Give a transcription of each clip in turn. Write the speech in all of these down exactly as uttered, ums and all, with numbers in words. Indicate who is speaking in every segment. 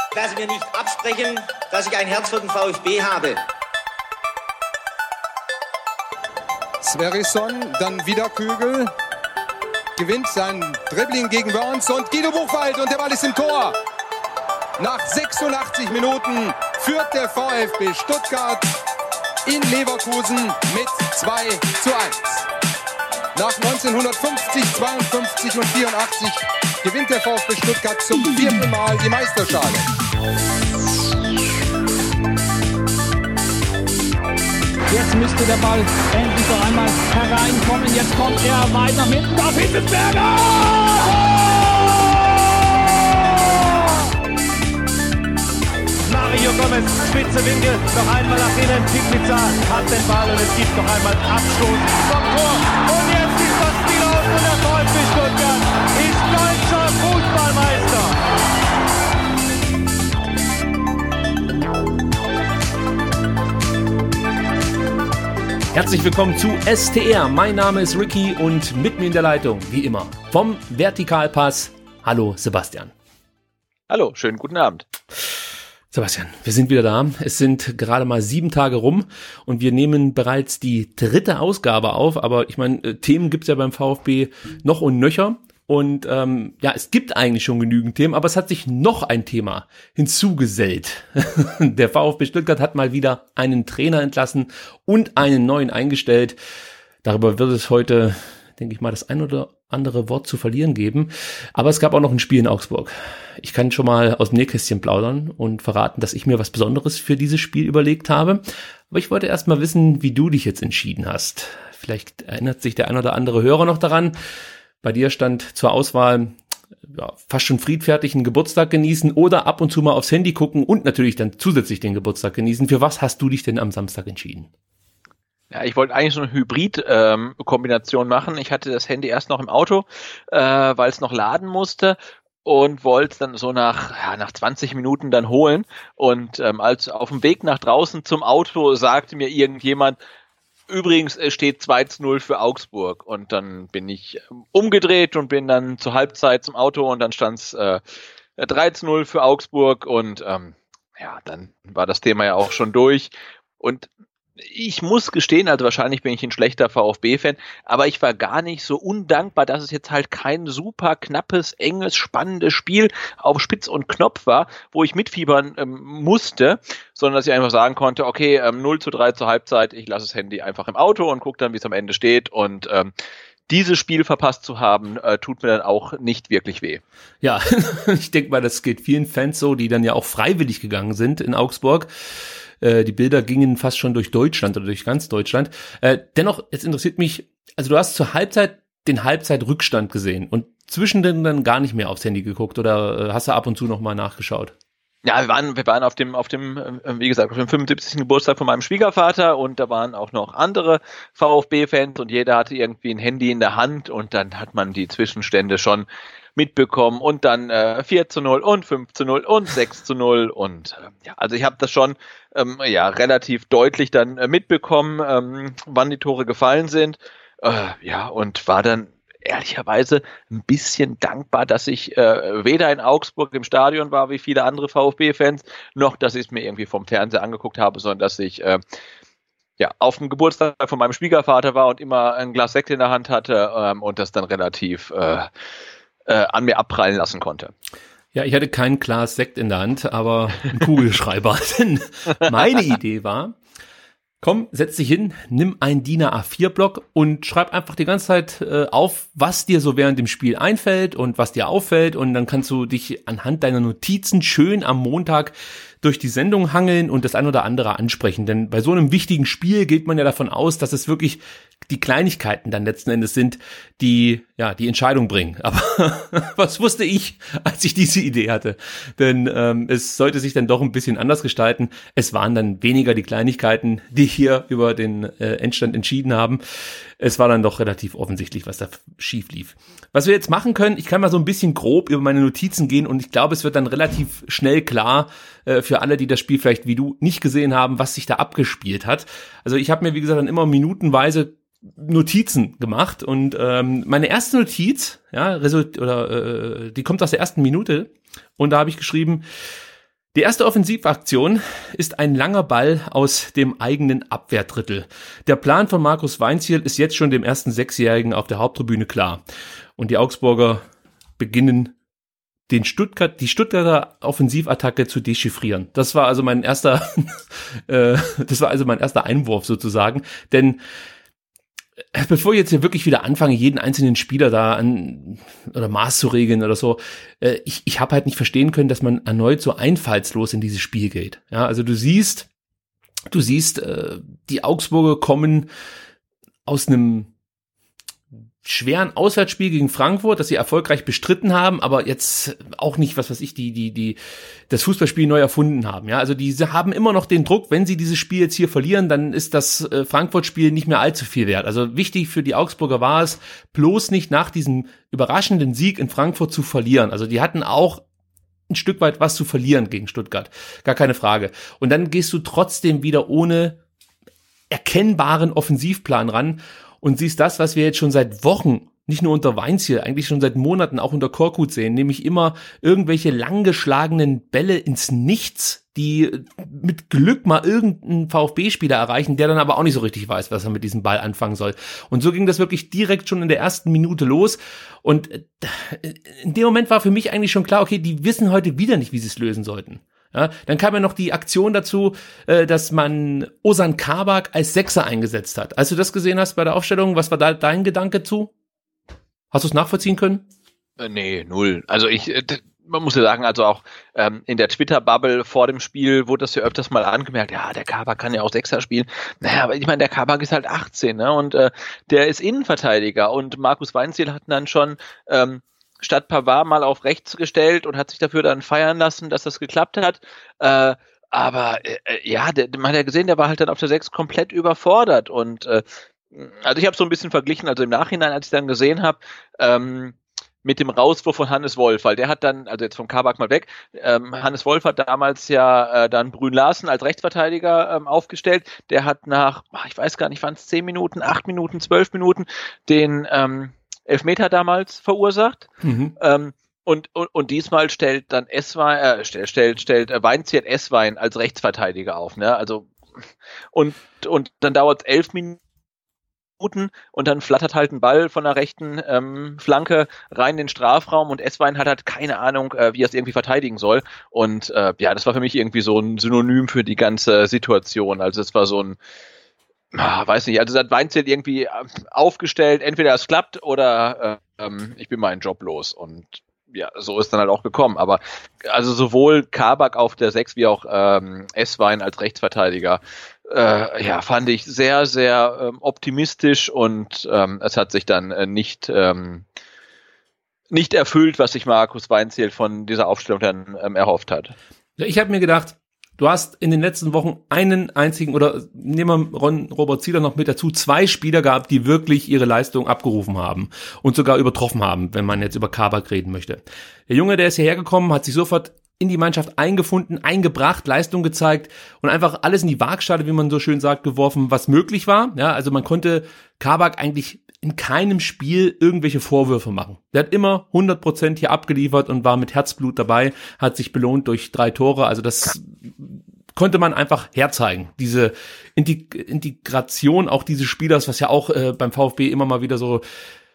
Speaker 1: lasse mir nicht absprechen, dass ich ein Herz für den VfB habe.
Speaker 2: Sverrisson, dann wieder Kügel, gewinnt sein Dribbling gegen Wörns und Guido Buchwald und der Ball ist im Tor. Nach sechsundachtzig Minuten führt der VfB Stuttgart in Leverkusen mit zwei zu eins. Nach neunzehnhundertfünfzig, zweiundfünfzig und vierundachtzig gewinnt der VfB Stuttgart zum vierten Mal die Meisterschale.
Speaker 3: Jetzt müsste der Ball endlich noch einmal hereinkommen. Jetzt kommt er weit nach hinten auf Hitzelsberger!
Speaker 4: Mario Gomez, spitze Winkel, noch einmal nach innen. Pizza hat den Ball und es gibt noch einmal Abstoß vom Tor. Und jetzt ist das Spiel aus und der VfB Stuttgart ist deutscher Fußballmeister.
Speaker 5: Herzlich willkommen zu S T R. Mein Name ist Ricky und mit mir in der Leitung, wie immer, vom Vertikalpass. Hallo Sebastian.
Speaker 6: Hallo, schönen guten Abend.
Speaker 5: Sebastian, wir sind wieder da. Es sind gerade mal sieben Tage rum und wir nehmen bereits die dritte Ausgabe auf. Aber ich meine, Themen gibt's ja beim VfB noch und nöcher. Und ähm, ja, es gibt eigentlich schon genügend Themen, aber es hat sich noch ein Thema hinzugesellt. Der VfB Stuttgart hat mal wieder einen Trainer entlassen und einen neuen eingestellt. Darüber wird es heute, denke ich mal, das ein oder andere Wort zu verlieren geben. Aber es gab auch noch ein Spiel in Augsburg. Ich kann schon mal aus dem Nähkästchen plaudern und verraten, dass ich mir was Besonderes für dieses Spiel überlegt habe. Aber ich wollte erst mal wissen, wie du dich jetzt entschieden hast. Vielleicht erinnert sich der ein oder andere Hörer noch daran. Bei dir stand zur Auswahl ja, fast schon friedfertig einen Geburtstag genießen oder ab und zu mal aufs Handy gucken und natürlich dann zusätzlich den Geburtstag genießen. Für was hast du dich denn am Samstag entschieden?
Speaker 6: Ja, ich wollte eigentlich so eine Hybrid-Kombination ähm, machen. Ich hatte das Handy erst noch im Auto, äh, weil es noch laden musste und wollte es dann so nach ja, nach zwanzig Minuten dann holen. Und ähm, als auf dem Weg nach draußen zum Auto sagte mir irgendjemand, übrigens, es steht zwei zu null für Augsburg. Und dann bin ich umgedreht und bin dann zur Halbzeit zum Auto und dann stand es äh, drei zu null für Augsburg. Und ähm, ja, dann war das Thema ja auch schon durch. Und ich muss gestehen, also wahrscheinlich bin ich ein schlechter VfB-Fan, aber ich war gar nicht so undankbar, dass es jetzt halt kein super knappes, enges, spannendes Spiel auf Spitz und Knopf war, wo ich mitfiebern ähm, musste, sondern dass ich einfach sagen konnte, okay, ähm, null zu drei zur Halbzeit, ich lasse das Handy einfach im Auto und gucke dann, wie es am Ende steht und ähm, dieses Spiel verpasst zu haben, äh, tut mir dann auch nicht wirklich weh.
Speaker 5: Ja, ich denke mal, das geht vielen Fans so, die dann ja auch freiwillig gegangen sind in Augsburg. Die Bilder gingen fast schon durch Deutschland oder durch ganz Deutschland. Äh, dennoch, es interessiert mich, also du hast zur Halbzeit den Halbzeitrückstand gesehen und zwischendrin dann gar nicht mehr aufs Handy geguckt oder äh, hast du ab und zu nochmal nachgeschaut?
Speaker 6: Ja, wir waren, wir waren auf dem, auf dem, wie gesagt, auf dem fünfundsiebzigsten Geburtstag von meinem Schwiegervater und da waren auch noch andere VfB-Fans und jeder hatte irgendwie ein Handy in der Hand und dann hat man die Zwischenstände schon mitbekommen und dann äh, vier zu null und fünf zu null und sechs zu null und äh, ja, also ich habe das schon ähm, ja relativ deutlich dann äh, mitbekommen, ähm, wann die Tore gefallen sind, äh, ja und war dann ehrlicherweise ein bisschen dankbar, dass ich äh, weder in Augsburg im Stadion war wie viele andere VfB-Fans, noch dass ich es mir irgendwie vom Fernseher angeguckt habe, sondern dass ich äh, ja auf dem Geburtstag von meinem Schwiegervater war und immer ein Glas Sekt in der Hand hatte ähm, und das dann relativ äh, äh, an mir abprallen lassen konnte.
Speaker 5: Ja, ich hatte kein Glas Sekt in der Hand, aber einen Kugelschreiber. Denn meine Idee war, komm, setz dich hin, nimm einen D I N A vier Block und schreib einfach die ganze Zeit äh, auf, was dir so während dem Spiel einfällt und was dir auffällt und dann kannst du dich anhand deiner Notizen schön am Montag durch die Sendung hangeln und das ein oder andere ansprechen. Denn bei so einem wichtigen Spiel geht man ja davon aus, dass es wirklich die Kleinigkeiten dann letzten Endes sind, die ja die Entscheidung bringen. Aber was wusste ich, als ich diese Idee hatte? Denn ähm, es sollte sich dann doch ein bisschen anders gestalten. Es waren dann weniger die Kleinigkeiten, die hier über den äh, Endstand entschieden haben. Es war dann doch relativ offensichtlich, was da schief lief. Was wir jetzt machen können, ich kann mal so ein bisschen grob über meine Notizen gehen und ich glaube, es wird dann relativ schnell klar äh, für alle, die das Spiel vielleicht wie du nicht gesehen haben, was sich da abgespielt hat. Also ich habe mir, wie gesagt, dann immer minutenweise Notizen gemacht und ähm, meine erste Notiz, ja, Result oder äh, die kommt aus der ersten Minute und da habe ich geschrieben, Die erste Offensivaktion ist ein langer Ball aus dem eigenen Abwehrdrittel. Der Plan von Markus Weinzierl ist jetzt schon dem ersten Sechsjährigen auf der Haupttribüne klar. Und die Augsburger beginnen den Stuttgart, die Stuttgarter Offensivattacke zu dechiffrieren. Das war also mein erster, äh, das war also mein erster Einwurf sozusagen, denn bevor ich jetzt hier wirklich wieder anfange, jeden einzelnen Spieler da an oder Maß zu regeln oder so, äh, ich, ich habe halt nicht verstehen können, dass man erneut so einfallslos in dieses Spiel geht. Ja, also du siehst, du siehst, äh, die Augsburger kommen aus einem schweren Auswärtsspiel gegen Frankfurt, das sie erfolgreich bestritten haben, aber jetzt auch nicht, was weiß ich, die die die das Fußballspiel neu erfunden haben. Ja, also diese haben immer noch den Druck, wenn sie dieses Spiel jetzt hier verlieren, dann ist das äh, Frankfurt-Spiel nicht mehr allzu viel wert. Also wichtig für die Augsburger war es, bloß nicht nach diesem überraschenden Sieg in Frankfurt zu verlieren. Also die hatten auch ein Stück weit was zu verlieren gegen Stuttgart, gar keine Frage. Und dann gehst du trotzdem wieder ohne erkennbaren Offensivplan ran und siehst das, was wir jetzt schon seit Wochen, nicht nur unter Weinzierl, eigentlich schon seit Monaten auch unter Korkut sehen, nämlich immer irgendwelche langgeschlagenen Bälle ins Nichts, die mit Glück mal irgendeinen VfB-Spieler erreichen, der dann aber auch nicht so richtig weiß, was er mit diesem Ball anfangen soll. Und so ging das wirklich direkt schon in der ersten Minute los. Und in dem Moment war für mich eigentlich schon klar, okay, die wissen heute wieder nicht, wie sie es lösen sollten. Ja, dann kam ja noch die Aktion dazu, äh, dass man Ozan Kabak als Sechser eingesetzt hat. Als du das gesehen hast bei der Aufstellung, was war da dein Gedanke zu? Hast du es nachvollziehen können?
Speaker 6: Äh, nee, null. Also ich, äh, man muss ja sagen, also auch ähm, in der Twitter-Bubble vor dem Spiel wurde das ja öfters mal angemerkt, ja, der Kabak kann ja auch Sechser spielen. Naja, aber ich meine, der Kabak ist halt achtzehn, ne? Und äh, der ist Innenverteidiger und Markus Weinzierl hat dann schon ähm, statt Pavard mal auf rechts gestellt und hat sich dafür dann feiern lassen, dass das geklappt hat. Äh, aber äh, ja, der, man hat ja gesehen, der war halt dann auf der sechs komplett überfordert. Und äh, also ich habe so ein bisschen verglichen, also im Nachhinein, als ich dann gesehen habe, ähm, mit dem Rauswurf von Hannes Wolf, weil der hat dann, also jetzt vom Kabak mal weg, ähm, Hannes Wolf hat damals ja äh, dann Brünn Larsen als Rechtsverteidiger ähm, aufgestellt. Der hat nach, ich weiß gar nicht, waren es zehn Minuten, acht Minuten, zwölf Minuten, den ähm, Elfmeter damals verursacht. Mhm. Ähm, und, und, und diesmal stellt dann Esswein, äh, stellt, stellt, stellt äh, Weinzierl Esswein als Rechtsverteidiger auf, ne? Also, und, und dann dauert es elf Minuten und dann flattert halt ein Ball von der rechten ähm, Flanke rein in den Strafraum und Esswein hat halt keine Ahnung, äh, wie er es irgendwie verteidigen soll. Und äh, ja, das war für mich irgendwie so ein Synonym für die ganze Situation. Also es war so ein Ah, weiß nicht, also das Weinzierl irgendwie aufgestellt, entweder es klappt oder äh, ähm, ich bin meinen Job los und ja, so ist dann halt auch gekommen, aber also sowohl Kabak auf der sechs wie auch ähm, Esswein als Rechtsverteidiger, äh, ja, fand ich sehr, sehr ähm, optimistisch und ähm, es hat sich dann äh, nicht ähm, nicht erfüllt, was sich Markus Weinzierl von dieser Aufstellung dann ähm, erhofft hat.
Speaker 5: Ich habe mir gedacht, du hast in den letzten Wochen einen einzigen, oder nehmen wir Ron, Robert Zieler noch mit dazu, zwei Spieler gehabt, die wirklich ihre Leistung abgerufen haben und sogar übertroffen haben, wenn man jetzt über Kabak reden möchte. Der Junge, der ist hierher gekommen, hat sich sofort in die Mannschaft eingefunden, eingebracht, Leistung gezeigt und einfach alles in die Waagschale, wie man so schön sagt, geworfen, was möglich war. Ja, also man konnte Kabak eigentlich in keinem Spiel irgendwelche Vorwürfe machen. Der hat immer hundert Prozent hier abgeliefert und war mit Herzblut dabei, hat sich belohnt durch drei Tore. Also das konnte man einfach herzeigen. Diese Integ- Integration auch dieses Spielers, was ja auch äh, beim VfB immer mal wieder so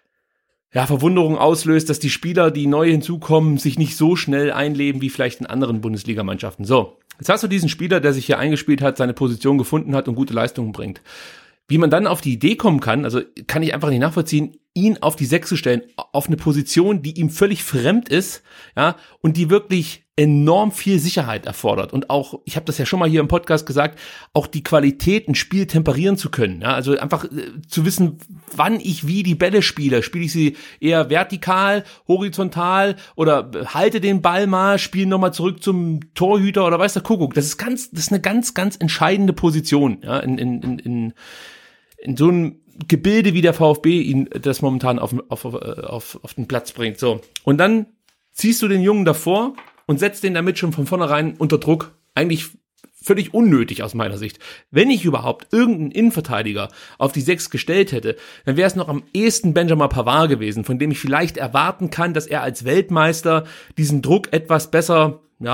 Speaker 5: ja, Verwunderung auslöst, dass die Spieler, die neu hinzukommen, sich nicht so schnell einleben wie vielleicht in anderen Bundesligamannschaften. So, jetzt hast du diesen Spieler, der sich hier eingespielt hat, seine Position gefunden hat und gute Leistungen bringt. Wie man dann auf die Idee kommen kann, also kann ich einfach nicht nachvollziehen, ihn auf die Sechs zu stellen, auf eine Position, die ihm völlig fremd ist, ja, und die wirklich enorm viel Sicherheit erfordert und auch, ich habe das ja schon mal hier im Podcast gesagt, auch die Qualität, ein Spiel temperieren zu können, ja, also einfach äh, zu wissen, wann ich wie die Bälle spiele, spiele ich sie eher vertikal, horizontal oder halte den Ball mal, spiele nochmal zurück zum Torhüter oder weiß der Kuckuck, das ist ganz, das ist eine ganz, ganz entscheidende Position, ja, in, in, in, in, in so einem Gebilde, wie der VfB ihn das momentan auf, auf, auf, auf den Platz bringt, so. Und dann ziehst du den Jungen davor und setzt den damit schon von vornherein unter Druck. Eigentlich völlig unnötig aus meiner Sicht. Wenn ich überhaupt irgendeinen Innenverteidiger auf die Sechs gestellt hätte, dann wäre es noch am ehesten Benjamin Pavard gewesen, von dem ich vielleicht erwarten kann, dass er als Weltmeister diesen Druck etwas besser, ja,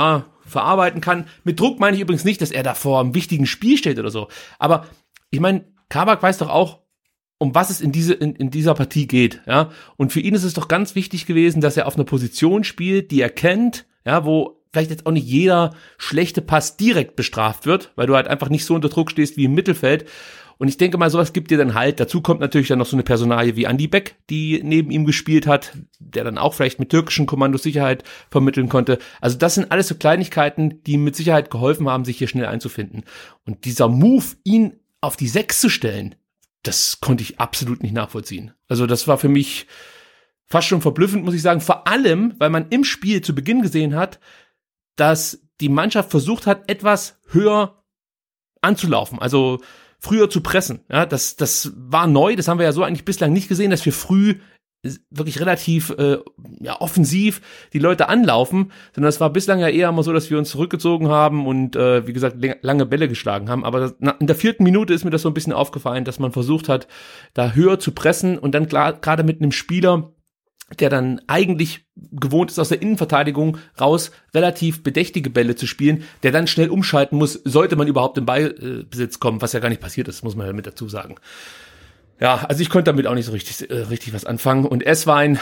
Speaker 5: verarbeiten kann. Mit Druck meine ich übrigens nicht, dass er da vor einem wichtigen Spiel steht oder so. Aber ich meine, Kabak weiß doch auch, um was es in diese in, in dieser Partie geht, ja. Und für ihn ist es doch ganz wichtig gewesen, dass er auf einer Position spielt, die er kennt, ja, wo vielleicht jetzt auch nicht jeder schlechte Pass direkt bestraft wird, weil du halt einfach nicht so unter Druck stehst wie im Mittelfeld. Und ich denke mal, sowas gibt dir dann halt. Dazu kommt natürlich dann noch so eine Personalie wie Andi Beck, die neben ihm gespielt hat, der dann auch vielleicht mit türkischen Kommandos Sicherheit vermitteln konnte. Also das sind alles so Kleinigkeiten, die mit Sicherheit geholfen haben, sich hier schnell einzufinden. Und dieser Move, ihn auf die Sechs zu stellen, das konnte ich absolut nicht nachvollziehen. Also das war für mich fast schon verblüffend, muss ich sagen. Vor allem, weil man im Spiel zu Beginn gesehen hat, dass die Mannschaft versucht hat, etwas höher anzulaufen, also früher zu pressen. Ja, das, das war neu, das haben wir ja so eigentlich bislang nicht gesehen, dass wir früh wirklich relativ äh, ja, offensiv die Leute anlaufen, sondern es war bislang ja eher mal so, dass wir uns zurückgezogen haben und äh, wie gesagt lange Bälle geschlagen haben, aber in der vierten Minute ist mir das so ein bisschen aufgefallen, dass man versucht hat, da höher zu pressen und dann gerade mit einem Spieler, der dann eigentlich gewohnt ist, aus der Innenverteidigung raus relativ bedächtige Bälle zu spielen, der dann schnell umschalten muss, sollte man überhaupt in Ballbesitz kommen, was ja gar nicht passiert ist, muss man ja mit dazu sagen. Ja, also ich konnte damit auch nicht so richtig äh, richtig was anfangen. Und Esswein,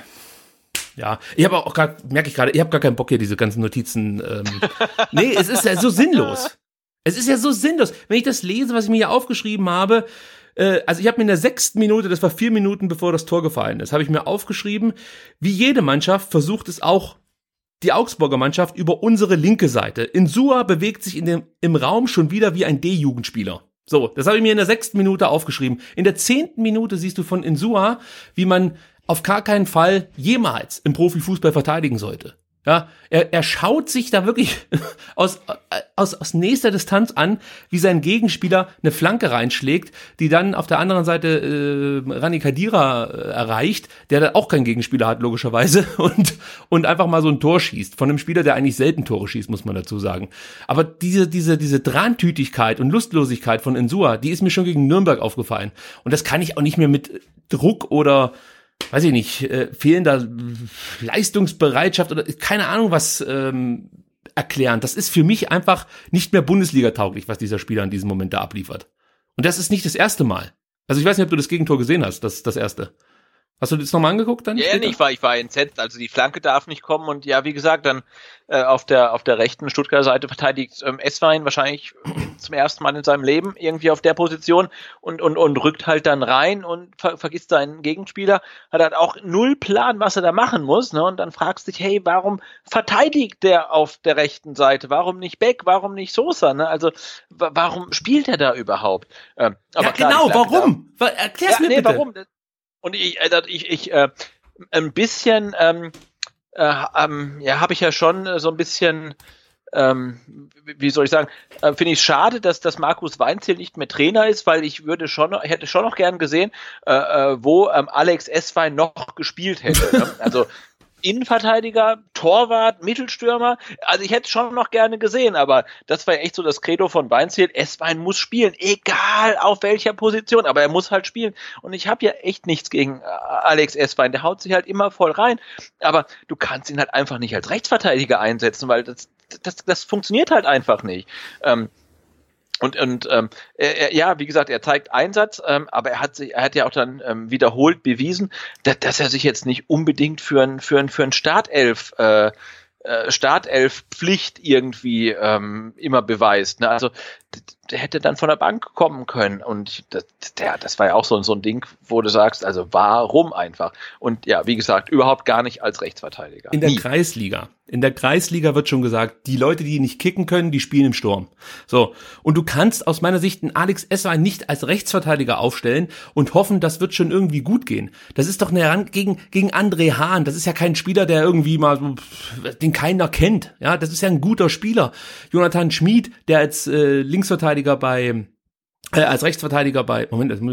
Speaker 5: ja, ich habe auch gerade, merke ich gerade, ich habe gar keinen Bock hier, diese ganzen Notizen. Ähm, nee, es ist ja so sinnlos. Es ist ja so sinnlos. Wenn ich das lese, was ich mir hier aufgeschrieben habe, äh, also ich habe mir in der sechsten Minute, das war vier Minuten bevor das Tor gefallen ist, habe ich mir aufgeschrieben, wie jede Mannschaft versucht es auch, die Augsburger Mannschaft über unsere linke Seite. Insua bewegt sich in dem, im Raum schon wieder wie ein D-Jugendspieler. So, das habe ich mir in der sechsten Minute aufgeschrieben. In der zehnten Minute siehst du von Insua, wie man auf gar keinen Fall jemals im Profifußball verteidigen sollte. Ja, er, er schaut sich da wirklich aus, aus, aus nächster Distanz an, wie sein Gegenspieler eine Flanke reinschlägt, die dann auf der anderen Seite äh, Rani Khedira äh, erreicht, der dann auch keinen Gegenspieler hat, logischerweise, und, und einfach mal so ein Tor schießt. Von einem Spieler, der eigentlich selten Tore schießt, muss man dazu sagen. Aber diese, diese, diese Drahntütigkeit und Lustlosigkeit von Insua, die ist mir schon gegen Nürnberg aufgefallen. Und das kann ich auch nicht mehr mit Druck oder weiß ich nicht, äh, fehlender Leistungsbereitschaft oder keine Ahnung was ähm, erklären. Das ist für mich einfach nicht mehr Bundesliga-tauglich, was dieser Spieler in diesem Moment da abliefert. Und das ist nicht das erste Mal. Also ich weiß nicht, ob du das Gegentor gesehen hast, das das erste. Hast du das nochmal angeguckt dann?
Speaker 6: Ja, nee, ich war, ich war entsetzt. Also die Flanke darf nicht kommen und ja, wie gesagt, dann äh, auf der auf der rechten Stuttgarter Seite verteidigt ähm, Esswein wahrscheinlich zum ersten Mal in seinem Leben irgendwie auf der Position und und und rückt halt dann rein und ver- vergisst seinen Gegenspieler, hat halt auch null Plan, was er da machen muss, ne? Und dann fragst du dich, hey, warum verteidigt der auf der rechten Seite? Warum nicht Beck? Warum nicht Sosa? Ne? Also w- warum spielt er da überhaupt? Ähm, aber
Speaker 5: ja,
Speaker 6: klar,
Speaker 5: genau, warum? Da, Erklär's
Speaker 6: ja,
Speaker 5: mir
Speaker 6: nee,
Speaker 5: bitte.
Speaker 6: Warum? Und ich, äh, ich, ich äh, ein bisschen, ähm, äh, ähm, ja, habe ich ja schon äh, so ein bisschen, ähm, wie soll ich sagen, äh, finde ich es schade, dass, dass Markus Weinzierl nicht mehr Trainer ist, weil ich würde schon, hätte schon noch gern gesehen, äh, äh, wo ähm, Alex Esswein noch gespielt hätte. Ne? Also Innenverteidiger, Torwart, Mittelstürmer, also ich hätte es schon noch gerne gesehen, aber das war echt so das Credo von Weinzierl, Esswein muss spielen, egal auf welcher Position, aber er muss halt spielen und ich habe ja echt nichts gegen Alex Esswein, der haut sich halt immer voll rein, aber du kannst ihn halt einfach nicht als Rechtsverteidiger einsetzen, weil das, das, das funktioniert halt einfach nicht. Ähm, Und, und ähm, er, ja, wie gesagt, er zeigt Einsatz, ähm, aber er hat sich, er hat ja auch dann ähm, wiederholt bewiesen, dass, dass er sich jetzt nicht unbedingt für ein für ein für ein Startelf äh, äh, Startelf-Pflicht irgendwie ähm, immer beweist. Ne? Also der hätte dann von der Bank kommen können und das, der, das war ja auch so, so ein Ding, wo du sagst, also warum einfach? Und ja, wie gesagt, überhaupt gar nicht als Rechtsverteidiger.
Speaker 5: In der
Speaker 6: Nie.
Speaker 5: Kreisliga. In der Kreisliga wird schon gesagt, die Leute, die nicht kicken können, die spielen im Sturm. So. Und du kannst aus meiner Sicht einen Alex Esswein nicht als Rechtsverteidiger aufstellen und hoffen, das wird schon irgendwie gut gehen. Das ist doch eine Ran- gegen, gegen André Hahn. Das ist ja kein Spieler, der irgendwie mal, so, den keiner kennt. Ja, das ist ja ein guter Spieler. Jonathan Schmid, der als äh, Linksverteidiger bei, äh, als Rechtsverteidiger bei, Moment, das muss ich mal,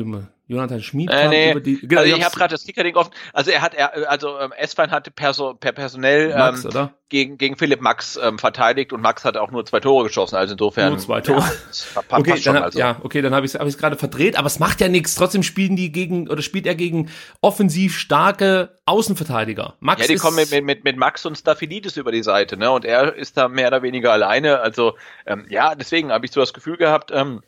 Speaker 5: Jonathan Schmid
Speaker 6: äh, nee.
Speaker 5: über die. Genau,
Speaker 6: also ich habe gerade das Kickerding offen. Also er hat, er, also ähm, Esswein hatte perso, per personell
Speaker 5: Max,
Speaker 6: ähm,
Speaker 5: oder?
Speaker 6: gegen gegen Philipp Max ähm, verteidigt und Max hat auch nur zwei Tore geschossen. Also insofern
Speaker 5: Nur zwei Tore.
Speaker 6: Ja, das passt
Speaker 5: okay,
Speaker 6: schon,
Speaker 5: dann,
Speaker 6: also.
Speaker 5: ja, okay, dann habe ich es hab ich's gerade verdreht, aber es macht ja nichts. Trotzdem spielen die gegen oder spielt er gegen offensiv starke Außenverteidiger. Max
Speaker 6: ja, die
Speaker 5: ist,
Speaker 6: kommen mit, mit, mit Max und Staphylidis über die Seite, ne? Und er ist da mehr oder weniger alleine. Also ähm, ja, deswegen habe ich so das Gefühl gehabt. Ähm,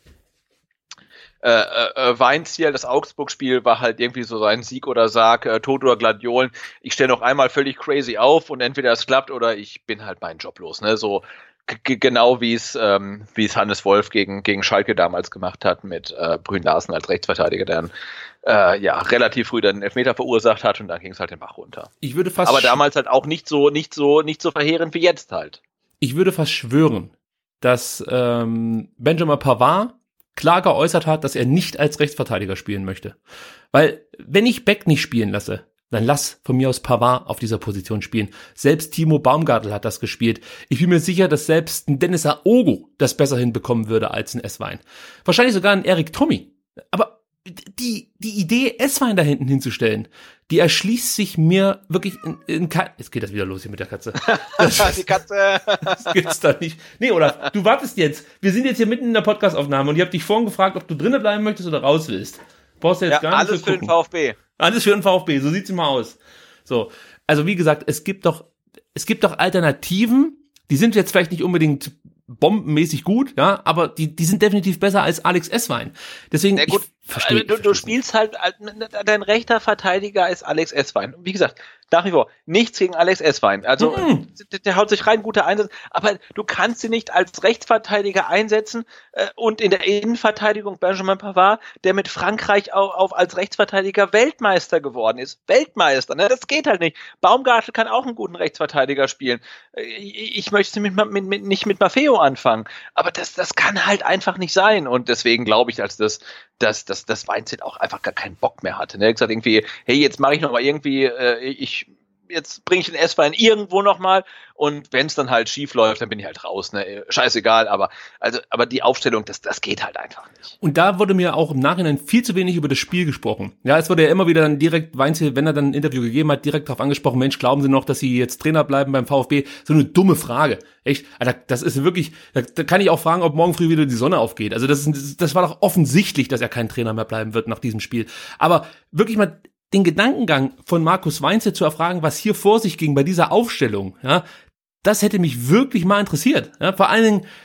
Speaker 6: Äh, äh, Weinziel, das Augsburg-Spiel war halt irgendwie so sein Sieg oder Sarg, äh, Tod oder Gladiolen. Ich stelle noch einmal völlig crazy auf und entweder es klappt oder ich bin halt meinen Job los. Ne? So g- genau wie es ähm, wie es Hannes Wolf gegen gegen Schalke damals gemacht hat mit äh, Brünn Larsen als Rechtsverteidiger, der dann äh, ja relativ früh dann Elfmeter verursacht hat und dann ging es halt den Bach runter.
Speaker 5: Ich würde fast
Speaker 6: Aber damals halt auch nicht so nicht so nicht so verheerend wie jetzt halt.
Speaker 5: Ich würde fast schwören, dass ähm, Benjamin Pavard klar geäußert hat, dass er nicht als Rechtsverteidiger spielen möchte. Weil, wenn ich Beck nicht spielen lasse, dann lass von mir aus Pavard auf dieser Position spielen. Selbst Timo Baumgartel hat das gespielt. Ich bin mir sicher, dass selbst ein Dennis Aogo das besser hinbekommen würde als ein Esswein. Wahrscheinlich sogar ein Erik Tommy. Aber die, die Idee, Esswein da hinten hinzustellen, die erschließt sich mir wirklich in, in kein... Jetzt geht das wieder los hier mit der Katze. Das,
Speaker 6: die Katze.
Speaker 5: Das gibt's da nicht. Nee, Olaf, du wartest jetzt. Wir sind jetzt hier mitten in der Podcastaufnahme und ich habe dich vorhin gefragt, ob du drinnen bleiben möchtest oder raus willst. Brauchst du jetzt
Speaker 6: Ja,
Speaker 5: gar nicht
Speaker 6: alles
Speaker 5: so
Speaker 6: für den VfB.
Speaker 5: Alles für den VfB, so sieht's immer aus. So, also wie gesagt, es gibt doch, es gibt doch Alternativen, die sind jetzt vielleicht nicht unbedingt bombenmäßig gut, ja, aber die, die sind definitiv besser als Alex Esswein. Deswegen,
Speaker 6: ja, gut,
Speaker 5: ich verstehe.
Speaker 6: also, du, du spielst halt, dein rechter Verteidiger ist Alex Esswein. Wie gesagt, nach wie vor, nichts gegen Alex Esswein. Also,
Speaker 5: Mhm.
Speaker 6: der, der haut sich rein, guter Einsatz, aber du kannst ihn nicht als Rechtsverteidiger einsetzen äh, und in der Innenverteidigung Benjamin Pavard, der mit Frankreich auch, auch als Rechtsverteidiger Weltmeister geworden ist. Weltmeister, ne? Das geht halt nicht. Baumgartel kann auch einen guten Rechtsverteidiger spielen. Ich, ich möchte mit, mit, mit, nicht mit Maffeo anfangen, aber das, das kann halt einfach nicht sein und deswegen glaube ich, als das, dass, dass, dass Weinziel auch einfach gar keinen Bock mehr hatte. Ne? Er hat gesagt irgendwie, hey, jetzt mache ich noch mal irgendwie, äh, ich jetzt bringe ich den S-Wein irgendwo nochmal und wenn es dann halt schief läuft, dann bin ich halt raus, ne? Scheißegal, aber also, aber die Aufstellung, das, das geht halt einfach nicht.
Speaker 5: Und da wurde mir auch im Nachhinein viel zu wenig über das Spiel gesprochen. Ja, es wurde ja immer wieder dann direkt, Weinziel, wenn er dann ein Interview gegeben hat, direkt darauf angesprochen, Mensch, glauben Sie noch, dass Sie jetzt Trainer bleiben beim VfB? So eine dumme Frage. Echt, Alter, das ist wirklich, da, da kann ich auch fragen, ob morgen früh wieder die Sonne aufgeht. Also das, ist, das war doch offensichtlich, dass er kein Trainer mehr bleiben wird nach diesem Spiel. Aber wirklich mal den Gedankengang von Markus Weinziel zu erfragen, was hier vor sich ging bei dieser Aufstellung, ja, das hätte mich wirklich mal interessiert. Ja, vor allen Dingen,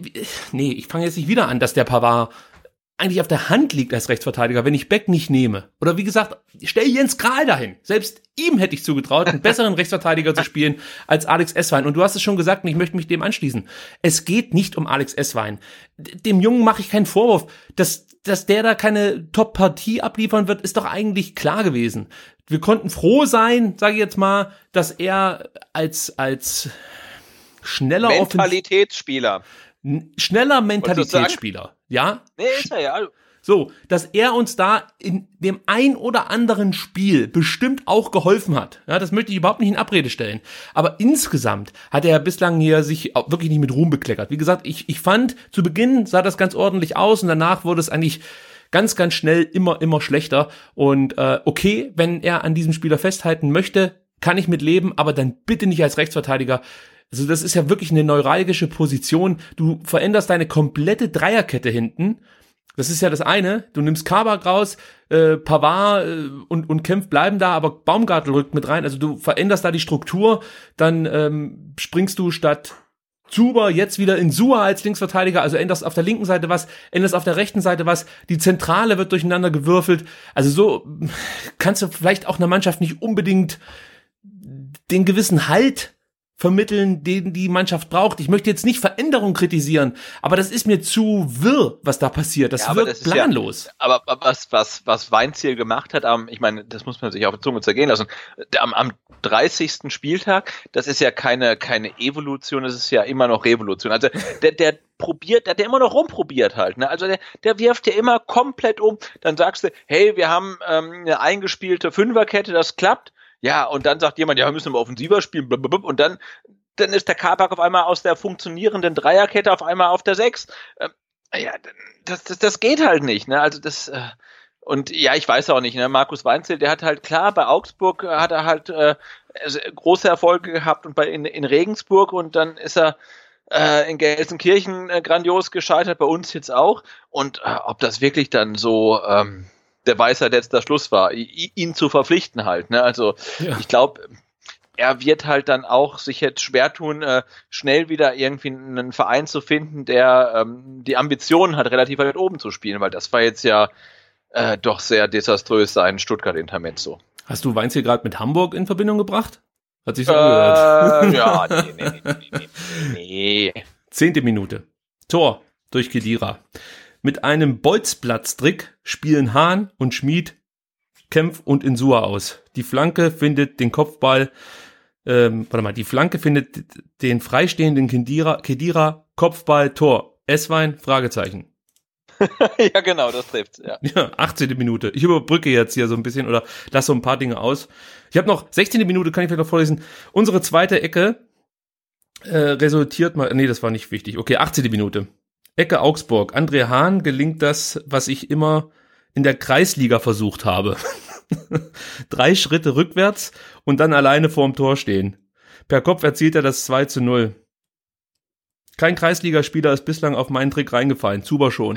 Speaker 5: nee, ich fange jetzt nicht wieder an, dass der Pavard eigentlich auf der Hand liegt als Rechtsverteidiger, wenn ich Beck nicht nehme. Oder wie gesagt, stell Jens Kral dahin. Selbst ihm hätte ich zugetraut, einen besseren Rechtsverteidiger zu spielen als Alex Esswein. Und du hast es schon gesagt und ich möchte mich dem anschließen. Es geht nicht um Alex Esswein. Dem Jungen mache ich keinen Vorwurf. Dass, dass der da keine Top-Partie abliefern wird, ist doch eigentlich klar gewesen. Wir konnten froh sein, sage ich jetzt mal, dass er als, als schneller
Speaker 6: Mentalitätsspieler.
Speaker 5: Schneller Mentalitätsspieler, ja?
Speaker 6: Nee, ist er ja.
Speaker 5: So, dass er uns da in dem ein oder anderen Spiel bestimmt auch geholfen hat. Ja, das möchte ich überhaupt nicht in Abrede stellen. Aber insgesamt hat er bislang hier sich auch wirklich nicht mit Ruhm bekleckert. Wie gesagt, ich, ich fand, zu Beginn sah das ganz ordentlich aus und danach wurde es eigentlich ganz, ganz schnell immer, immer schlechter. Und äh, okay, wenn er an diesem Spieler festhalten möchte, kann ich mit leben, aber dann bitte nicht als Rechtsverteidiger. Also das ist ja wirklich eine neuralgische Position. Du veränderst deine komplette Dreierkette hinten. Das ist ja das eine. Du nimmst Kabak raus, äh, Pavard äh, und, und Kempf bleiben da, aber Baumgartel rückt mit rein. Also du veränderst da die Struktur. Dann ähm, springst du statt Zuber jetzt wieder in Sua als Linksverteidiger. Also änderst auf der linken Seite was, änderst auf der rechten Seite was. Die Zentrale wird durcheinander gewürfelt. Also so kannst du vielleicht auch einer Mannschaft nicht unbedingt den gewissen Halt vermitteln, den die Mannschaft braucht. Ich möchte jetzt nicht Veränderung kritisieren, aber das ist mir zu wirr, was da passiert. Das
Speaker 6: ja,
Speaker 5: wirkt
Speaker 6: das
Speaker 5: planlos.
Speaker 6: Ja, aber, aber was, was, was Weinziel gemacht hat, am, ich meine, das muss man sich auf der Zunge zergehen lassen, am, am dreißigsten Spieltag, das ist ja keine, keine Evolution, das ist ja immer noch Revolution. Also der, der probiert, der, der immer noch rumprobiert halt. Ne? Also der, der wirft ja immer komplett um. Dann sagst du, hey, wir haben ähm, eine eingespielte Fünferkette, das klappt. Ja, und dann sagt jemand, ja, wir müssen mal offensiver spielen, blablabla, und dann, dann ist der Kabak auf einmal aus der funktionierenden Dreierkette auf einmal auf der Sechs. Ähm, ja, das, das, das geht halt nicht, ne? Also das, äh, und ja, ich weiß auch nicht, ne, Markus Weinzierl, der hat halt klar, bei Augsburg hat er halt äh, große Erfolge gehabt und bei in, in Regensburg und dann ist er äh, in Gelsenkirchen äh, grandios gescheitert, bei uns jetzt auch und äh, ob das wirklich dann so ähm, der Weisheit letzter Schluss war, ihn zu verpflichten halt, ne, also ja. Ich glaube, er wird halt dann auch sich jetzt schwer tun, äh, schnell wieder irgendwie einen Verein zu finden, der ähm, die Ambitionen hat, relativ weit oben zu spielen, weil das war jetzt ja äh, doch sehr desaströs sein Stuttgart-Intermezzo.
Speaker 5: Hast du Weinz hier gerade mit Hamburg in Verbindung gebracht? Hat sich so äh, angehört.
Speaker 6: Ja, nee, nee, nee, nee, nee, nee.
Speaker 5: Zehnte Minute. Tor durch Khedira. Mit einem Bolzplatz-Trick spielen Hahn und Schmid Kempf und Insua aus. Die Flanke findet den Kopfball, ähm, warte mal, die Flanke findet den freistehenden Khedira, Khedira Kopfball, Tor. Esswein, Fragezeichen.
Speaker 6: Ja, genau, das trifft's, ja.
Speaker 5: Ja, achtzehnte Minute. Ich überbrücke jetzt hier so ein bisschen oder lasse so ein paar Dinge aus. Ich habe noch, sechzehnte Minute, kann ich vielleicht noch vorlesen. Unsere zweite Ecke äh, resultiert mal, nee, das war nicht wichtig. Okay, achtzehnte Minute. Ecke Augsburg. André Hahn gelingt das, was ich immer in der Kreisliga versucht habe. Drei Schritte rückwärts und dann alleine vorm Tor stehen. Per Kopf erzielt er das zwei zu null. Kein Kreisligaspieler ist bislang auf meinen Trick reingefallen. Zuber schon.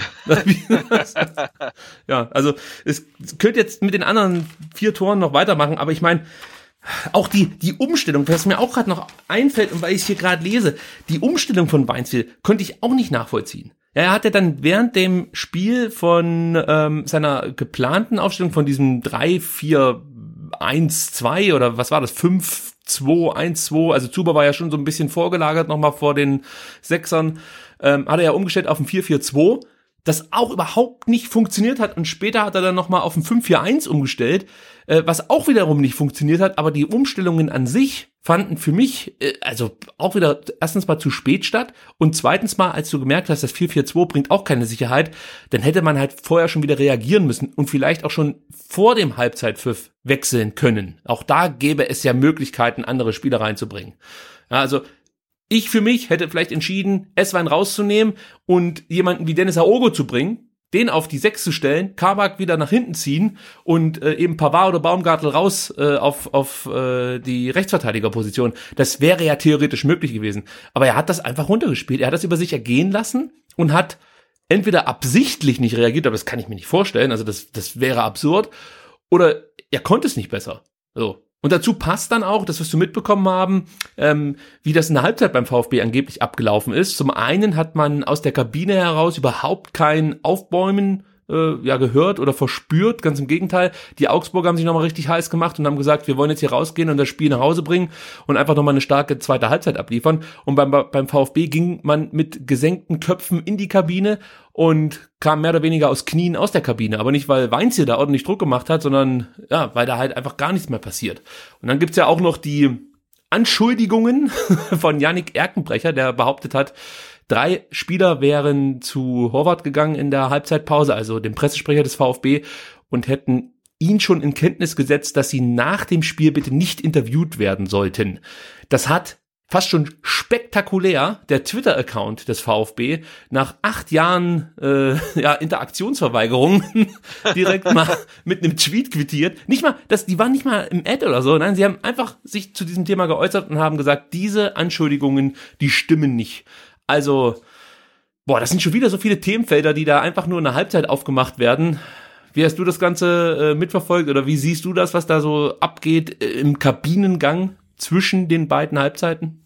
Speaker 5: Ja, also es könnte jetzt mit den anderen vier Toren noch weitermachen, aber ich meine, auch die die Umstellung, was mir auch gerade noch einfällt und weil ich es hier gerade lese, die Umstellung von Weinzierl konnte ich auch nicht nachvollziehen. Ja, er hat ja dann während dem Spiel von ähm, seiner geplanten Aufstellung von diesem drei vier eins zwei oder was war das, fünf zwei eins zwei, also Zuber war ja schon so ein bisschen vorgelagert nochmal vor den Sechsern, ähm, hat er ja umgestellt auf ein vier vier zwei, das auch überhaupt nicht funktioniert hat und später hat er dann nochmal auf ein fünf vier eins umgestellt, äh, was auch wiederum nicht funktioniert hat, aber die Umstellungen an sich fanden für mich, äh, also auch wieder erstens mal zu spät statt und zweitens mal, als du gemerkt hast, das vier vier zwei bringt auch keine Sicherheit, dann hätte man halt vorher schon wieder reagieren müssen und vielleicht auch schon vor dem Halbzeitpfiff wechseln können. Auch da gäbe es ja Möglichkeiten, andere Spieler reinzubringen. Ja, also ich für mich hätte vielleicht entschieden, Esswein rauszunehmen und jemanden wie Dennis Aogo zu bringen, den auf die Sechs zu stellen, Kabak wieder nach hinten ziehen und äh, eben Pavard oder Baumgartel raus äh, auf auf äh, die Rechtsverteidigerposition. Das wäre ja theoretisch möglich gewesen. Aber er hat das einfach runtergespielt. Er hat das über sich ergehen lassen und hat entweder absichtlich nicht reagiert, aber das kann ich mir nicht vorstellen, also das das wäre absurd, oder er konnte es nicht besser. So. Und dazu passt dann auch, das wirst du mitbekommen haben, ähm, wie das in der Halbzeit beim VfB angeblich abgelaufen ist. Zum einen hat man aus der Kabine heraus überhaupt kein Aufbäumen äh, ja gehört oder verspürt. Ganz im Gegenteil, die Augsburger haben sich nochmal richtig heiß gemacht und haben gesagt, wir wollen jetzt hier rausgehen und das Spiel nach Hause bringen und einfach nochmal eine starke zweite Halbzeit abliefern. Und beim, beim VfB ging man mit gesenkten Köpfen in die Kabine und kam mehr oder weniger aus Knien aus der Kabine. Aber nicht, weil Weinz hier da ordentlich Druck gemacht hat, sondern ja, weil da halt einfach gar nichts mehr passiert. Und dann gibt's ja auch noch die Anschuldigungen von Yannick Erkenbrecher, der behauptet hat, drei Spieler wären zu Horvath gegangen in der Halbzeitpause, also dem Pressesprecher des VfB, und hätten ihn schon in Kenntnis gesetzt, dass sie nach dem Spiel bitte nicht interviewt werden sollten. Das hat fast schon spektakulär der Twitter-Account des VfB nach acht Jahren äh, ja, Interaktionsverweigerung direkt mal mit einem Tweet quittiert. Nicht mal, das, die waren nicht mal im Ad oder so, nein, sie haben einfach sich zu diesem Thema geäußert und haben gesagt, diese Anschuldigungen, die stimmen nicht. Also, boah, das sind schon wieder so viele Themenfelder, die da einfach nur in der Halbzeit aufgemacht werden. Wie hast du das Ganze äh, mitverfolgt oder wie siehst du das, was da so abgeht äh, im Kabinengang zwischen den beiden Halbzeiten?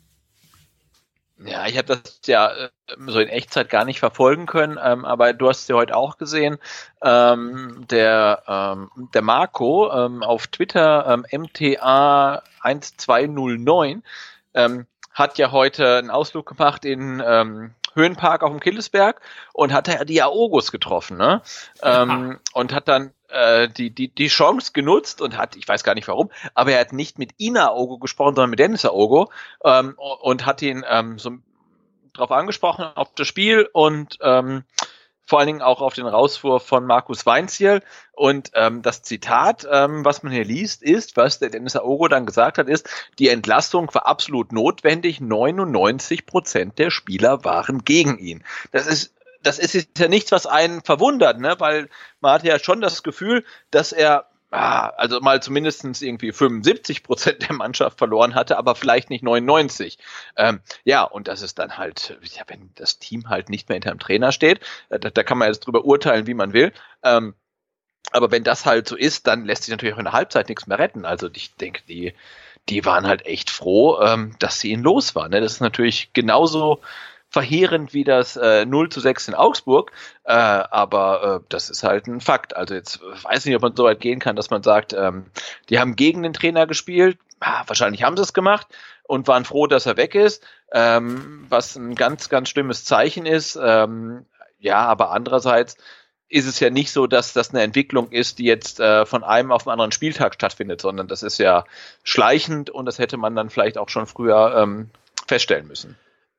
Speaker 6: Ja, ich habe das ja äh, so in Echtzeit gar nicht verfolgen können, ähm, aber du hast es ja heute auch gesehen. Ähm, der ähm, der Marco ähm, auf Twitter, ähm, M T A eins zwei null neun, ähm, hat ja heute einen Ausflug gemacht in ähm, Höhenpark auf dem Killesberg und hat da die Aogos getroffen, ne? Ähm, und hat dann äh, die die die Chance genutzt und hat, ich weiß gar nicht warum, aber er hat nicht mit Ina Aogo gesprochen, sondern mit Dennis Aogo ähm, und hat ihn ähm, so drauf angesprochen auf das Spiel und ähm, vor allen Dingen auch auf den Rauswurf von Markus Weinzierl. Und ähm, das Zitat, ähm, was man hier liest, ist, was der Dennis Aogo dann gesagt hat, ist, die Entlastung war absolut notwendig, neunundneunzig Prozent der Spieler waren gegen ihn. Das ist das ist jetzt ja nichts, was einen verwundert, ne? Weil man hat ja schon das Gefühl, dass er also mal zumindest irgendwie fünfundsiebzig Prozent der Mannschaft verloren hatte, aber vielleicht nicht neunundneunzig. Ähm, ja, und das ist dann halt, ja, wenn das Team halt nicht mehr hinter dem Trainer steht, da, da kann man jetzt drüber urteilen, wie man will. Ähm, aber wenn das halt so ist, dann lässt sich natürlich auch in der Halbzeit nichts mehr retten. Also ich denke, die, die waren halt echt froh, ähm, dass sie ihn los waren. Ne? Das ist natürlich genauso verheerend wie das äh, null zu sechs in Augsburg, äh, aber äh, das ist halt ein Fakt. Also jetzt weiß ich nicht, ob man so weit gehen kann, dass man sagt, ähm, die haben gegen den Trainer gespielt, ah, wahrscheinlich haben sie es gemacht und waren froh, dass er weg ist, ähm, was ein ganz, ganz schlimmes Zeichen ist. Ähm, ja, aber andererseits ist es ja nicht so, dass das eine Entwicklung ist, die jetzt äh, von einem auf den anderen Spieltag stattfindet, sondern das ist ja schleichend und das hätte man dann vielleicht auch schon früher ähm, feststellen müssen.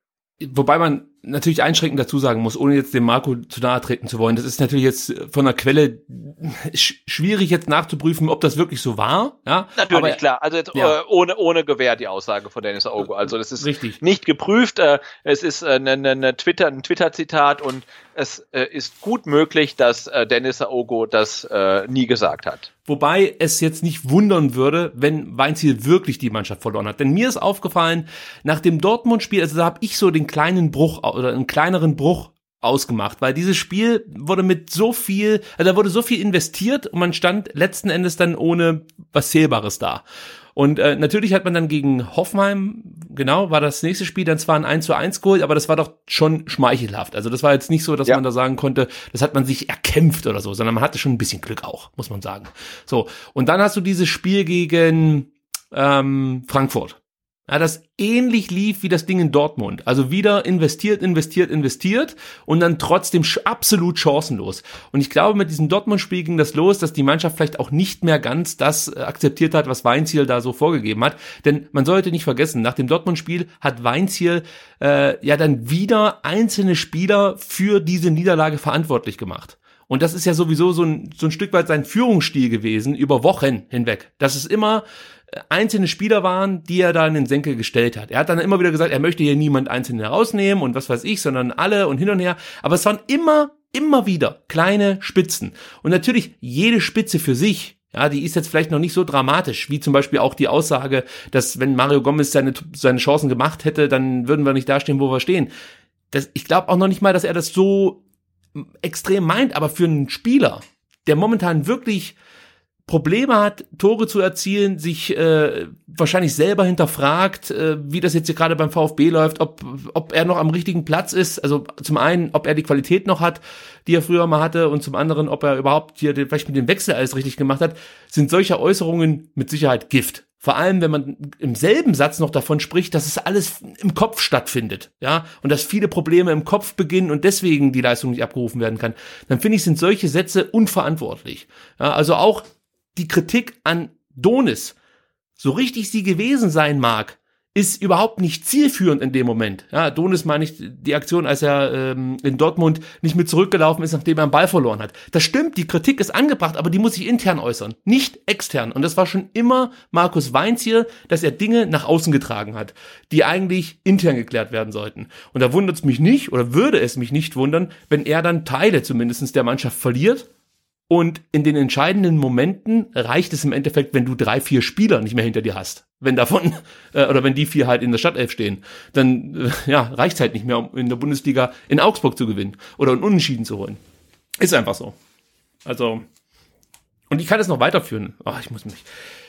Speaker 5: Wobei man natürlich einschränkend dazu sagen muss, ohne jetzt dem Marco zu nahe treten zu wollen, das ist natürlich jetzt von der Quelle sch- schwierig jetzt nachzuprüfen, ob das wirklich so war. Ja,
Speaker 6: natürlich,
Speaker 5: aber,
Speaker 6: klar. Also jetzt
Speaker 5: ja.
Speaker 6: äh, ohne ohne Gewähr die Aussage von Dennis Aogo. Also das ist
Speaker 5: richtig.
Speaker 6: Nicht geprüft. Äh, es ist äh, ne, ne, ne Twitter, ein Twitter-Zitat und es äh, ist gut möglich, dass äh, Dennis Aogo das äh, nie gesagt hat.
Speaker 5: Wobei es jetzt nicht wundern würde, wenn Weinziel wirklich die Mannschaft verloren hat. Denn mir ist aufgefallen, nach dem Dortmund-Spiel, also da habe ich so den kleinen Bruch oder einen kleineren Bruch ausgemacht, weil dieses Spiel wurde mit so viel, also da wurde so viel investiert und man stand letzten Endes dann ohne was Zählbares da. Und äh, natürlich hat man dann gegen Hoffenheim, genau, war das nächste Spiel, dann zwar ein eins zu eins geholt, aber das war doch schon schmeichelhaft. Also das war jetzt nicht so, dass ja. man da sagen konnte, das hat man sich erkämpft oder so, sondern man hatte schon ein bisschen Glück auch, muss man sagen. So, und dann hast du dieses Spiel gegen ähm, Frankfurt. Ja, das ähnlich lief wie das Ding in Dortmund. Also wieder investiert, investiert, investiert und dann trotzdem sch- absolut chancenlos. Und ich glaube, mit diesem Dortmund-Spiel ging das los, dass die Mannschaft vielleicht auch nicht mehr ganz das äh, akzeptiert hat, was Weinziel da so vorgegeben hat. Denn man sollte nicht vergessen, nach dem Dortmund-Spiel hat Weinziel äh, ja dann wieder einzelne Spieler für diese Niederlage verantwortlich gemacht. Und das ist ja sowieso so ein, so ein Stück weit sein Führungsstil gewesen, über Wochen hinweg. Dass es immer einzelne Spieler waren, die er da in den Senkel gestellt hat. Er hat dann immer wieder gesagt, er möchte hier niemand einzeln herausnehmen und was weiß ich, sondern alle und hin und her. Aber es waren immer, immer wieder kleine Spitzen. Und natürlich jede Spitze für sich, ja, die ist jetzt vielleicht noch nicht so dramatisch, wie zum Beispiel auch die Aussage, dass wenn Mario Gomez seine, seine Chancen gemacht hätte, dann würden wir nicht dastehen, wo wir stehen. Das, ich glaube auch noch nicht mal, dass er das so extrem meint, aber für einen Spieler, der momentan wirklich Probleme hat, Tore zu erzielen, sich äh, wahrscheinlich selber hinterfragt, äh, wie das jetzt hier gerade beim VfB läuft, ob ob er noch am richtigen Platz ist. Also zum einen, ob er die Qualität noch hat, die er früher mal hatte, und zum anderen, ob er überhaupt hier vielleicht mit dem Wechsel alles richtig gemacht hat, sind solche Äußerungen mit Sicherheit Gift. Vor allem, wenn man im selben Satz noch davon spricht, dass es alles im Kopf stattfindet, ja, und dass viele Probleme im Kopf beginnen und deswegen die Leistung nicht abgerufen werden kann, dann finde ich, sind solche Sätze unverantwortlich. Ja, also auch die Kritik an Donis, so richtig sie gewesen sein mag, ist überhaupt nicht zielführend in dem Moment. Ja, Donis meine ich die Aktion, als er ähm, in Dortmund nicht mit zurückgelaufen ist, nachdem er einen Ball verloren hat. Das stimmt, die Kritik ist angebracht, aber die muss sich intern äußern, nicht extern. Und das war schon immer Markus Weinziel, dass er Dinge nach außen getragen hat, die eigentlich intern geklärt werden sollten. Und da wundert es mich nicht, oder würde es mich nicht wundern, wenn er dann Teile zumindest der Mannschaft verliert. Und in den entscheidenden Momenten reicht es im Endeffekt, wenn du drei, vier Spieler nicht mehr hinter dir hast. Wenn davon, äh, oder wenn die vier halt in der Startelf stehen, dann äh, ja, reicht es halt nicht mehr, um in der Bundesliga in Augsburg zu gewinnen oder einen Unentschieden zu holen. Ist einfach so. Also, und ich kann das noch weiterführen. Ach, ich muss mich.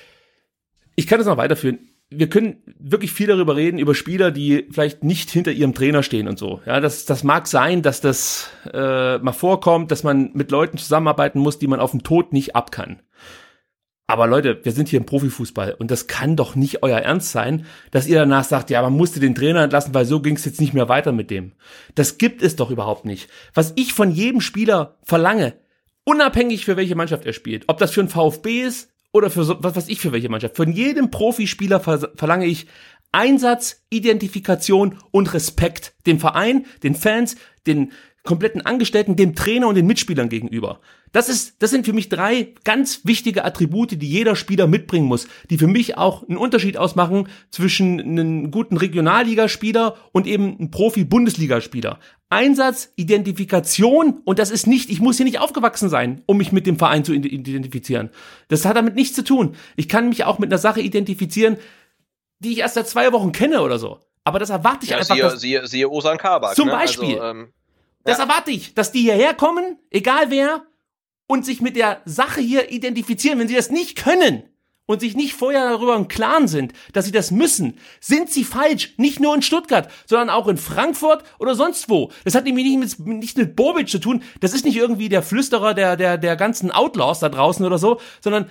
Speaker 5: Ich kann das noch weiterführen. Wir können wirklich viel darüber reden, über Spieler, die vielleicht nicht hinter ihrem Trainer stehen und so. Ja, das, das mag sein, dass das äh, mal vorkommt, dass man mit Leuten zusammenarbeiten muss, die man auf den Tod nicht ab kann. Aber Leute, wir sind hier im Profifußball und das kann doch nicht euer Ernst sein, dass ihr danach sagt, ja, man musste den Trainer entlassen, weil so ging es jetzt nicht mehr weiter mit dem. Das gibt es doch überhaupt nicht. Was ich von jedem Spieler verlange, unabhängig für welche Mannschaft er spielt, ob das für ein VfB ist, oder für so, was weiß ich für welche Mannschaft. Von jedem Profispieler ver- verlange ich Einsatz, Identifikation und Respekt. Dem Verein, den Fans, den kompletten Angestellten, dem Trainer und den Mitspielern gegenüber. Das ist, das sind für mich drei ganz wichtige Attribute, die jeder Spieler mitbringen muss, die für mich auch einen Unterschied ausmachen zwischen einem guten Regionalligaspieler und eben einem Profi-Bundesligaspieler. Einsatz, Identifikation, und das ist nicht, ich muss hier nicht aufgewachsen sein, um mich mit dem Verein zu identifizieren. Das hat damit nichts zu tun. Ich kann mich auch mit einer Sache identifizieren, die ich erst seit zwei Wochen kenne oder so. Aber das erwarte ich
Speaker 6: ja,
Speaker 5: einfach.
Speaker 6: Siehe,
Speaker 5: dass,
Speaker 6: siehe, siehe Ozan Kabak.
Speaker 5: Zum
Speaker 6: ne?
Speaker 5: Beispiel.
Speaker 6: Also, ähm,
Speaker 5: das
Speaker 6: ja.
Speaker 5: erwarte ich, dass die hierher kommen, egal wer, und sich mit der Sache hier identifizieren. Wenn sie das nicht können und sich nicht vorher darüber im Klaren sind, dass sie das müssen, sind sie falsch. Nicht nur in Stuttgart, sondern auch in Frankfurt oder sonst wo. Das hat nämlich nicht mit, nicht mit Bobic zu tun. Das ist nicht irgendwie der Flüsterer der, der, der ganzen Outlaws da draußen oder so, sondern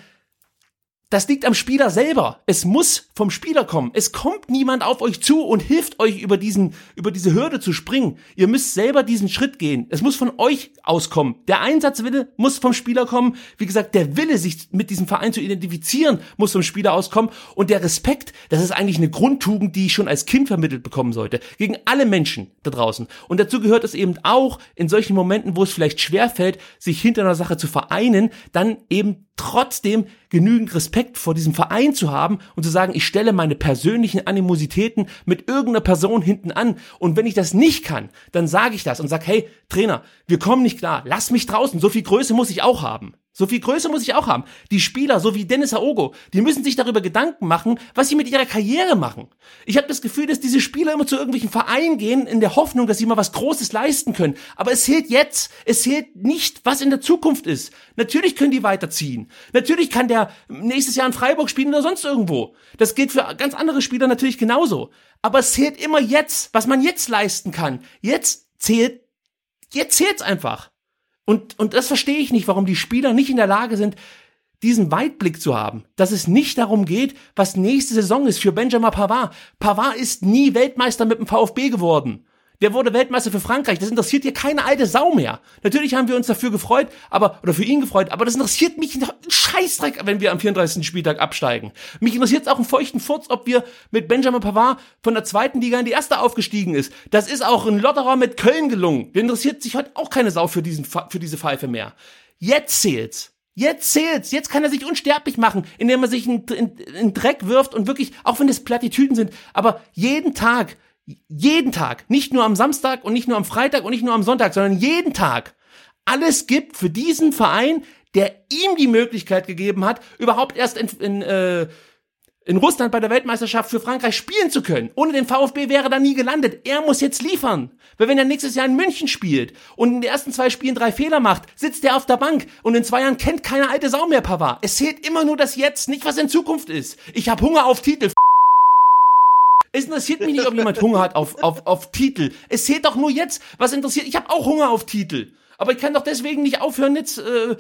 Speaker 5: das liegt am Spieler selber. Es muss vom Spieler kommen. Es kommt niemand auf euch zu und hilft euch über diesen, über diese Hürde zu springen. Ihr müsst selber diesen Schritt gehen. Es muss von euch auskommen. Der Einsatzwille muss vom Spieler kommen. Wie gesagt, der Wille, sich mit diesem Verein zu identifizieren, muss vom Spieler auskommen. Und der Respekt, das ist eigentlich eine Grundtugend, die ich schon als Kind vermittelt bekommen sollte. Gegen alle Menschen da draußen. Und dazu gehört es eben auch, in solchen Momenten, wo es vielleicht schwerfällt, sich hinter einer Sache zu vereinen, dann eben trotzdem genügend Respekt vor diesem Verein zu haben und zu sagen, ich stelle meine persönlichen Animositäten mit irgendeiner Person hinten an. Und wenn ich das nicht kann, dann sage ich das und sage, hey, Trainer, wir kommen nicht klar, lass mich draußen, so viel Größe muss ich auch haben. So viel Größe muss ich auch haben. Die Spieler, so wie Dennis Aogo, die müssen sich darüber Gedanken machen, was sie mit ihrer Karriere machen. Ich habe das Gefühl, dass diese Spieler immer zu irgendwelchen Vereinen gehen, in der Hoffnung, dass sie mal was Großes leisten können. Aber es zählt jetzt, es zählt nicht, was in der Zukunft ist. Natürlich können die weiterziehen. Natürlich kann der nächstes Jahr in Freiburg spielen oder sonst irgendwo. Das gilt für ganz andere Spieler natürlich genauso. Aber es zählt immer jetzt, was man jetzt leisten kann. Jetzt zählt, jetzt zählt's einfach. Und, und das verstehe ich nicht, warum die Spieler nicht in der Lage sind, diesen Weitblick zu haben. Dass es nicht darum geht, was nächste Saison ist für Benjamin Pavard. Pavard ist nie Weltmeister mit dem VfB geworden. Der wurde Weltmeister für Frankreich. Das interessiert hier keine alte Sau mehr. Natürlich haben wir uns dafür gefreut, aber, oder für ihn gefreut, aber das interessiert mich einen Scheißdreck, wenn wir am vierunddreißigsten Spieltag absteigen. Mich interessiert es auch einen feuchten Furz, ob wir mit Benjamin Pavard von der zweiten Liga in die erste aufgestiegen ist. Das ist auch ein Lotterer mit Köln gelungen. Der interessiert sich heute auch keine Sau für diesen, für diese Pfeife mehr. Jetzt zählt's. Jetzt zählt's. Jetzt kann er sich unsterblich machen, indem er sich in, in, in Dreck wirft und wirklich, auch wenn das Plattitüden sind, aber jeden Tag, jeden Tag, nicht nur am Samstag und nicht nur am Freitag und nicht nur am Sonntag, sondern jeden Tag alles gibt für diesen Verein, der ihm die Möglichkeit gegeben hat, überhaupt erst in, in, äh, in Russland bei der Weltmeisterschaft für Frankreich spielen zu können. Ohne den VfB wäre er da nie gelandet. Er muss jetzt liefern. Weil wenn er nächstes Jahr in München spielt und in den ersten zwei Spielen drei Fehler macht, sitzt er auf der Bank und in zwei Jahren kennt keine alte Sau mehr Pavard. Es zählt immer nur das Jetzt, nicht was in Zukunft ist. Ich habe Hunger auf Titel. Es interessiert mich nicht, ob jemand Hunger hat auf, auf, auf Titel. Es zählt doch nur jetzt, was interessiert. Ich habe auch Hunger auf Titel. Aber ich kann doch deswegen nicht aufhören, jetzt äh,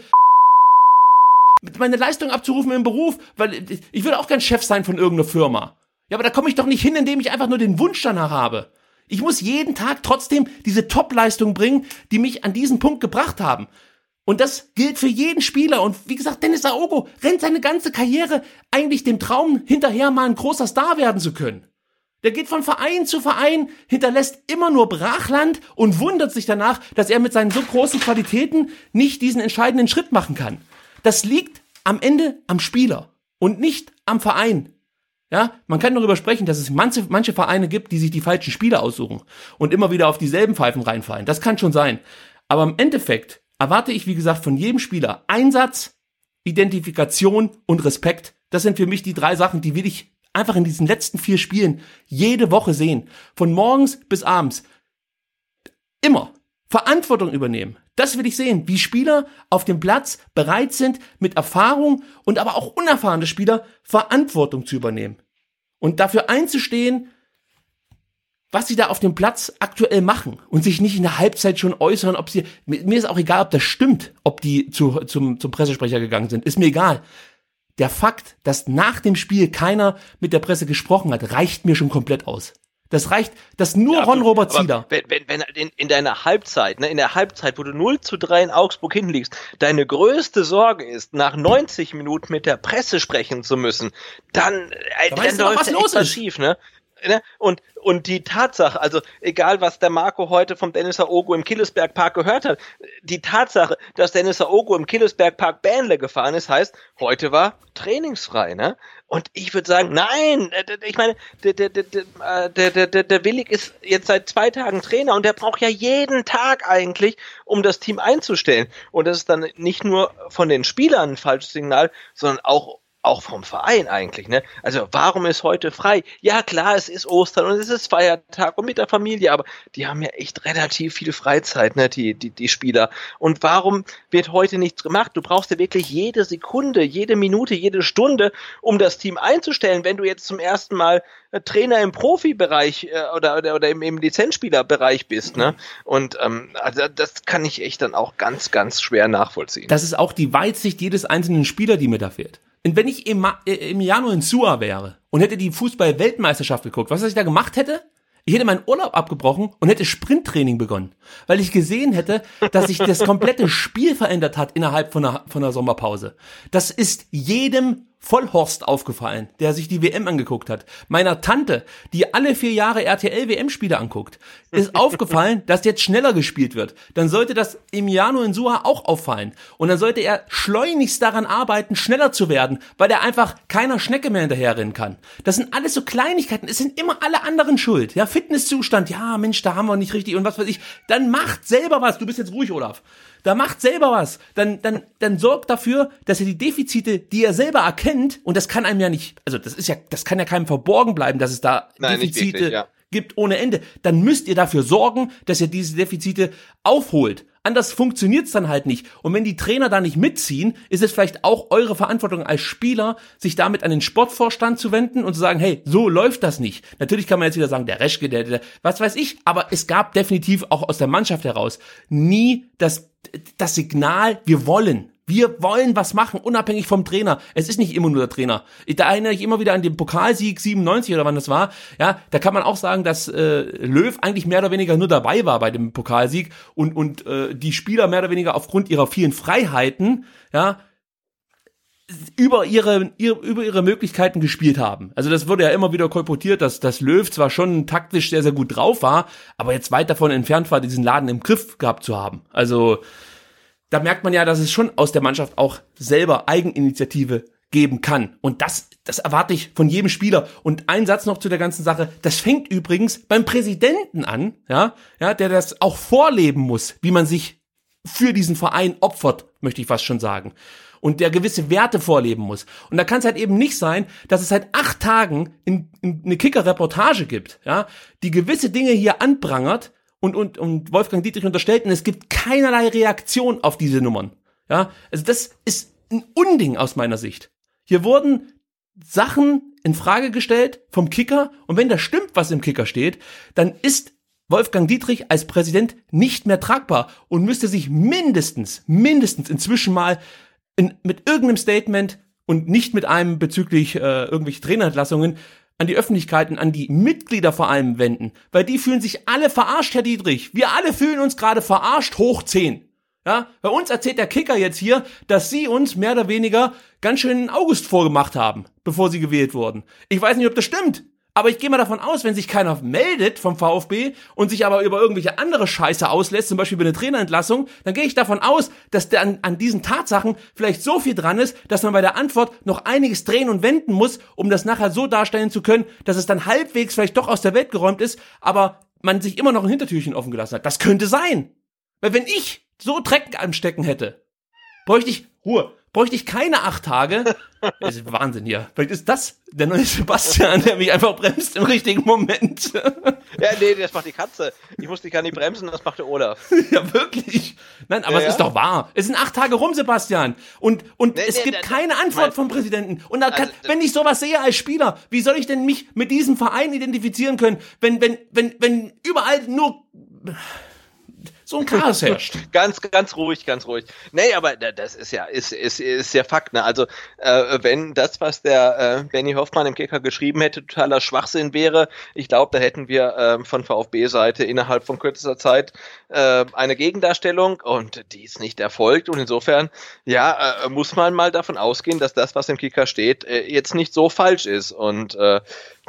Speaker 5: meine Leistung abzurufen im Beruf, weil ich würde auch gern Chef sein von irgendeiner Firma. Ja, aber da komme ich doch nicht hin, indem ich einfach nur den Wunsch danach habe. Ich muss jeden Tag trotzdem diese Top-Leistung bringen, die mich an diesen Punkt gebracht haben. Und das gilt für jeden Spieler. Und wie gesagt, Dennis Aogo rennt seine ganze Karriere eigentlich dem Traum hinterher, mal ein großer Star werden zu können. Der geht von Verein zu Verein, hinterlässt immer nur Brachland und wundert sich danach, dass er mit seinen so großen Qualitäten nicht diesen entscheidenden Schritt machen kann. Das liegt am Ende am Spieler und nicht am Verein. Ja, man kann darüber sprechen, dass es manche, manche Vereine gibt, die sich die falschen Spieler aussuchen und immer wieder auf dieselben Pfeifen reinfallen. Das kann schon sein. Aber im Endeffekt erwarte ich, wie gesagt, von jedem Spieler Einsatz, Identifikation und Respekt. Das sind für mich die drei Sachen, die will ich einfach in diesen letzten vier Spielen jede Woche sehen. Von morgens bis abends. Immer. Verantwortung übernehmen. Das will ich sehen, wie Spieler auf dem Platz bereit sind, mit Erfahrung und aber auch unerfahrene Spieler Verantwortung zu übernehmen. Und dafür einzustehen, was sie da auf dem Platz aktuell machen und sich nicht in der Halbzeit schon äußern, ob sie, mir ist auch egal, ob das stimmt, ob die zu, zum, zum Pressesprecher gegangen sind, ist mir egal. Der Fakt, dass nach dem Spiel keiner mit der Presse gesprochen hat, reicht mir schon komplett aus. Das reicht, dass nur ja, Ron-Robert Zieler.
Speaker 6: Wenn, wenn, wenn in, in deiner Halbzeit, ne, in der Halbzeit, wo du null zu drei in Augsburg hinten liegst, deine größte Sorge ist, nach neunzig Minuten mit der Presse sprechen zu müssen, dann, äh,
Speaker 5: da
Speaker 6: dann läuft echt was schief, ne? ne? Und, und die Tatsache, also egal was der Marco heute vom Dennis Aogo im Killesberg-Park gehört hat, die Tatsache, dass Dennis Aogo im Killesberg-Park Bähnle gefahren ist, heißt, heute war trainingsfrei, ne? Und ich würde sagen, nein, ich meine, der, der, der, der, der, der, der Willig ist jetzt seit zwei Tagen Trainer und der braucht ja jeden Tag eigentlich, um das Team einzustellen. Und das ist dann nicht nur von den Spielern ein falsches Signal, sondern auch Auch vom Verein eigentlich, ne? Also warum ist heute frei? Ja klar, es ist Ostern und es ist Feiertag und mit der Familie, aber die haben ja echt relativ viel Freizeit, ne, die, die, die Spieler. Und warum wird heute nichts gemacht? Du brauchst ja wirklich jede Sekunde, jede Minute, jede Stunde, um das Team einzustellen. Wenn du jetzt zum ersten Mal Trainer im Profibereich äh, oder, oder, oder im, im Lizenzspielerbereich bist, ne? Und ähm, also das kann ich echt dann auch ganz, ganz schwer nachvollziehen.
Speaker 5: Das ist auch die Weitsicht jedes einzelnen Spieler, die mir da fehlt. Und wenn ich im, äh, im Januar in Suva wäre und hätte die Fußball-Weltmeisterschaft geguckt, was ich da gemacht hätte? Ich hätte meinen Urlaub abgebrochen und hätte Sprinttraining begonnen, weil ich gesehen hätte, dass sich das komplette Spiel verändert hat innerhalb von einer, von einer Sommerpause. Das ist jedem Vollhorst aufgefallen, der sich die W M angeguckt hat. Meiner Tante, die alle vier Jahre R T L-W M-Spiele anguckt, ist aufgefallen, dass jetzt schneller gespielt wird. Dann sollte das im Januar in Suva auch auffallen. Und dann sollte er schleunigst daran arbeiten, schneller zu werden, weil er einfach keiner Schnecke mehr hinterherrennen kann. Das sind alles so Kleinigkeiten. Es sind immer alle anderen schuld. Ja, Fitnesszustand, ja, Mensch, da haben wir nicht richtig und was weiß ich. Dann macht selber was. Du bist jetzt ruhig, Olaf. Da macht selber was. Dann, dann, dann sorgt dafür, dass ihr die Defizite, die ihr selber erkennt, und das kann einem ja nicht, also das ist ja, das kann ja keinem verborgen bleiben, dass es da
Speaker 6: Nein,
Speaker 5: Defizite
Speaker 6: wirklich, ja.
Speaker 5: gibt ohne Ende. Dann müsst ihr dafür sorgen, dass ihr diese Defizite aufholt. Anders funktioniert's dann halt nicht. Und wenn die Trainer da nicht mitziehen, ist es vielleicht auch eure Verantwortung als Spieler, sich damit an den Sportvorstand zu wenden und zu sagen, hey, so läuft das nicht. Natürlich kann man jetzt wieder sagen, der Reschke, der, der, was weiß ich, aber es gab definitiv auch aus der Mannschaft heraus nie das, das Signal, wir wollen. Wir wollen was machen, unabhängig vom Trainer. Es ist nicht immer nur der Trainer. Da erinnere ich immer wieder an den Pokalsieg siebenundneunzig oder wann das war. Ja, da kann man auch sagen, dass äh, Löw eigentlich mehr oder weniger nur dabei war bei dem Pokalsieg und und äh, die Spieler mehr oder weniger aufgrund ihrer vielen Freiheiten, ja, über ihre, ihre über ihre Möglichkeiten gespielt haben. Also das wurde ja immer wieder kolportiert, dass dass Löw zwar schon taktisch sehr sehr gut drauf war, aber jetzt weit davon entfernt war, diesen Laden im Griff gehabt zu haben. Also da merkt man ja, dass es schon aus der Mannschaft auch selber Eigeninitiative geben kann. Und das, das erwarte ich von jedem Spieler. Und ein Satz noch zu der ganzen Sache. Das fängt übrigens beim Präsidenten an, ja, ja, der das auch vorleben muss, wie man sich für diesen Verein opfert, möchte ich fast schon sagen. Und der gewisse Werte vorleben muss. Und da kann es halt eben nicht sein, dass es seit acht Tagen in, in eine Kicker-Reportage gibt, ja, die gewisse Dinge hier anprangert, Und, und, und Wolfgang Dietrich unterstellt, und es gibt keinerlei Reaktion auf diese Nummern. Ja, also das ist ein Unding aus meiner Sicht. Hier wurden Sachen in Frage gestellt vom Kicker, und wenn das stimmt, was im Kicker steht, dann ist Wolfgang Dietrich als Präsident nicht mehr tragbar und müsste sich mindestens, mindestens inzwischen mal in, mit irgendeinem Statement und nicht mit einem bezüglich äh, irgendwelche Trainerentlassungen an die Öffentlichkeit und an die Mitglieder vor allem wenden, weil die fühlen sich alle verarscht, Herr Dietrich. Wir alle fühlen uns gerade verarscht hoch zehn. Ja, bei uns erzählt der Kicker jetzt hier, dass sie uns mehr oder weniger ganz schön in August vorgemacht haben, bevor sie gewählt wurden. Ich weiß nicht, ob das stimmt, aber ich gehe mal davon aus, wenn sich keiner meldet vom VfB und sich aber über irgendwelche andere Scheiße auslässt, zum Beispiel über eine Trainerentlassung, dann gehe ich davon aus, dass der an, an diesen Tatsachen vielleicht so viel dran ist, dass man bei der Antwort noch einiges drehen und wenden muss, um das nachher so darstellen zu können, dass es dann halbwegs vielleicht doch aus der Welt geräumt ist, aber man sich immer noch ein Hintertürchen offen gelassen hat. Das könnte sein. Weil wenn ich so Dreck am Stecken hätte, bräuchte ich Ruhe. Bräuchte ich keine acht Tage. Das ist Wahnsinn hier. Vielleicht ist das der neue Sebastian, der mich einfach bremst im richtigen Moment.
Speaker 6: Ja, nee, das macht die Katze. Ich muss dich gar nicht bremsen, das macht der Olaf.
Speaker 5: Ja, wirklich. Nein, aber ja, es ja. ist doch wahr. Es sind acht Tage rum, Sebastian. Und, und nee, es nee, gibt nee, keine Antwort mein, vom Präsidenten. Und da kann, also, wenn ich sowas sehe als Spieler, wie soll ich denn mich mit diesem Verein identifizieren können, wenn, wenn, wenn, wenn überall nur so ein Chaos herrscht.
Speaker 6: Ganz, ganz ruhig, ganz ruhig. Nee, aber das ist ja, ist, ist, ist ja Fakt, ne? Also, äh, wenn das, was der äh, Benny Hoffmann im Kicker geschrieben hätte, totaler Schwachsinn wäre, ich glaube, da hätten wir äh, von VfB-Seite innerhalb von kürzester Zeit äh, eine Gegendarstellung, und die ist nicht erfolgt, und insofern, ja, äh, muss man mal davon ausgehen, dass das, was im Kicker steht, äh, jetzt nicht so falsch ist, und äh,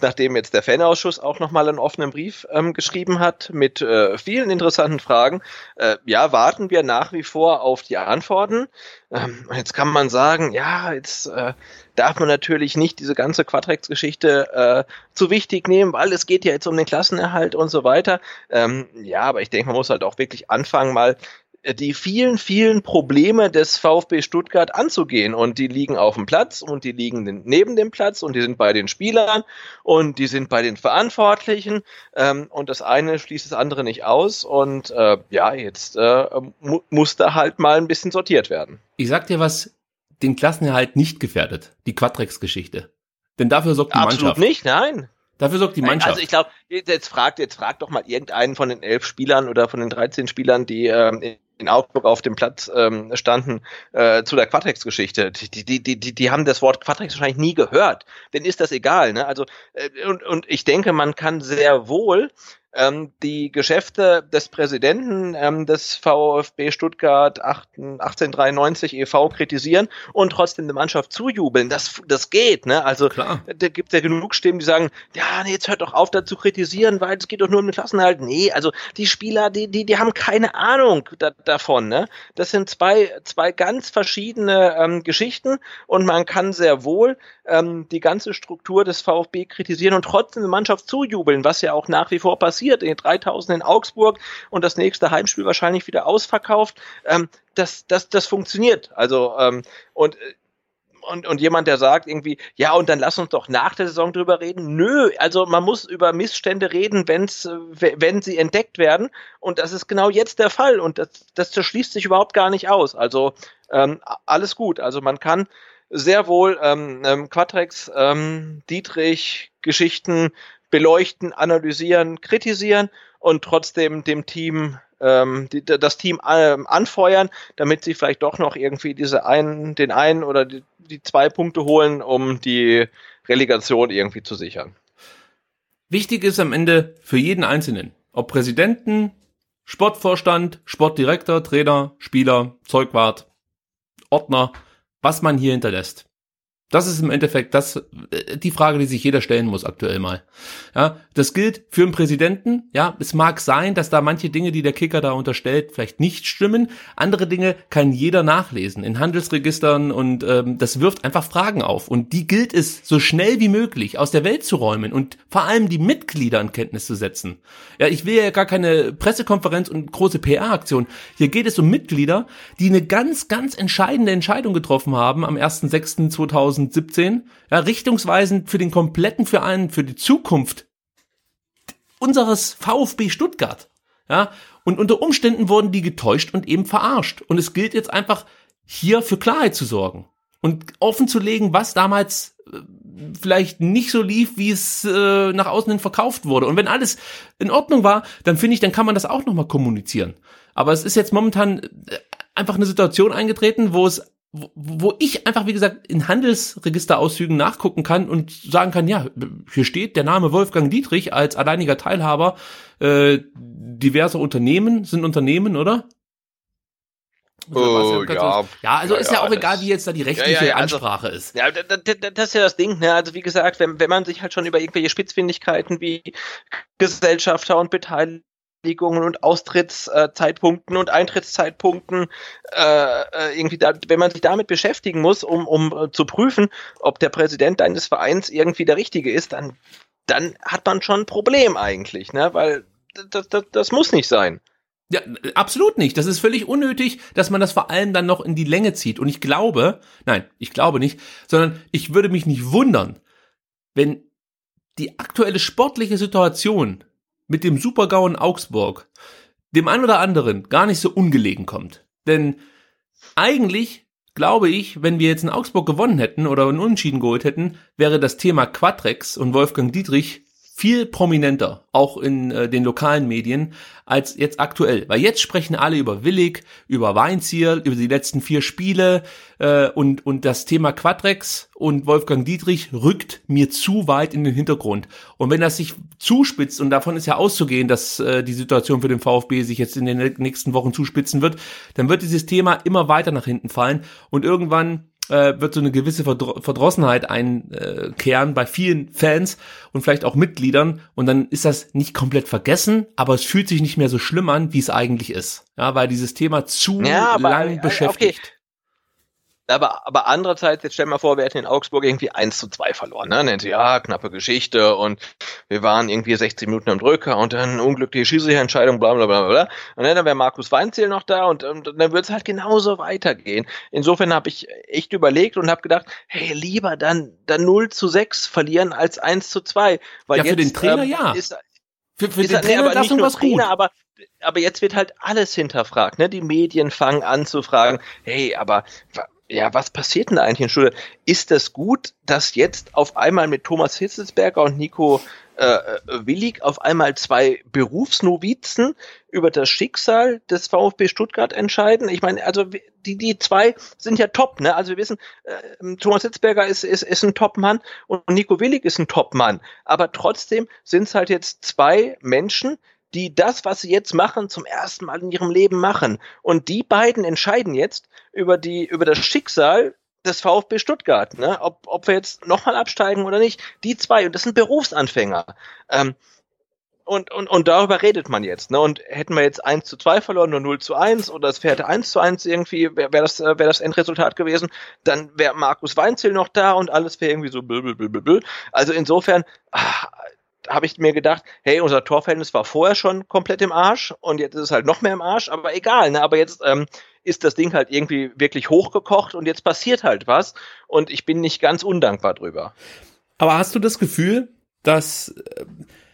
Speaker 7: nachdem jetzt der Fanausschuss auch nochmal einen offenen Brief ähm, geschrieben hat mit äh, vielen interessanten Fragen. Äh, ja, warten wir nach wie vor auf die Antworten. Ähm, und jetzt kann man sagen, ja, jetzt äh, darf man natürlich nicht diese ganze Quadrex-Geschichte äh, zu wichtig nehmen, weil es geht ja jetzt um den Klassenerhalt und so weiter. Ähm, ja, aber ich denke, man muss halt auch wirklich anfangen, mal die vielen, vielen Probleme des VfB Stuttgart anzugehen. Und die liegen auf dem Platz und die liegen neben dem Platz und die sind bei den Spielern und die sind bei den Verantwortlichen. Ähm, und das eine schließt das andere nicht aus. Und äh, ja, jetzt äh, mu- muss da halt mal ein bisschen sortiert werden.
Speaker 5: Ich sag dir, was den Klassenerhalt nicht gefährdet. Die Quadrex-Geschichte. Denn dafür sorgt die
Speaker 7: Absolut
Speaker 5: Mannschaft.
Speaker 7: Absolut nicht, nein.
Speaker 5: Dafür sorgt die Mannschaft.
Speaker 7: Also ich glaube, jetzt fragt, jetzt fragt doch mal irgendeinen von den elf Spielern oder von den dreizehn Spielern, die ähm, in Augsburg auf dem Platz ähm, standen, äh, zu der Quadrex-Geschichte. Die, die, die, die, die haben das Wort Quadrex wahrscheinlich nie gehört. Denen ist das egal, ne? Also äh, und, und ich denke, man kann sehr wohl ähm, die Geschäfte des Präsidenten ähm, des VfB Stuttgart achtzehnhundertdreiundneunzig e V kritisieren und trotzdem der Mannschaft zujubeln. Das, das geht, ne? Also
Speaker 5: Klar.
Speaker 7: Da gibt es ja genug Stimmen, die sagen, ja, nee, jetzt hört doch auf, da zu kritisieren, weil es geht doch nur um den Klassenerhalt. Nee, also die Spieler, die, die, die haben keine Ahnung da, davon, ne? Das sind zwei, zwei ganz verschiedene ähm, Geschichten und man kann sehr wohl ähm, die ganze Struktur des VfB kritisieren und trotzdem der Mannschaft zujubeln, was ja auch nach wie vor passiert. In den dreitausend in Augsburg und das nächste Heimspiel wahrscheinlich wieder ausverkauft. Ähm, das, das, das funktioniert. Also, ähm, und, und, und jemand, der sagt irgendwie, ja, und dann lass uns doch nach der Saison drüber reden. Nö, also man muss über Missstände reden, wenn's, wenn sie entdeckt werden. Und das ist genau jetzt der Fall. Und das, das, das schließt sich überhaupt gar nicht aus. Also, ähm, alles gut. Also man kann sehr wohl ähm, ähm, Quadrex, ähm, Dietrich, Geschichten beleuchten, analysieren, kritisieren und trotzdem dem Team, ähm, die, das Team ähm, anfeuern, damit sie vielleicht doch noch irgendwie diese einen, den einen oder die, die zwei Punkte holen, um die Relegation irgendwie zu sichern.
Speaker 5: Wichtig ist am Ende für jeden Einzelnen, ob Präsidenten, Sportvorstand, Sportdirektor, Trainer, Spieler, Zeugwart, Ordner, was man hier hinterlässt. Das ist im Endeffekt das, die Frage, die sich jeder stellen muss aktuell mal. Ja, das gilt für einen Präsidenten. Ja, es mag sein, dass da manche Dinge, die der Kicker da unterstellt, vielleicht nicht stimmen. Andere Dinge kann jeder nachlesen in Handelsregistern und ähm, das wirft einfach Fragen auf. Und die gilt es so schnell wie möglich aus der Welt zu räumen und vor allem die Mitglieder in Kenntnis zu setzen. Ja, ich will ja gar keine Pressekonferenz und große P R-Aktion. Hier geht es um Mitglieder, die eine ganz, ganz entscheidende Entscheidung getroffen haben am ersten sechsten zweitausendsiebzehn, ja, richtungsweisend für den kompletten Verein, für die Zukunft unseres VfB Stuttgart. Ja, und unter Umständen wurden die getäuscht und eben verarscht. Und es gilt jetzt einfach, hier für Klarheit zu sorgen und offen zu legen, was damals äh, vielleicht nicht so lief, wie es äh, nach außen hin verkauft wurde. Und wenn alles in Ordnung war, dann finde ich, dann kann man das auch nochmal kommunizieren. Aber es ist jetzt momentan einfach eine Situation eingetreten, wo es wo ich einfach, wie gesagt, in Handelsregisterauszügen nachgucken kann und sagen kann, ja, hier steht der Name Wolfgang Dietrich als alleiniger Teilhaber äh, diverser Unternehmen, sind Unternehmen, oder?
Speaker 7: Oh, ja.
Speaker 5: Ja, also
Speaker 7: ja,
Speaker 5: ist ja, ja auch
Speaker 7: das,
Speaker 5: egal, wie jetzt da die rechtliche
Speaker 7: ja, ja, also,
Speaker 5: Ansprache ist.
Speaker 7: Ja, das, das, das ist ja das Ding, ne? Also wie gesagt, wenn, wenn man sich halt schon über irgendwelche Spitzfindigkeiten wie Gesellschafter und Beteiligten und Austrittszeitpunkten und Eintrittszeitpunkten äh, irgendwie da, wenn man sich damit beschäftigen muss, um um uh, zu prüfen, ob der Präsident deines Vereins irgendwie der Richtige ist, dann dann hat man schon ein Problem eigentlich, ne? Weil das, das, das muss nicht sein.
Speaker 5: Ja, absolut nicht. Das ist völlig unnötig, dass man das vor allem dann noch in die Länge zieht. Und ich glaube, nein, ich glaube nicht, sondern ich würde mich nicht wundern, wenn die aktuelle sportliche Situation mit dem Super-GAU in Augsburg dem einen oder anderen gar nicht so ungelegen kommt. Denn eigentlich glaube ich, wenn wir jetzt in Augsburg gewonnen hätten oder einen Unentschieden geholt hätten, wäre das Thema Quadrex und Wolfgang Dietrich viel prominenter, auch in äh, den lokalen Medien, als jetzt aktuell. Weil jetzt sprechen alle über Willig, über Weinzierl, über die letzten vier Spiele äh, und und das Thema Quadrex und Wolfgang Dietrich rückt mir zu weit in den Hintergrund. Und wenn das sich zuspitzt, und davon ist ja auszugehen, dass äh, die Situation für den VfB sich jetzt in den nächsten Wochen zuspitzen wird, dann wird dieses Thema immer weiter nach hinten fallen und irgendwann äh, wird so eine gewisse Verdro- Verdrossenheit einkehren bei vielen Fans und vielleicht auch Mitgliedern und dann ist das nicht komplett vergessen, aber es fühlt sich nicht mehr so schlimm an, wie es eigentlich ist. Ja, weil dieses Thema zu
Speaker 7: ja, aber,
Speaker 5: lang
Speaker 7: äh,
Speaker 5: beschäftigt.
Speaker 7: Okay. Aber, aber andererseits, jetzt stell dir mal vor, wir hätten in Augsburg irgendwie eins zu zwei verloren, ne? Nennt sie, ja, knappe Geschichte und wir waren irgendwie sechzig Minuten am Drücker und dann unglückliche Schiedsrichterentscheidung, bla, bla, bla, bla. Und dann wäre Markus Weinzierl noch da und, und dann würde es halt genauso weitergehen. Insofern habe ich echt überlegt und habe gedacht, hey, lieber dann, dann null zu sechs verlieren als eins zu zwei. Weil
Speaker 5: Ja, für
Speaker 7: jetzt,
Speaker 5: den Trainer
Speaker 7: ähm,
Speaker 5: ja.
Speaker 7: Ist,
Speaker 5: Für, für
Speaker 7: ist
Speaker 5: den
Speaker 7: halt, nee,
Speaker 5: Trainer
Speaker 7: aber
Speaker 5: das
Speaker 7: nicht nur
Speaker 5: was gut.
Speaker 7: Trainer, aber aber jetzt wird halt alles hinterfragt, ne? Die Medien fangen an zu fragen, hey, aber ja, was passiert denn da eigentlich in Stuttgart? Ist das gut, dass jetzt auf einmal mit Thomas Hitzelsberger und Nico äh, Willig auf einmal zwei Berufsnovizen über das Schicksal des VfB Stuttgart entscheiden? Ich meine, also die die zwei sind ja top, ne? Also wir wissen, äh, Thomas Hitzelsberger ist ist ist ein Top-Mann und Nico Willig ist ein Top-Mann, aber trotzdem sind es halt jetzt zwei Menschen, die das, was sie jetzt machen, zum ersten Mal in ihrem Leben machen. Und die beiden entscheiden jetzt über die, über das Schicksal des VfB Stuttgart, ne? Ob, ob wir jetzt nochmal absteigen oder nicht. Die zwei, und das sind Berufsanfänger. Ähm, und, und, und darüber redet man jetzt, ne? Und hätten wir jetzt eins zu zwei verloren, nur null zu eins, oder es wäre eins zu eins irgendwie, wäre wär das, wär das Endresultat gewesen, dann wäre Markus Weinzierl noch da und alles wäre irgendwie so blablabla. Also insofern, ah, habe ich mir gedacht, hey, unser Torverhältnis war vorher schon komplett im Arsch und jetzt ist es halt noch mehr im Arsch, aber egal, ne? Aber jetzt ähm, ist das Ding halt irgendwie wirklich hochgekocht und jetzt passiert halt was und ich bin nicht ganz undankbar drüber.
Speaker 5: Aber hast du das Gefühl, dass äh,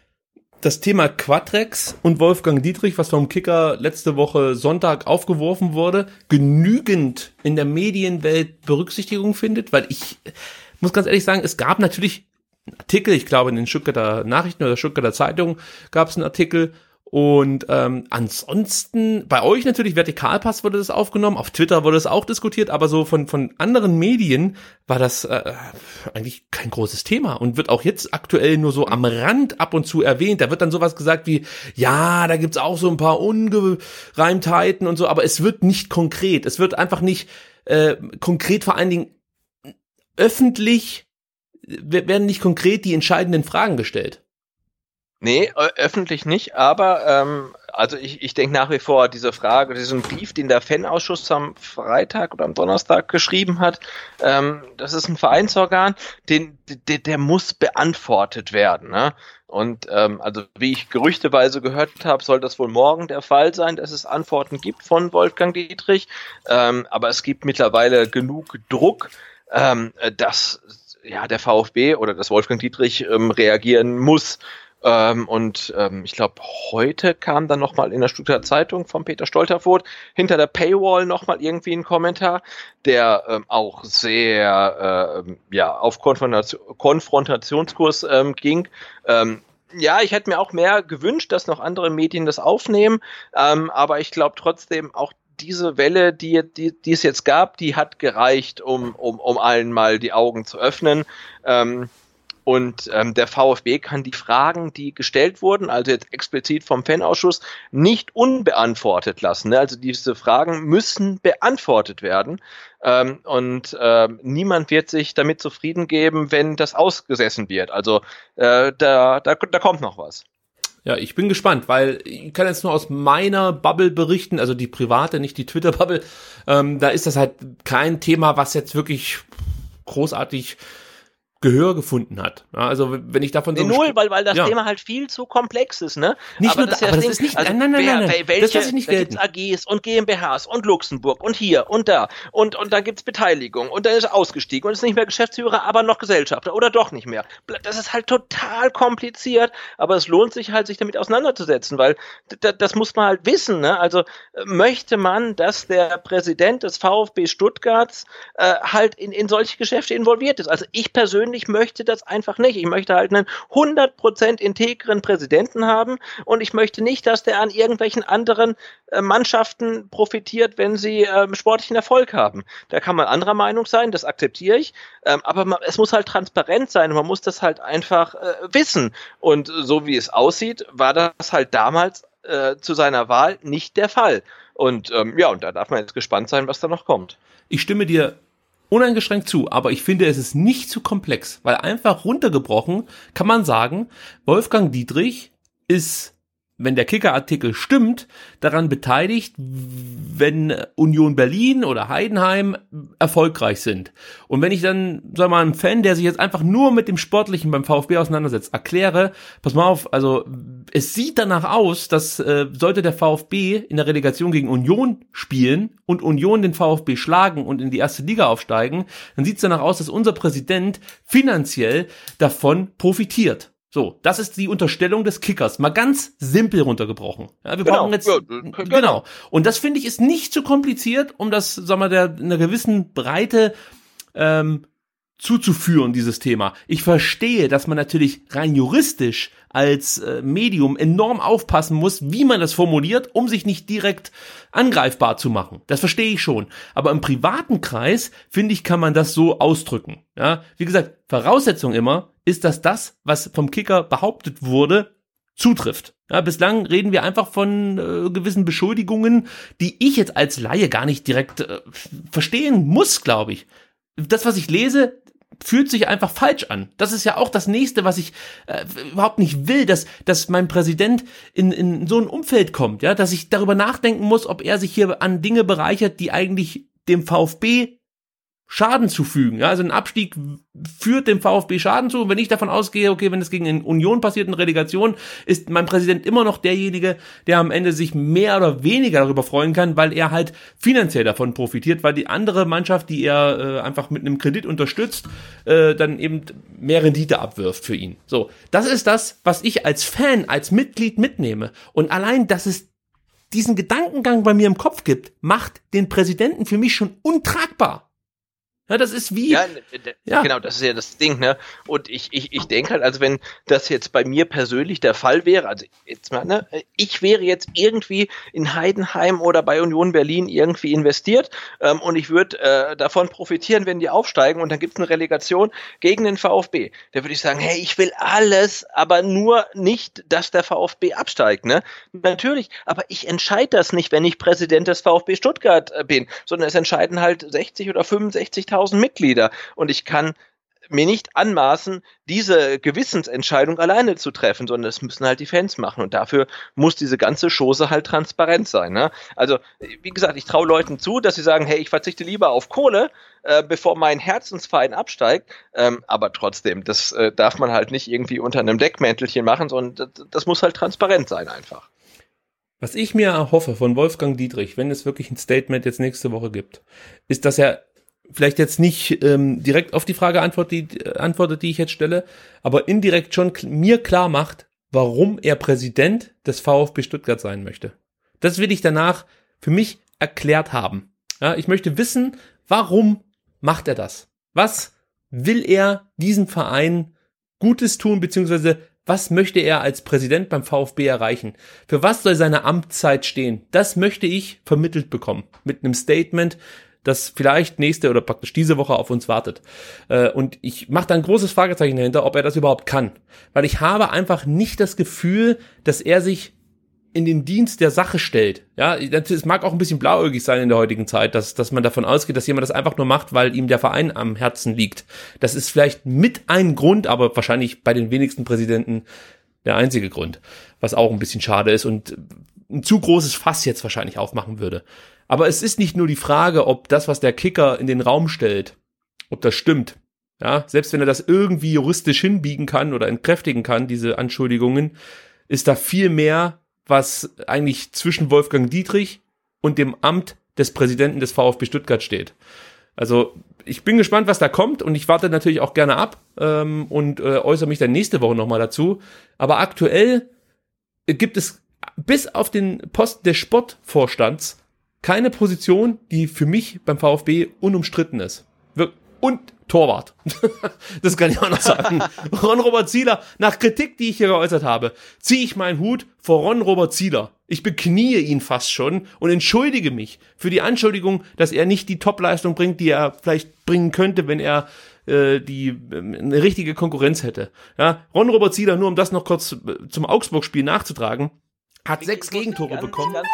Speaker 5: das Thema Quadrex und Wolfgang Dietrich, was vom Kicker letzte Woche Sonntag aufgeworfen wurde, genügend in der Medienwelt Berücksichtigung findet? Weil ich muss ganz ehrlich sagen, es gab natürlich Artikel, ich glaube in den Stuttgarter Nachrichten oder Stuttgarter Zeitung gab es einen Artikel und ähm, ansonsten bei euch natürlich Vertikalpass wurde das aufgenommen, auf Twitter wurde das auch diskutiert, aber so von von anderen Medien war das äh, eigentlich kein großes Thema und wird auch jetzt aktuell nur so am Rand ab und zu erwähnt. Da wird dann sowas gesagt wie, ja, da gibt's auch so ein paar Ungereimtheiten und so, aber es wird nicht konkret, es wird einfach nicht äh, konkret, vor allen Dingen öffentlich werden nicht konkret die entscheidenden Fragen gestellt.
Speaker 7: Nee, öffentlich nicht, aber ähm, also ich, ich denke nach wie vor, diese Frage, diesen Brief, den der Fanausschuss am Freitag oder am Donnerstag geschrieben hat, ähm, das ist ein Vereinsorgan, den, der, der muss beantwortet werden, ne? Und ähm, also wie ich gerüchteweise gehört habe, soll das wohl morgen der Fall sein, dass es Antworten gibt von Wolfgang Dietrich, ähm, aber es gibt mittlerweile genug Druck, ähm, dass ja der VfB oder das Wolfgang Dietrich ähm, reagieren muss. Ähm, und ähm, ich glaube, heute kam dann nochmal in der Stuttgarter Zeitung von Peter Stolterfoht hinter der Paywall nochmal irgendwie ein Kommentar, der ähm, auch sehr äh, ja auf Konfrontation, Konfrontationskurs ähm, ging. Ähm, ja, ich hätte mir auch mehr gewünscht, dass noch andere Medien das aufnehmen, ähm, aber ich glaube trotzdem auch diese Welle, die, die, die es jetzt gab, die hat gereicht, um, um, um allen mal die Augen zu öffnen. Ähm, und ähm, der VfB kann die Fragen, die gestellt wurden, also jetzt explizit vom Fanausschuss, nicht unbeantwortet lassen. Ne? Also diese Fragen müssen beantwortet werden. Ähm, und ähm, niemand wird sich damit zufrieden geben, wenn das ausgesessen wird. Also äh, da, da, da kommt noch was.
Speaker 5: Ja, ich bin gespannt, weil ich kann jetzt nur aus meiner Bubble berichten, also die private, nicht die Twitter-Bubble. Ähm, da ist das halt kein Thema, was jetzt wirklich großartig Gehör gefunden hat. Ja, also wenn ich davon so
Speaker 7: nee, null, weil weil das
Speaker 5: ja.
Speaker 7: Thema halt viel zu komplex ist, ne?
Speaker 5: Nicht
Speaker 7: aber
Speaker 5: nur,
Speaker 7: das,
Speaker 5: da,
Speaker 7: ist,
Speaker 5: aber
Speaker 7: das
Speaker 5: das ist nicht,
Speaker 7: also
Speaker 5: nein, nein,
Speaker 7: wer,
Speaker 5: nein, nein,
Speaker 7: welche,
Speaker 5: das lasse ich nicht
Speaker 7: da
Speaker 5: gelten.
Speaker 7: gibt's A Gs und GmbHs und Luxemburg und hier und da und und da gibt's Beteiligung und dann ist er ausgestiegen und ist nicht mehr Geschäftsführer, aber noch Gesellschafter oder doch nicht mehr. Das ist halt total kompliziert, aber es lohnt sich halt, sich damit auseinanderzusetzen, weil d- das muss man halt wissen, ne? Also möchte man, dass der Präsident des VfB Stuttgarts äh, halt in in solche Geschäfte involviert ist? Also ich persönlich möchte das einfach nicht. Ich möchte halt einen hundert Prozent integren Präsidenten haben und ich möchte nicht, dass der an irgendwelchen anderen äh, Mannschaften profitiert, wenn sie ähm, sportlichen Erfolg haben. Da kann man anderer Meinung sein, das akzeptiere ich, ähm, aber man, es muss halt transparent sein und man muss das halt einfach äh, wissen. Und so wie es aussieht, war das halt damals äh, zu seiner Wahl nicht der Fall. Und ähm, ja, und da darf man jetzt gespannt sein, was da noch kommt.
Speaker 5: Ich stimme dir uneingeschränkt zu, aber ich finde, es ist nicht zu komplex, weil einfach runtergebrochen kann man sagen, Wolfgang Dietrich ist, wenn der Kicker-Artikel stimmt, daran beteiligt, wenn Union Berlin oder Heidenheim erfolgreich sind. Und wenn ich dann, sag mal, einem Fan, der sich jetzt einfach nur mit dem Sportlichen beim VfB auseinandersetzt, erkläre, pass mal auf, also es sieht danach aus, dass äh, sollte der VfB in der Relegation gegen Union spielen und Union den VfB schlagen und in die erste Liga aufsteigen, dann sieht es danach aus, dass unser Präsident finanziell davon profitiert. So, das ist die Unterstellung des Kickers. Mal ganz simpel runtergebrochen. Ja, wir
Speaker 7: genau,
Speaker 5: brauchen jetzt,
Speaker 7: ja,
Speaker 5: genau. genau. Und das finde ich ist nicht zu kompliziert, um das, sagen wir, der, einer gewissen Breite ähm, zuzuführen, dieses Thema. Ich verstehe, dass man natürlich rein juristisch als äh, Medium enorm aufpassen muss, wie man das formuliert, um sich nicht direkt angreifbar zu machen. Das verstehe ich schon. Aber im privaten Kreis, finde ich, kann man das so ausdrücken. Ja, wie gesagt, Voraussetzung immer ist, dass das, was vom Kicker behauptet wurde, zutrifft. Ja, bislang reden wir einfach von äh, gewissen Beschuldigungen, die ich jetzt als Laie gar nicht direkt äh, verstehen muss, glaube ich. Das, was ich lese, fühlt sich einfach falsch an. Das ist ja auch das Nächste, was ich äh, überhaupt nicht will, dass dass mein Präsident in in so ein Umfeld kommt, ja, dass ich darüber nachdenken muss, ob er sich hier an Dinge bereichert, die eigentlich dem VfB Schaden zufügen. Ja, also ein Abstieg führt dem VfB Schaden zu. Und wenn ich davon ausgehe, okay, wenn es gegen eine Union passiert in Relegation, ist mein Präsident immer noch derjenige, der am Ende sich mehr oder weniger darüber freuen kann, weil er halt finanziell davon profitiert, weil die andere Mannschaft, die er äh, einfach mit einem Kredit unterstützt, äh, dann eben mehr Rendite abwirft für ihn. So, das ist das, was ich als Fan, als Mitglied mitnehme. Und allein, dass es diesen Gedankengang bei mir im Kopf gibt, macht den Präsidenten für mich schon untragbar. Ja, das ist wie...
Speaker 7: Ja, d-
Speaker 5: ja,
Speaker 7: genau, das ist ja das Ding, ne? Und ich, ich, ich denke halt, also wenn das jetzt bei mir persönlich der Fall wäre, also jetzt mal, ne, ich wäre jetzt irgendwie in Heidenheim oder bei Union Berlin irgendwie investiert ähm, und ich würde äh, davon profitieren, wenn die aufsteigen und dann gibt es eine Relegation gegen den VfB. Da würde ich sagen, hey, ich will alles, aber nur nicht, dass der VfB absteigt, ne? Natürlich, aber ich entscheide das nicht, wenn ich Präsident des VfB Stuttgart äh, bin, sondern es entscheiden halt sechzig oder fünfundsechzigtausend Mitglieder und ich kann mir nicht anmaßen, diese Gewissensentscheidung alleine zu treffen, sondern das müssen halt die Fans machen und dafür muss diese ganze Chose halt transparent sein. Ne? Also, wie gesagt, ich traue Leuten zu, dass sie sagen, hey, ich verzichte lieber auf Kohle, äh, bevor mein Herzensverein absteigt, ähm, aber trotzdem, das äh, darf man halt nicht irgendwie unter einem Deckmäntelchen machen, sondern das, das muss halt transparent sein einfach.
Speaker 5: Was ich mir erhoffe von Wolfgang Dietrich, wenn es wirklich ein Statement jetzt nächste Woche gibt, ist, dass er vielleicht jetzt nicht ähm, direkt auf die Frage antwortet die, äh, antwortet, die ich jetzt stelle, aber indirekt schon k- mir klar macht, warum er Präsident des VfB Stuttgart sein möchte. Das will ich danach für mich erklärt haben. Ja, ich möchte wissen, warum macht er das? Was will er diesem Verein Gutes tun, beziehungsweise was möchte er als Präsident beim VfB erreichen? Für was soll seine Amtszeit stehen? Das möchte ich vermittelt bekommen mit einem Statement, das vielleicht nächste oder praktisch diese Woche auf uns wartet. Und ich mache da ein großes Fragezeichen dahinter, ob er das überhaupt kann. Weil ich habe einfach nicht das Gefühl, dass er sich in den Dienst der Sache stellt. Ja, es mag auch ein bisschen blauäugig sein in der heutigen Zeit, dass, dass man davon ausgeht, dass jemand das einfach nur macht, weil ihm der Verein am Herzen liegt. Das ist vielleicht mit ein Grund, aber wahrscheinlich bei den wenigsten Präsidenten der einzige Grund, was auch ein bisschen schade ist und ein zu großes Fass jetzt wahrscheinlich aufmachen würde. Aber es ist nicht nur die Frage, ob das, was der Kicker in den Raum stellt, ob das stimmt. Ja, selbst wenn er das irgendwie juristisch hinbiegen kann oder entkräftigen kann, diese Anschuldigungen, ist da viel mehr, was eigentlich zwischen Wolfgang Dietrich und dem Amt des Präsidenten des VfB Stuttgart steht. Also ich bin gespannt, was da kommt und ich warte natürlich auch gerne ab ähm, und äh, äußere mich dann nächste Woche nochmal dazu. Aber aktuell gibt es bis auf den Posten des Sportvorstands keine Position, die für mich beim VfB unumstritten ist. Und Torwart. Das kann ich auch noch sagen. Ron-Robert Zieler, nach Kritik, die ich hier geäußert habe, ziehe ich meinen Hut vor Ron-Robert Zieler. Ich beknie ihn fast schon und entschuldige mich für die Anschuldigung, dass er nicht die Topleistung bringt, die er vielleicht bringen könnte, wenn er äh, die äh, eine richtige Konkurrenz hätte. Ja, Ron-Robert Zieler, nur um das noch kurz zum Augsburg-Spiel nachzutragen, hat sechs Gegentore ganz, bekommen. Ganz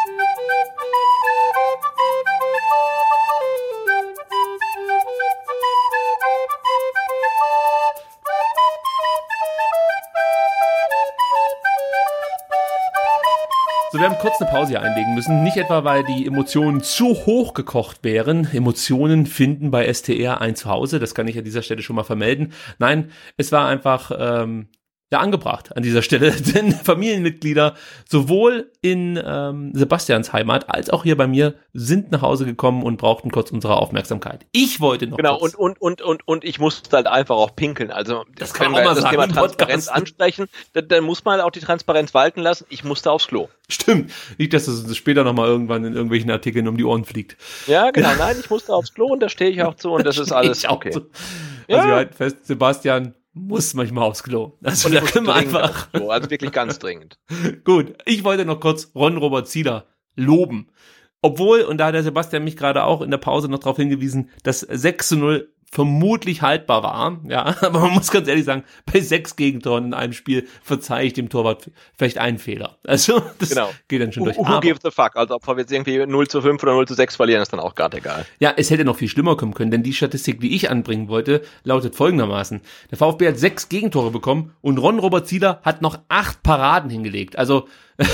Speaker 5: So, wir haben kurz eine Pause hier einlegen müssen. Nicht etwa, weil die Emotionen zu hoch gekocht wären. Emotionen finden bei S T R ein Zuhause. Das kann ich an dieser Stelle schon mal vermelden. Nein, es war einfach ähm, ja angebracht an dieser Stelle. Denn Familienmitglieder sowohl in ähm, Sebastians Heimat als auch hier bei mir sind nach Hause gekommen und brauchten kurz unsere Aufmerksamkeit. Ich wollte noch
Speaker 7: Genau,
Speaker 5: kurz.
Speaker 7: und, und, und, und, und ich musste halt einfach auch pinkeln. Also,
Speaker 5: Das
Speaker 7: das
Speaker 5: kann
Speaker 7: wenn
Speaker 5: man
Speaker 7: wir
Speaker 5: auch mal
Speaker 7: das
Speaker 5: sagen
Speaker 7: Thema
Speaker 5: im
Speaker 7: Transparenz
Speaker 5: Podcast.
Speaker 7: ansprechen, dann, dann muss man auch die Transparenz walten lassen. Ich musste aufs Klo.
Speaker 5: Stimmt. Nicht, dass es uns später nochmal irgendwann in irgendwelchen Artikeln um die Ohren fliegt.
Speaker 7: Ja, genau. Nein, ich musste aufs Klo und da stehe ich auch zu und das ist alles
Speaker 5: Ich auch
Speaker 7: okay.
Speaker 5: so.
Speaker 7: Ja.
Speaker 5: Also wir halten fest, Sebastian muss manchmal aufs Klo. Also
Speaker 7: Und
Speaker 5: da
Speaker 7: ich musste
Speaker 5: können wir
Speaker 7: dringend
Speaker 5: einfach.
Speaker 7: aufs Klo, also wirklich ganz dringend.
Speaker 5: Gut, ich wollte noch kurz Ron-Robert Zieler loben. Obwohl, und da hat der Sebastian mich gerade auch in der Pause noch darauf hingewiesen, dass sechs zu null vermutlich haltbar war. Ja, aber man muss ganz ehrlich sagen, bei sechs Gegentoren in einem Spiel verzeihe ich dem Torwart vielleicht einen Fehler. Also das
Speaker 7: Genau.
Speaker 5: geht dann schon
Speaker 7: Who,
Speaker 5: durch.
Speaker 7: who
Speaker 5: Aber,
Speaker 7: gives a fuck? Also ob wir jetzt irgendwie null zu fünf oder null zu sechs verlieren, ist dann auch gerade egal.
Speaker 5: ja, es hätte noch viel schlimmer kommen können, denn die Statistik, die ich anbringen wollte, lautet folgendermaßen. Der VfB hat sechs Gegentore bekommen und Ron-Robert Zieler hat noch acht Paraden hingelegt. Also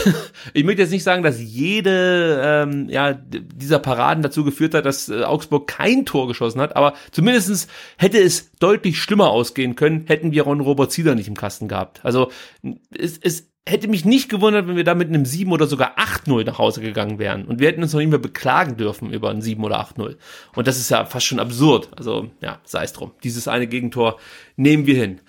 Speaker 5: ich möchte jetzt nicht sagen, dass jede ähm, ja, dieser Paraden dazu geführt hat, dass äh, Augsburg kein Tor geschossen hat, aber zumindestens hätte es deutlich schlimmer ausgehen können, hätten wir Ron-Robert Zieler nicht im Kasten gehabt. Also es, es hätte mich nicht gewundert, wenn wir da mit einem sieben oder sogar acht null nach Hause gegangen wären. Und wir hätten uns noch nicht mehr beklagen dürfen über ein sieben oder acht null. Und das ist ja fast schon absurd. Also ja, sei es drum. Dieses eine Gegentor nehmen wir hin.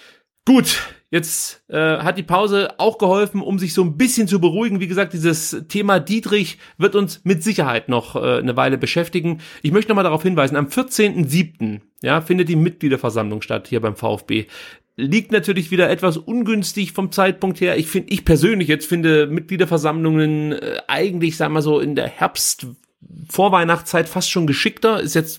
Speaker 5: Gut, jetzt äh, hat die Pause auch geholfen, um sich so ein bisschen zu beruhigen. Wie gesagt, dieses Thema Dietrich wird uns mit Sicherheit noch äh, eine Weile beschäftigen. Ich möchte noch mal darauf hinweisen, am vierzehnten siebten Ja, findet die Mitgliederversammlung statt hier beim VfB. Liegt natürlich wieder etwas ungünstig vom Zeitpunkt her. Ich finde, ich persönlich jetzt finde Mitgliederversammlungen äh, eigentlich, sagen wir so, in der Herbst-Vorweihnachtszeit fast schon geschickter. Ist jetzt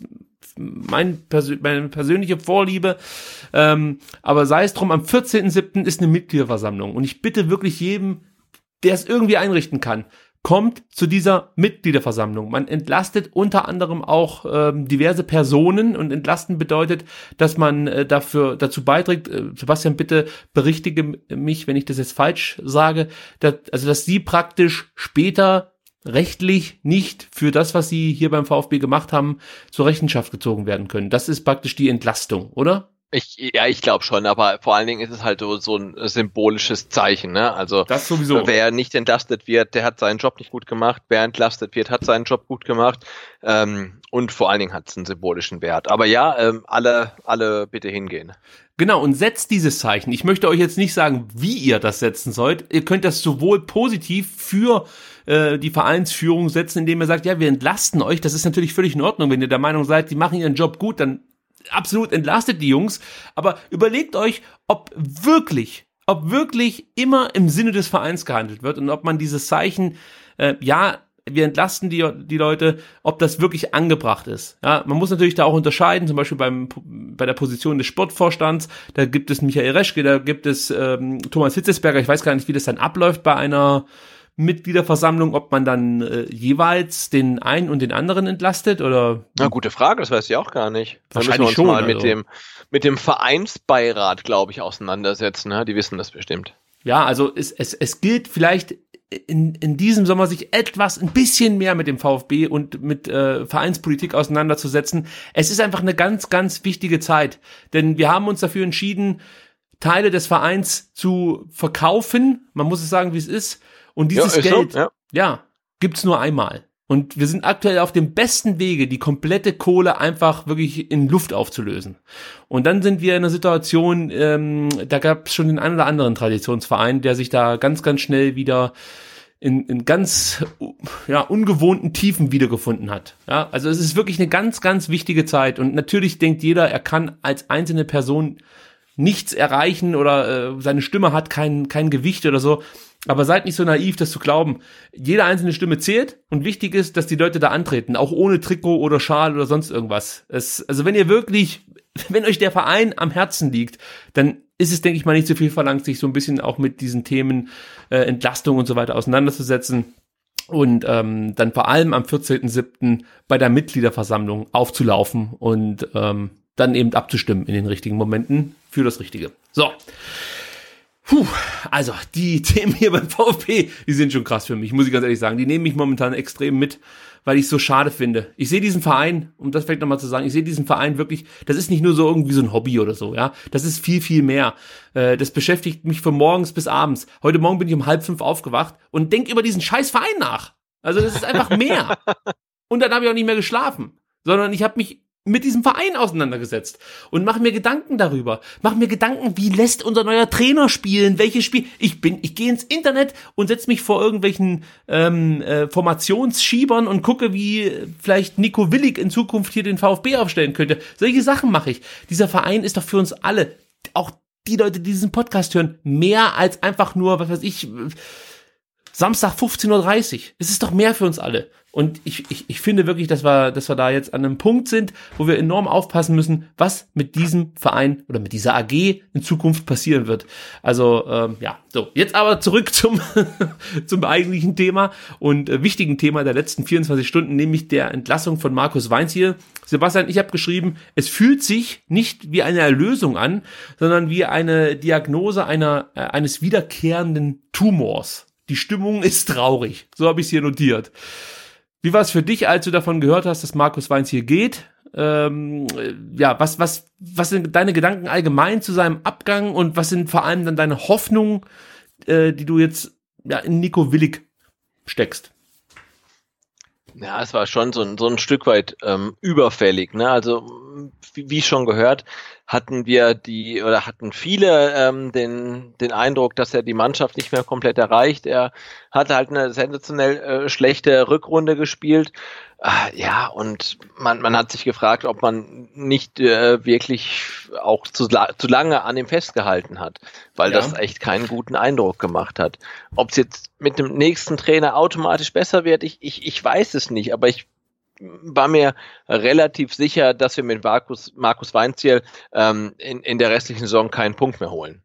Speaker 5: mein Persö- meine persönliche Vorliebe. Ähm, aber sei es drum, am vierzehnten siebten ist eine Mitgliederversammlung. Und ich bitte wirklich jedem, der es irgendwie einrichten kann, kommt zu dieser Mitgliederversammlung. Man entlastet unter anderem auch ähm, diverse Personen und entlasten bedeutet, dass man äh, dafür dazu beiträgt, äh, Sebastian, bitte berichtige mich, wenn ich das jetzt falsch sage, dass, also dass Sie praktisch später rechtlich nicht für das, was Sie hier beim VfB gemacht haben, zur Rechenschaft gezogen werden können. Das ist praktisch die Entlastung, oder?
Speaker 7: Ich, ja, ich glaube schon, aber vor allen Dingen ist es halt so, so ein symbolisches Zeichen, ne? Also
Speaker 5: Das sowieso.
Speaker 7: wer nicht entlastet wird, der hat seinen Job nicht gut gemacht. Wer entlastet wird, hat seinen Job gut gemacht. Ähm, und vor allen Dingen hat es einen symbolischen Wert. Aber ja, ähm, alle, alle bitte hingehen.
Speaker 5: Genau, und setzt dieses Zeichen. Ich möchte euch jetzt nicht sagen, wie ihr das setzen sollt. Ihr könnt das sowohl positiv für äh, die Vereinsführung setzen, indem ihr sagt, ja, wir entlasten euch. Das ist natürlich völlig in Ordnung. Wenn ihr der Meinung seid, die machen ihren Job gut, dann absolut entlastet die Jungs. Aber überlegt euch, ob wirklich, ob wirklich immer im Sinne des Vereins gehandelt wird und ob man dieses Zeichen, äh, ja, wir entlasten die, die Leute, ob das wirklich angebracht ist. Ja, man muss natürlich da auch unterscheiden, zum Beispiel beim, bei der Position des Sportvorstands, da gibt es Michael Reschke, da gibt es ähm, Thomas Hitzesberger, ich weiß gar nicht, wie das dann abläuft bei einer Mitgliederversammlung, ob man dann äh, jeweils den einen und den anderen entlastet oder?
Speaker 7: Na, gute Frage, das weiß ich auch gar nicht.
Speaker 5: Wahrscheinlich
Speaker 7: da müssen wir uns
Speaker 5: schon,
Speaker 7: mal
Speaker 5: also.
Speaker 7: mit dem, mit dem Vereinsbeirat, glaube ich, auseinandersetzen. Ne? Die wissen das bestimmt.
Speaker 5: Ja, also es, es, es gilt vielleicht in, in diesem Sommer sich etwas, ein bisschen mehr mit dem VfB und mit äh, Vereinspolitik auseinanderzusetzen. Es ist einfach eine ganz, ganz wichtige Zeit, denn wir haben uns dafür entschieden, Teile des Vereins zu verkaufen. Man muss es sagen, wie es ist. Und dieses
Speaker 7: Ja, ist
Speaker 5: Geld,
Speaker 7: so, ja.
Speaker 5: ja, gibt's nur einmal. Und wir sind aktuell auf dem besten Wege, die komplette Kohle einfach wirklich in Luft aufzulösen. Und dann sind wir in einer Situation, ähm, da gab es schon den einen oder anderen Traditionsverein, der sich da ganz, ganz schnell wieder in, in ganz ja, ungewohnten Tiefen wiedergefunden hat. Ja, also es ist wirklich eine ganz, ganz wichtige Zeit. Und natürlich denkt jeder, er kann als einzelne Person nichts erreichen oder äh, seine Stimme hat kein, kein Gewicht oder so. Aber seid nicht so naiv, das zu glauben. Jede einzelne Stimme zählt und wichtig ist, dass die Leute da antreten, auch ohne Trikot oder Schal oder sonst irgendwas. Es, also wenn ihr wirklich, wenn euch der Verein am Herzen liegt, dann ist es, denke ich mal, nicht so viel verlangt, sich so ein bisschen auch mit diesen Themen äh, Entlastung und so weiter auseinanderzusetzen und ähm, dann vor allem am vierzehnten siebten bei der Mitgliederversammlung aufzulaufen und ähm, dann eben abzustimmen in den richtigen Momenten für das Richtige. So. Puh, also die Themen hier beim VfB, die sind schon krass für mich, muss ich ganz ehrlich sagen. Die nehmen mich momentan extrem mit, weil ich es so schade finde. Ich sehe diesen Verein, um das vielleicht nochmal zu sagen, ich sehe diesen Verein wirklich, das ist nicht nur so irgendwie so ein Hobby oder so, ja. Das ist viel, viel mehr. Äh, das beschäftigt mich von morgens bis abends. Heute Morgen bin ich um halb fünf aufgewacht und denk über diesen scheiß Verein nach. Also das ist einfach mehr. Und dann habe ich auch nicht mehr geschlafen, sondern ich habe mich mit diesem Verein auseinandergesetzt und mache mir Gedanken darüber. Mache mir Gedanken, wie lässt unser neuer Trainer spielen, welches Spiel. Ich bin, ich gehe ins Internet und setze mich vor irgendwelchen ähm, äh, Formationsschiebern und gucke, wie vielleicht Nico Willig in Zukunft hier den VfB aufstellen könnte. Solche Sachen mache ich. Dieser Verein ist doch für uns alle, auch die Leute, die diesen Podcast hören, mehr als einfach nur, was weiß ich, Samstag fünfzehn Uhr dreißig. Es ist doch mehr für uns alle. Und ich, ich, ich finde wirklich, dass wir, dass wir da jetzt an einem Punkt sind, wo wir enorm aufpassen müssen, was mit diesem Verein oder mit dieser A G in Zukunft passieren wird. Also, ähm, ja, so. Jetzt aber zurück zum, zum eigentlichen Thema und äh, wichtigen Thema der letzten vierundzwanzig Stunden, nämlich der Entlassung von Markus Weinzierl. Sebastian, ich habe geschrieben, es fühlt sich nicht wie eine Erlösung an, sondern wie eine Diagnose einer, äh, eines wiederkehrenden Tumors. Die Stimmung ist traurig. So habe ich es hier notiert. Wie war es für dich, als du davon gehört hast, dass Markus Weinzierl geht? Ähm, ja, was, was, was sind deine Gedanken allgemein zu seinem Abgang und was sind vor allem dann deine Hoffnungen, äh, die du jetzt ja, in Nico Willig steckst?
Speaker 7: Ja, es war schon so ein, so ein Stück weit ähm, überfällig, ne? Also wie, wie schon gehört, hatten wir die oder hatten viele ähm, den den Eindruck, dass er die Mannschaft nicht mehr komplett erreicht. Er hatte halt eine sensationell äh, schlechte Rückrunde gespielt. Äh, ja, und man man hat sich gefragt, ob man nicht äh, wirklich auch zu, zu lange an ihm festgehalten hat, weil ja. das echt keinen guten Eindruck gemacht hat. Ob es jetzt mit dem nächsten Trainer automatisch besser wird, ich ich ich weiß es nicht, aber ich war mir relativ sicher, dass wir mit Markus, Markus Weinzierl ähm, in, in der restlichen Saison keinen Punkt mehr holen.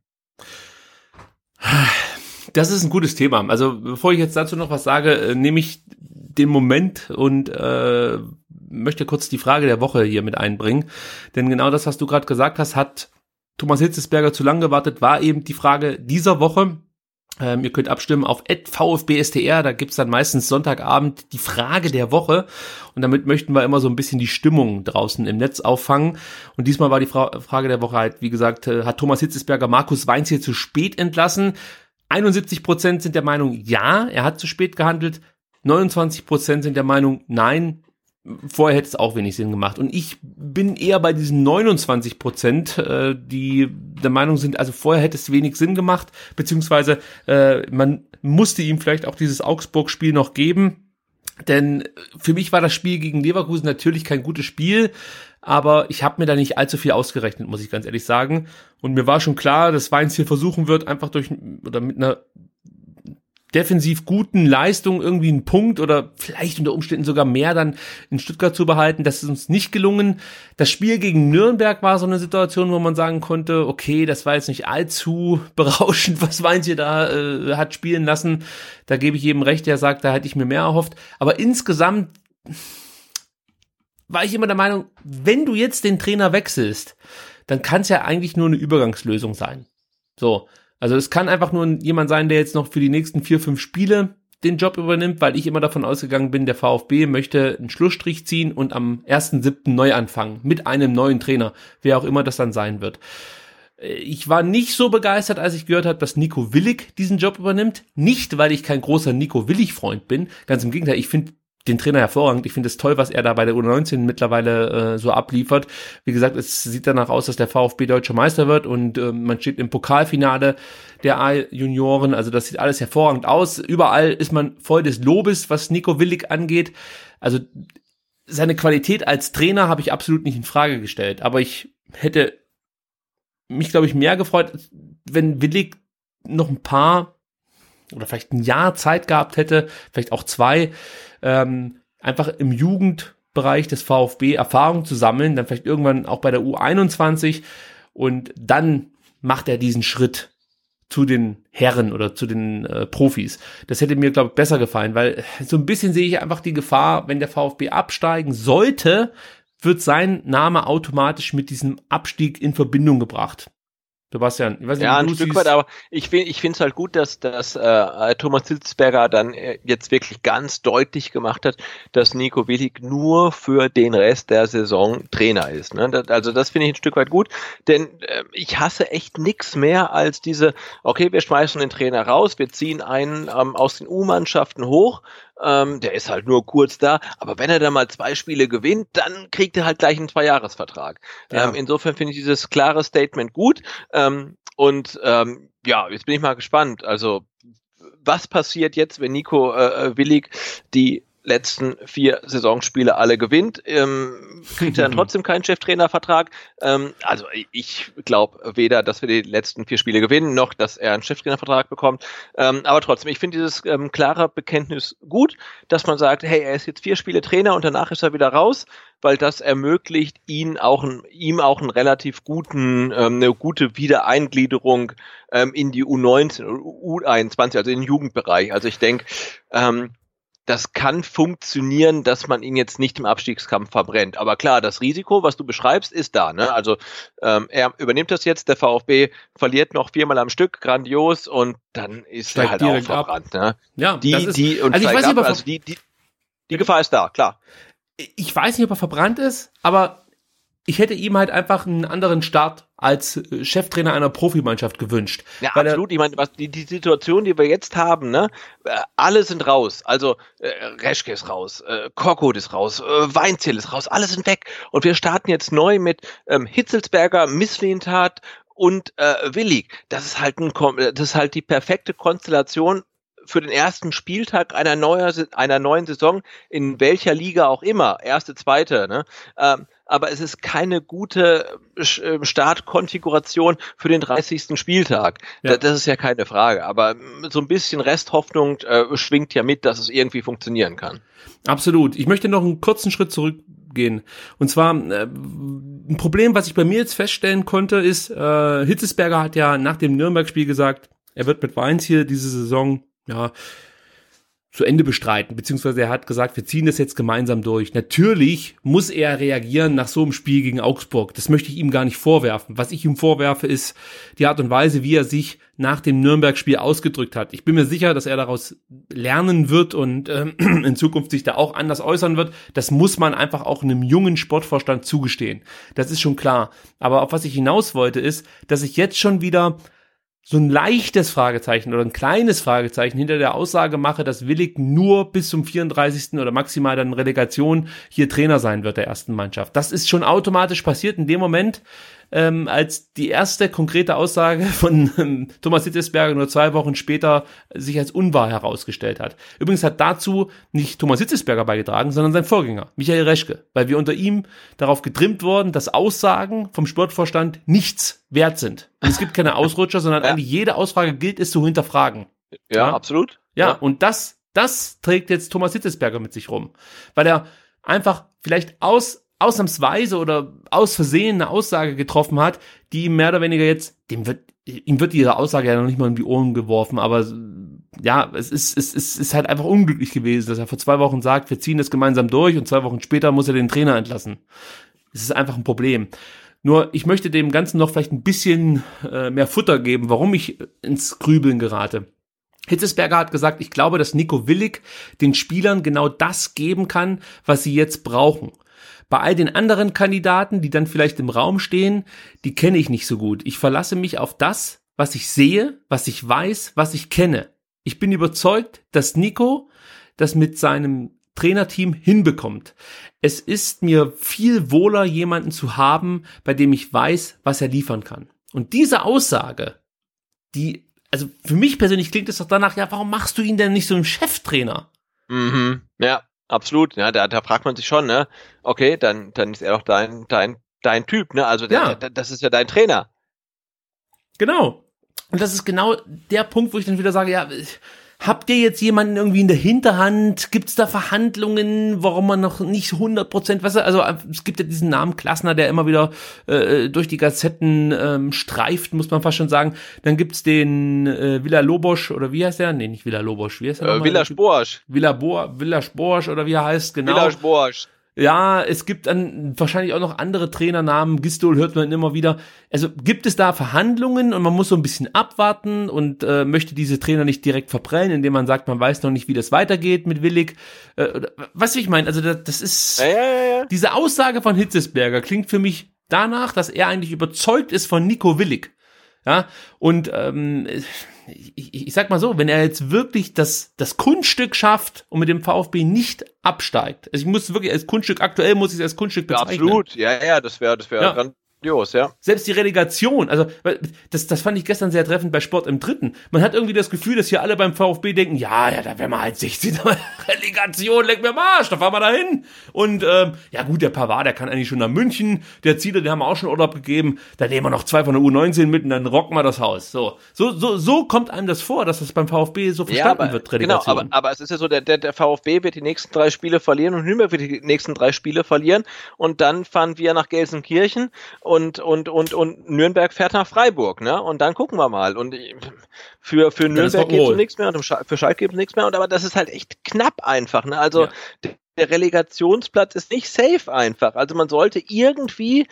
Speaker 5: Das ist ein gutes Thema. Also bevor ich jetzt dazu noch was sage, äh, nehme ich den Moment und äh, möchte kurz die Frage der Woche hier mit einbringen. Denn genau das, was du gerade gesagt hast, hat Thomas Hitzelsberger zu lange gewartet, war eben die Frage dieser Woche. Ähm, ihr könnt abstimmen auf at V F B S T R, da gibt's dann meistens Sonntagabend die Frage der Woche und damit möchten wir immer so ein bisschen die Stimmung draußen im Netz auffangen und diesmal war die Fra- Frage der Woche halt, wie gesagt, äh, hat Thomas Hitzelsberger Markus Weinzierl zu spät entlassen? einundsiebzig Prozent sind der Meinung, ja, er hat zu spät gehandelt, neunundzwanzig Prozent sind der Meinung, nein, vorher hätte es auch wenig Sinn gemacht. Und ich bin eher bei diesen neunundzwanzig Prozent, äh, die der Meinung sind, also vorher hätte es wenig Sinn gemacht, beziehungsweise äh, man musste ihm vielleicht auch dieses Augsburg-Spiel noch geben. Denn für mich war das Spiel gegen Leverkusen natürlich kein gutes Spiel, aber ich habe mir da nicht allzu viel ausgerechnet, muss ich ganz ehrlich sagen. Und mir war schon klar, dass Weinzierl versuchen wird, einfach durch oder mit einer defensiv guten Leistung irgendwie einen Punkt oder vielleicht unter Umständen sogar mehr dann in Stuttgart zu behalten. Das ist uns nicht gelungen. Das Spiel gegen Nürnberg war so eine Situation, wo man sagen konnte, okay, das war jetzt nicht allzu berauschend, was Weinzierl da äh, hat spielen lassen. Da gebe ich jedem recht, der sagt, da hätte ich mir mehr erhofft. Aber insgesamt war ich immer der Meinung, wenn du jetzt den Trainer wechselst, dann kann es ja eigentlich nur eine Übergangslösung sein. So. Also es kann einfach nur jemand sein, der jetzt noch für die nächsten vier, fünf Spiele den Job übernimmt, weil ich immer davon ausgegangen bin, der VfB möchte einen Schlussstrich ziehen und am ersten siebten neu anfangen mit einem neuen Trainer, wer auch immer das dann sein wird. Ich war nicht so begeistert, als ich gehört habe, dass Nico Willig diesen Job übernimmt. Nicht, weil ich kein großer Nico Willig-Freund bin. Ganz im Gegenteil, ich finde den Trainer hervorragend. Ich finde es toll, was er da bei der U neunzehn mittlerweile äh, so abliefert. Wie gesagt, es sieht danach aus, dass der VfB deutscher Meister wird und äh, man steht im Pokalfinale der A-Junioren. Also das sieht alles hervorragend aus. Überall ist man voll des Lobes, was Nico Willig angeht. Also seine Qualität als Trainer habe ich absolut nicht in Frage gestellt. Aber ich hätte mich, glaube ich, mehr gefreut, wenn Willig noch ein paar oder vielleicht ein Jahr Zeit gehabt hätte, vielleicht auch zwei, ähm, einfach im Jugendbereich des VfB Erfahrung zu sammeln, dann vielleicht irgendwann auch bei der U einundzwanzig und dann macht er diesen Schritt zu den Herren oder zu den äh, Profis. Das hätte mir, glaube ich, besser gefallen, weil so ein bisschen sehe ich einfach die Gefahr, wenn der VfB absteigen sollte, wird sein Name automatisch mit diesem Abstieg in Verbindung gebracht. Sebastian, ich weiß nicht,
Speaker 7: ja,
Speaker 5: wie
Speaker 7: ein
Speaker 5: du
Speaker 7: Stück
Speaker 5: siehst.
Speaker 7: weit, aber ich finde ich finde es halt gut, dass, dass äh, Thomas Hitzelsberger dann äh, jetzt wirklich ganz deutlich gemacht hat, dass Nico Willig nur für den Rest der Saison Trainer ist. Ne? Das, also das finde ich ein Stück weit gut, denn äh, ich hasse echt nix mehr als diese, okay, wir schmeißen den Trainer raus, wir ziehen einen ähm, aus den U-Mannschaften hoch, ähm, der ist halt nur kurz da, aber wenn er dann mal zwei Spiele gewinnt, dann kriegt er halt gleich einen Zweijahresvertrag.
Speaker 5: Ja.
Speaker 7: Ähm, insofern finde ich dieses klare Statement gut. Ähm, und ähm, ja, jetzt bin ich mal gespannt. Also was passiert jetzt, wenn Nico äh, Willig die letzten vier Saisonspiele alle gewinnt? Ähm, kriegt er dann trotzdem keinen Cheftrainervertrag? Ähm, also ich glaube weder, dass wir die letzten vier Spiele gewinnen, noch, dass er einen Cheftrainervertrag bekommt. Ähm, aber trotzdem, ich finde dieses ähm, klare Bekenntnis gut, dass man sagt, hey, er ist jetzt vier Spiele Trainer und danach ist er wieder raus, weil das ermöglicht ihn auch ein, ihm auch einen relativ guten, ähm, eine gute Wiedereingliederung ähm, in die U neunzehn oder U einundzwanzig, also in den Jugendbereich. Also ich denke, ähm, das kann funktionieren, dass man ihn jetzt nicht im Abstiegskampf verbrennt. Aber klar, das Risiko, was du beschreibst, ist da. Ne? Also ähm, er übernimmt das jetzt, der VfB verliert noch viermal am Stück, grandios, und dann ist
Speaker 5: Steigt
Speaker 7: er halt auch
Speaker 5: direkt
Speaker 7: verbrannt. Ne?
Speaker 5: Ja,
Speaker 7: Die,
Speaker 5: das ist,
Speaker 7: die, und
Speaker 5: also ich
Speaker 7: steigt
Speaker 5: weiß nicht,
Speaker 7: ab,
Speaker 5: ob er
Speaker 7: also die, die, die Gefahr ist da, klar.
Speaker 5: ich weiß nicht, ob er verbrannt ist, aber ich hätte ihm halt einfach einen anderen Start als Cheftrainer einer Profimannschaft gewünscht.
Speaker 7: Ja,
Speaker 5: Weil
Speaker 7: absolut. Ich meine, was die, die Situation, die wir jetzt haben, ne, äh, alle sind raus. Also äh, Reschke ist raus, äh, Korkut ist raus, äh, Weinzierl ist raus, alle sind weg. Und wir starten jetzt neu mit ähm, Hitzelsberger, Misslintat und äh, Willig. Das ist halt ein, das ist halt die perfekte Konstellation für den ersten Spieltag einer, neuer, einer neuen Saison, in welcher Liga auch immer, erste, zweite, ne? Ähm, aber es ist keine gute Startkonfiguration für den dreißigsten Spieltag.
Speaker 5: Ja.
Speaker 7: Das ist ja keine Frage, aber so ein bisschen Resthoffnung äh, schwingt ja mit, dass es irgendwie funktionieren kann.
Speaker 5: Absolut. Ich möchte noch einen kurzen Schritt zurückgehen. Und zwar, äh, ein Problem, was ich bei mir jetzt feststellen konnte, ist, äh, Hitzelsberger hat ja nach dem Nürnberg-Spiel gesagt, er wird mit Weinzierl diese Saison ja zu Ende bestreiten, beziehungsweise er hat gesagt, wir ziehen das jetzt gemeinsam durch. Natürlich muss er reagieren nach so einem Spiel gegen Augsburg. Das möchte ich ihm gar nicht vorwerfen. Was ich ihm vorwerfe, ist die Art und Weise, wie er sich nach dem Nürnberg-Spiel ausgedrückt hat. Ich bin mir sicher, dass er daraus lernen wird und ähm, in Zukunft sich da auch anders äußern wird. Das muss man einfach auch einem jungen Sportvorstand zugestehen. Das ist schon klar. Aber auf was ich hinaus wollte, ist, dass ich jetzt schon wieder so ein leichtes Fragezeichen oder ein kleines Fragezeichen hinter der Aussage mache, dass Willig nur bis zum vierunddreißigsten oder maximal dann Relegation hier Trainer sein wird der ersten Mannschaft. Das ist schon automatisch passiert in dem Moment, ähm, als die erste konkrete Aussage von ähm, Thomas Hitzelsberger nur zwei Wochen später sich als unwahr herausgestellt hat. Übrigens hat dazu nicht Thomas Hitzelsberger beigetragen, sondern sein Vorgänger, Michael Reschke, weil wir unter ihm darauf getrimmt wurden, dass Aussagen vom Sportvorstand nichts wert sind. Und es gibt keine Ausrutscher, sondern
Speaker 7: Ja.
Speaker 5: eigentlich jede Aussage gilt es zu hinterfragen.
Speaker 7: Ja,
Speaker 5: Ja.
Speaker 7: absolut.
Speaker 5: Ja,
Speaker 7: Ja.
Speaker 5: und das, das trägt jetzt Thomas Hitzelsberger mit sich rum, weil er einfach vielleicht aus ausnahmsweise oder aus Versehen eine Aussage getroffen hat, die ihm mehr oder weniger jetzt, dem wird, ihm wird diese Aussage ja noch nicht mal um die Ohren geworfen, aber ja, es ist, es ist, es ist halt einfach unglücklich gewesen, dass er vor zwei Wochen sagt, wir ziehen das gemeinsam durch und zwei Wochen später muss er den Trainer entlassen. Es ist einfach ein Problem. Nur, ich möchte dem Ganzen noch vielleicht ein bisschen äh, mehr Futter geben, warum ich ins Grübeln gerate. Hitzelsberger hat gesagt, ich glaube, dass Nico Willig den Spielern genau das geben kann, was sie jetzt brauchen. Bei all den anderen Kandidaten, die dann vielleicht im Raum stehen, die kenne ich nicht so gut. Ich verlasse mich auf das, was ich sehe, was ich weiß, was ich kenne. Ich bin überzeugt, dass Nico das mit seinem Trainerteam hinbekommt. Es ist mir viel wohler, jemanden zu haben, bei dem ich weiß, was er liefern kann. Und diese Aussage, die, also für mich persönlich klingt es doch danach, ja, warum machst du ihn denn nicht so einen Cheftrainer?
Speaker 7: Mhm. Ja, absolut. Ja, da, da fragt man sich schon, ne? Okay, dann, dann ist er doch dein, dein, dein Typ, ne? Also, der,
Speaker 5: Ja.
Speaker 7: der, das ist ja dein Trainer.
Speaker 5: Genau. Und das ist genau der Punkt, wo ich dann wieder sage, ja, habt ihr jetzt jemanden irgendwie in der Hinterhand? Gibt es da Verhandlungen, warum man noch nicht hundert Prozent, weißt du, also es gibt ja diesen Namen Klassner, der immer wieder äh, durch die Gazetten ähm, streift, muss man fast schon sagen. Dann gibt's den äh, Villa Lobosch, oder wie heißt der? Nee, nicht Villa Lobosch, wie heißt der
Speaker 7: Äh,
Speaker 5: nochmal?
Speaker 7: Villa Sporsch.
Speaker 5: Villa Bo- Villa Sporsch, oder wie er heißt, genau.
Speaker 7: Villa Sporsch.
Speaker 5: Ja, es gibt dann wahrscheinlich auch noch andere Trainernamen. Gistol hört man immer wieder. Also gibt es da Verhandlungen und man muss so ein bisschen abwarten und äh, möchte diese Trainer nicht direkt verprellen, indem man sagt, man weiß noch nicht, wie das weitergeht mit Willig. Äh, was ich meine, also das, das ist
Speaker 7: ja, ja, ja.
Speaker 5: diese Aussage von Hitzesberger klingt für mich danach, dass er eigentlich überzeugt ist von Nico Willig. Ja, und ähm, ich, ich sag mal so, wenn er jetzt wirklich das das Kunststück schafft und mit dem VfB nicht absteigt, also ich muss wirklich als Kunststück, aktuell muss ich es als Kunststück bezeichnen.
Speaker 7: Ja, absolut, ja, ja, das wäre das wäre
Speaker 5: ja.
Speaker 7: grandios, ja.
Speaker 5: Selbst die Relegation, also das, das fand ich gestern sehr treffend bei Sport im Dritten. Man hat irgendwie das Gefühl, dass hier alle beim VfB denken, ja, ja, da wären wir halt sechzehnter Relegation, leck mir am Arsch, da fahren wir da hin. Und ähm, ja gut, der Pavard, der kann eigentlich schon nach München, der Ziele, den haben wir auch schon Urlaub gegeben, da nehmen wir noch zwei von der U neunzehn mit und dann rocken wir das Haus. So, so, so, so kommt einem das vor, dass das beim VfB so verstanden
Speaker 7: ja, aber,
Speaker 5: wird, Relegation.
Speaker 7: Genau, aber, aber es ist ja so, der, der, der VfB wird die nächsten drei Spiele verlieren und Nürnberg wird die nächsten drei Spiele verlieren und dann fahren wir nach Gelsenkirchen und, und, und und Nürnberg fährt nach Freiburg, ne? Und dann gucken wir mal. Und für, für Nürnberg gibt es nichts mehr und für Schalke gibt es nichts mehr. Und aber das ist halt echt knapp einfach, ne? Also ja. der, der Relegationsplatz ist nicht safe einfach. Also man sollte irgendwie,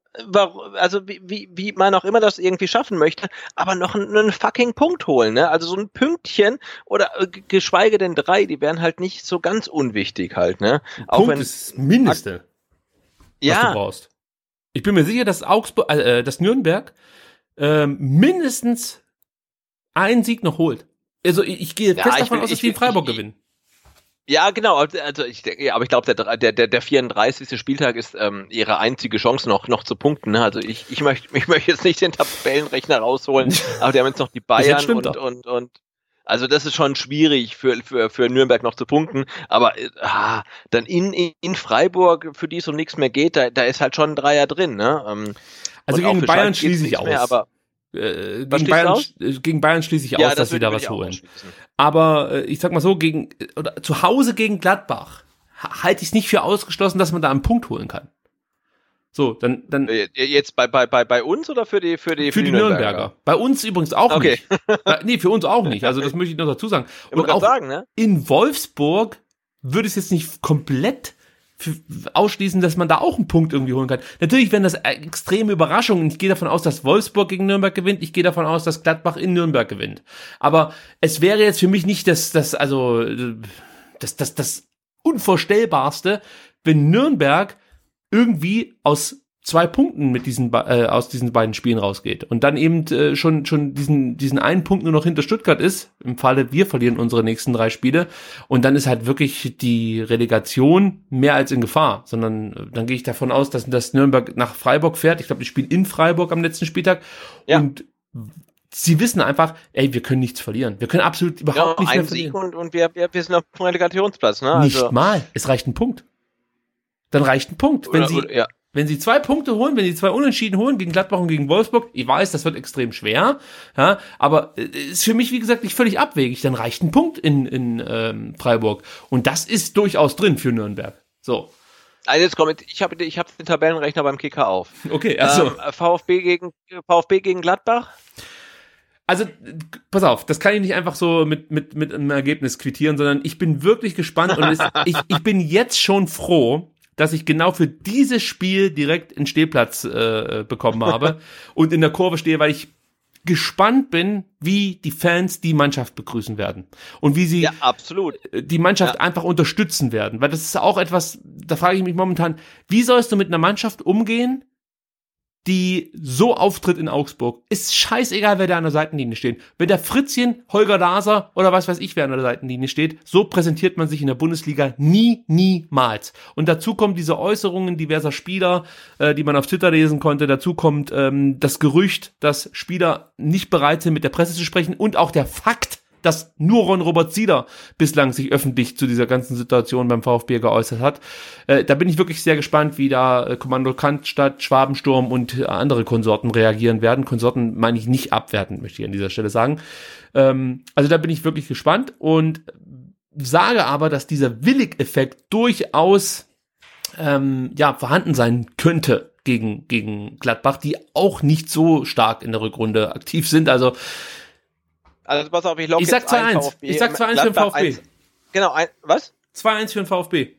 Speaker 7: also wie, wie, wie man auch immer das irgendwie schaffen möchte, aber noch einen, einen fucking Punkt holen, ne? Also so ein Pünktchen oder geschweige denn drei, die wären halt nicht so ganz unwichtig halt, ne?
Speaker 5: Auch Punkt wenn ist das Mindeste, was
Speaker 7: ja.
Speaker 5: du brauchst. Ich bin mir sicher, dass Augsburg, äh, dass Nürnberg äh, mindestens einen Sieg noch holt. Also ich, ich gehe fest ja, davon will, aus, dass die in Freiburg ich, gewinnen.
Speaker 7: Ja, genau. Also ich, ja, aber ich glaube, der, der, der, der vierunddreißigste Spieltag ist ähm, ihre einzige Chance noch, noch zu punkten. Ne? Also ich, ich möchte, ich möchte jetzt nicht den Tabellenrechner rausholen, aber die haben jetzt noch die Bayern und, und, und, und also das ist schon schwierig für, für, für Nürnberg noch zu punkten, aber ah, dann in, in Freiburg, für die es um nichts mehr geht, da, da ist halt schon ein Dreier drin. Ne? Ähm,
Speaker 5: also gegen Bayern schließe ich aus.
Speaker 7: Mehr, aber
Speaker 5: äh, gegen, Bayern, gegen Bayern schließe ich ja, aus, das dass sie da was holen. Aber äh, ich sag mal so, gegen oder zu Hause gegen Gladbach halte ich es nicht für ausgeschlossen, dass man da einen Punkt holen kann. So, dann, dann.
Speaker 7: Jetzt bei, bei, bei, bei uns oder für die, für die,
Speaker 5: für, für die, die Nürnberger? Nürnberger. Bei uns übrigens auch
Speaker 7: okay.
Speaker 5: nicht. Bei, nee, für uns auch nicht. Also, das möchte ich noch dazu sagen.
Speaker 7: Und auch sagen, ne?
Speaker 5: in Wolfsburg würde es jetzt nicht komplett für, ausschließen, dass man da auch einen Punkt irgendwie holen kann. Natürlich wären das extreme Überraschungen. Ich gehe davon aus, dass Wolfsburg gegen Nürnberg gewinnt. Ich gehe davon aus, dass Gladbach in Nürnberg gewinnt. Aber es wäre jetzt für mich nicht das, das, also, das, das, das Unvorstellbarste, wenn Nürnberg irgendwie aus zwei Punkten mit diesen äh, aus diesen beiden Spielen rausgeht und dann eben äh, schon schon diesen diesen einen Punkt nur noch hinter Stuttgart ist, im Falle wir verlieren unsere nächsten drei Spiele und dann ist halt wirklich die Relegation mehr als in Gefahr, sondern äh, dann gehe ich davon aus, dass das Nürnberg nach Freiburg fährt. Ich glaube, die spielen in Freiburg am letzten Spieltag ja. und sie wissen einfach, ey, wir können nichts verlieren. Wir können absolut überhaupt ja, nicht mehr verlieren.
Speaker 7: Sieg und, und wir, wir, wir sind auf dem Relegationsplatz. Ne?
Speaker 5: Nicht
Speaker 7: also.
Speaker 5: mal. Es reicht ein Punkt. Dann reicht ein Punkt. Wenn
Speaker 7: oder,
Speaker 5: sie,
Speaker 7: oder, ja.
Speaker 5: wenn sie zwei Punkte holen, wenn sie zwei Unentschieden holen gegen Gladbach und gegen Wolfsburg, ich weiß, das wird extrem schwer, ja, aber äh, ist für mich, wie gesagt, nicht völlig abwegig. Dann reicht ein Punkt in, in ähm, Freiburg. Und das ist durchaus drin für Nürnberg. So.
Speaker 7: Also jetzt kommt, ich habe ich hab den Tabellenrechner beim Kicker auf.
Speaker 5: Okay, also.
Speaker 7: Ähm, VfB gegen VfB gegen Gladbach?
Speaker 5: Also, pass auf, das kann ich nicht einfach so mit, mit, mit einem Ergebnis quittieren, sondern ich bin wirklich gespannt und es, ich, ich bin jetzt schon froh, dass ich genau für dieses Spiel direkt einen Stehplatz äh, bekommen habe und in der Kurve stehe, weil ich gespannt bin, wie die Fans die Mannschaft begrüßen werden und wie sie
Speaker 7: ja, absolut.
Speaker 5: die Mannschaft ja. einfach unterstützen werden, weil das ist auch etwas, da frage ich mich momentan, wie sollst du mit einer Mannschaft umgehen, die so auftritt in Augsburg? Ist scheißegal, wer da an der Seitenlinie steht. Wenn der Fritzchen, Holger Daser oder was weiß ich, wer an der Seitenlinie steht, so präsentiert man sich in der Bundesliga nie, niemals. Und dazu kommen diese Äußerungen diverser Spieler, äh, die man auf Twitter lesen konnte. Dazu kommt ähm, das Gerücht, dass Spieler nicht bereit sind, mit der Presse zu sprechen und auch der Fakt, dass nur Ron-Robert Zieder bislang sich öffentlich zu dieser ganzen Situation beim VfB geäußert hat. Äh, da bin ich wirklich sehr gespannt, wie da äh, Kommando Cannstatt, Schwabensturm und äh, andere Konsorten reagieren werden. Konsorten meine ich nicht abwertend, möchte ich an dieser Stelle sagen. Ähm, also da bin ich wirklich gespannt und sage aber, dass dieser Willig-Effekt durchaus ähm, ja vorhanden sein könnte gegen, gegen Gladbach, die auch nicht so stark in der Rückrunde aktiv sind. Also
Speaker 7: Also pass auf, ich logge
Speaker 5: Ich sag
Speaker 7: jetzt ein
Speaker 5: zwei eins.
Speaker 7: VfB.
Speaker 5: Ich sag zwei eins für den VfB.
Speaker 7: eins. Genau, ein, was?
Speaker 5: zwei eins für den VfB.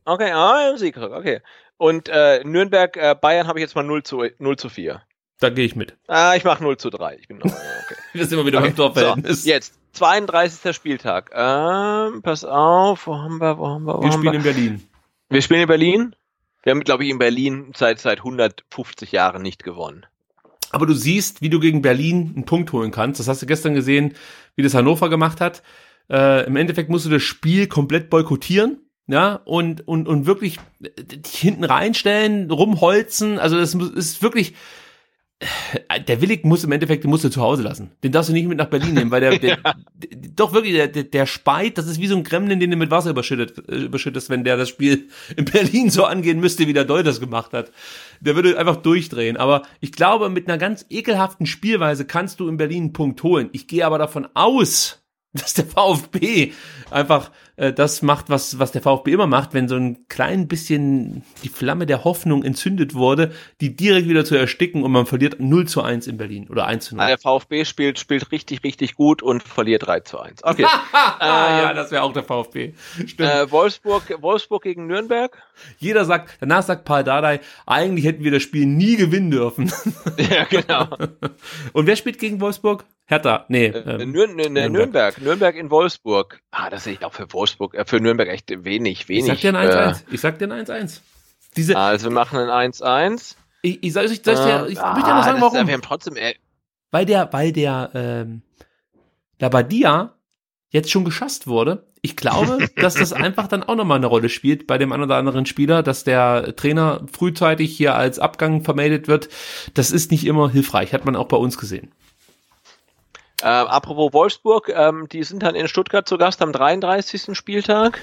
Speaker 7: Okay, ah, Sieg, okay. Und äh, Nürnberg, äh, Bayern habe ich jetzt mal null zu vier.
Speaker 5: Da gehe ich mit.
Speaker 7: Ah, ich mache null zu drei. Ich bin noch, okay.
Speaker 5: Wir sind immer wieder
Speaker 7: Okay,
Speaker 5: beim Torverhältnis.
Speaker 7: So, jetzt, zweiunddreißigster Spieltag. Ähm, pass auf, wo haben wir, wo haben wir, wo
Speaker 5: Wir
Speaker 7: haben
Speaker 5: spielen
Speaker 7: wir?
Speaker 5: in Berlin.
Speaker 7: Wir spielen in Berlin. Wir haben, glaube ich, in Berlin seit seit hundertfünfzig Jahren nicht gewonnen.
Speaker 5: Aber du siehst, wie du gegen Berlin einen Punkt holen kannst. Das hast du gestern gesehen, wie das Hannover gemacht hat. Äh, im Endeffekt musst du das Spiel komplett boykottieren. Ja, und, und, und wirklich dich hinten reinstellen, rumholzen, also das ist wirklich, der Willig muss im Endeffekt, den musst du zu Hause lassen. Den darfst du nicht mit nach Berlin nehmen, weil der, der, der doch wirklich, der, der, der Speit, das ist wie so ein Gremlin, den du mit Wasser überschüttet, überschüttest, wenn der das Spiel in Berlin so angehen müsste, wie der Doll das gemacht hat. Der würde einfach durchdrehen. Aber ich glaube, mit einer ganz ekelhaften Spielweise kannst du in Berlin einen Punkt holen. Ich gehe aber davon aus, dass der VfB einfach äh, das macht, was was der VfB immer macht, wenn so ein klein bisschen die Flamme der Hoffnung entzündet wurde, die direkt wieder zu ersticken und man verliert null zu eins in Berlin oder eins zu null.
Speaker 7: Der VfB spielt spielt richtig, richtig gut und verliert drei zu eins. Okay.
Speaker 5: Ja, das wäre auch der VfB. Stimmt.
Speaker 7: Äh, Wolfsburg, Wolfsburg gegen Nürnberg.
Speaker 5: Jeder sagt, danach sagt Paul Dardai, eigentlich hätten wir das Spiel nie gewinnen dürfen.
Speaker 7: Ja, genau.
Speaker 5: Und wer spielt gegen Wolfsburg? Hertha, nee.
Speaker 7: Äh,
Speaker 5: Ähm,
Speaker 7: Nür Nürnberg. Nürnberg. Nürnberg in Wolfsburg. Ah, das sehe ich auch für Wolfsburg, äh, für Nürnberg echt wenig, wenig.
Speaker 5: ich sag dir ein eins eins. Ich sag dir ein eins eins. Diese,
Speaker 7: Also wir machen ein eins eins.
Speaker 5: ich, ich, sag, ich, sag, ich, dir- ich
Speaker 7: Ah,
Speaker 5: möchte ja noch sagen,
Speaker 7: das-
Speaker 5: warum.
Speaker 7: Wir haben trotzdem, äh,
Speaker 5: Weil der, weil der, ähm, Labadia jetzt schon geschasst wurde. Ich glaube, dass das einfach dann auch nochmal eine Rolle spielt bei dem einen oder anderen Spieler, dass der Trainer frühzeitig hier als Abgang vermeldet wird. Das ist nicht immer hilfreich, hat man auch bei uns gesehen.
Speaker 7: äh, apropos Wolfsburg, ähm, die sind dann in Stuttgart zu Gast am dreiunddreißigsten Spieltag.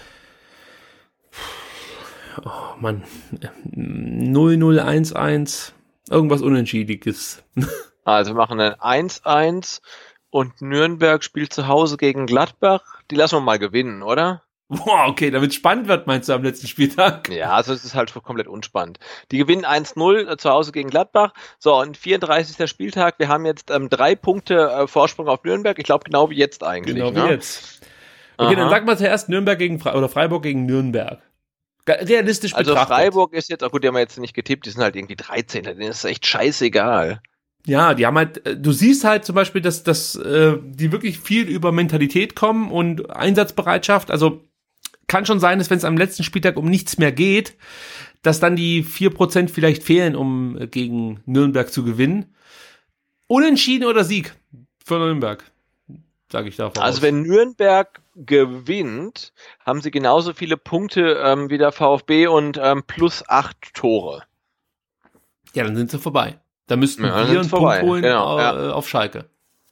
Speaker 5: Oh Mann, null null eins eins, irgendwas Unentschiediges.
Speaker 7: Also wir machen ein eins eins und Nürnberg spielt zu Hause gegen Gladbach. Die lassen wir mal gewinnen, oder?
Speaker 5: Boah, okay, damit spannend wird, meinst du, am letzten Spieltag?
Speaker 7: Ja, also es ist halt komplett unspannend. Die gewinnen eins null äh, zu Hause gegen Gladbach. So, und vierunddreißigster Spieltag. Wir haben jetzt ähm, drei Punkte äh, Vorsprung auf Nürnberg. Ich glaube, genau wie jetzt eigentlich.
Speaker 5: Genau wie
Speaker 7: ne?
Speaker 5: jetzt. Okay,
Speaker 7: Aha.
Speaker 5: dann sag mal zuerst Nürnberg gegen Fre oder Freiburg gegen Nürnberg. Ge- Realistisch
Speaker 7: Also
Speaker 5: betrachtet.
Speaker 7: Freiburg ist jetzt, oh gut, die haben wir jetzt nicht getippt, die sind halt irgendwie dreizehn. Denen ist echt scheißegal.
Speaker 5: Ja, die haben halt, äh, du siehst halt zum Beispiel, dass, dass äh, die wirklich viel über Mentalität kommen und Einsatzbereitschaft. Also kann schon sein, dass wenn es am letzten Spieltag um nichts mehr geht, dass dann die vier Prozent vielleicht fehlen, um äh, gegen Nürnberg zu gewinnen. Unentschieden oder Sieg für Nürnberg, sage ich da voraus.
Speaker 7: Also wenn Nürnberg gewinnt, haben sie genauso viele Punkte ähm, wie der VfB und ähm, plus acht Tore.
Speaker 5: Ja, dann sind sie vorbei. Da müssten
Speaker 7: Ja, dann
Speaker 5: wir einen
Speaker 7: sind's
Speaker 5: Punkt
Speaker 7: vorbei.
Speaker 5: holen
Speaker 7: Genau,
Speaker 5: äh,
Speaker 7: ja.
Speaker 5: auf Schalke.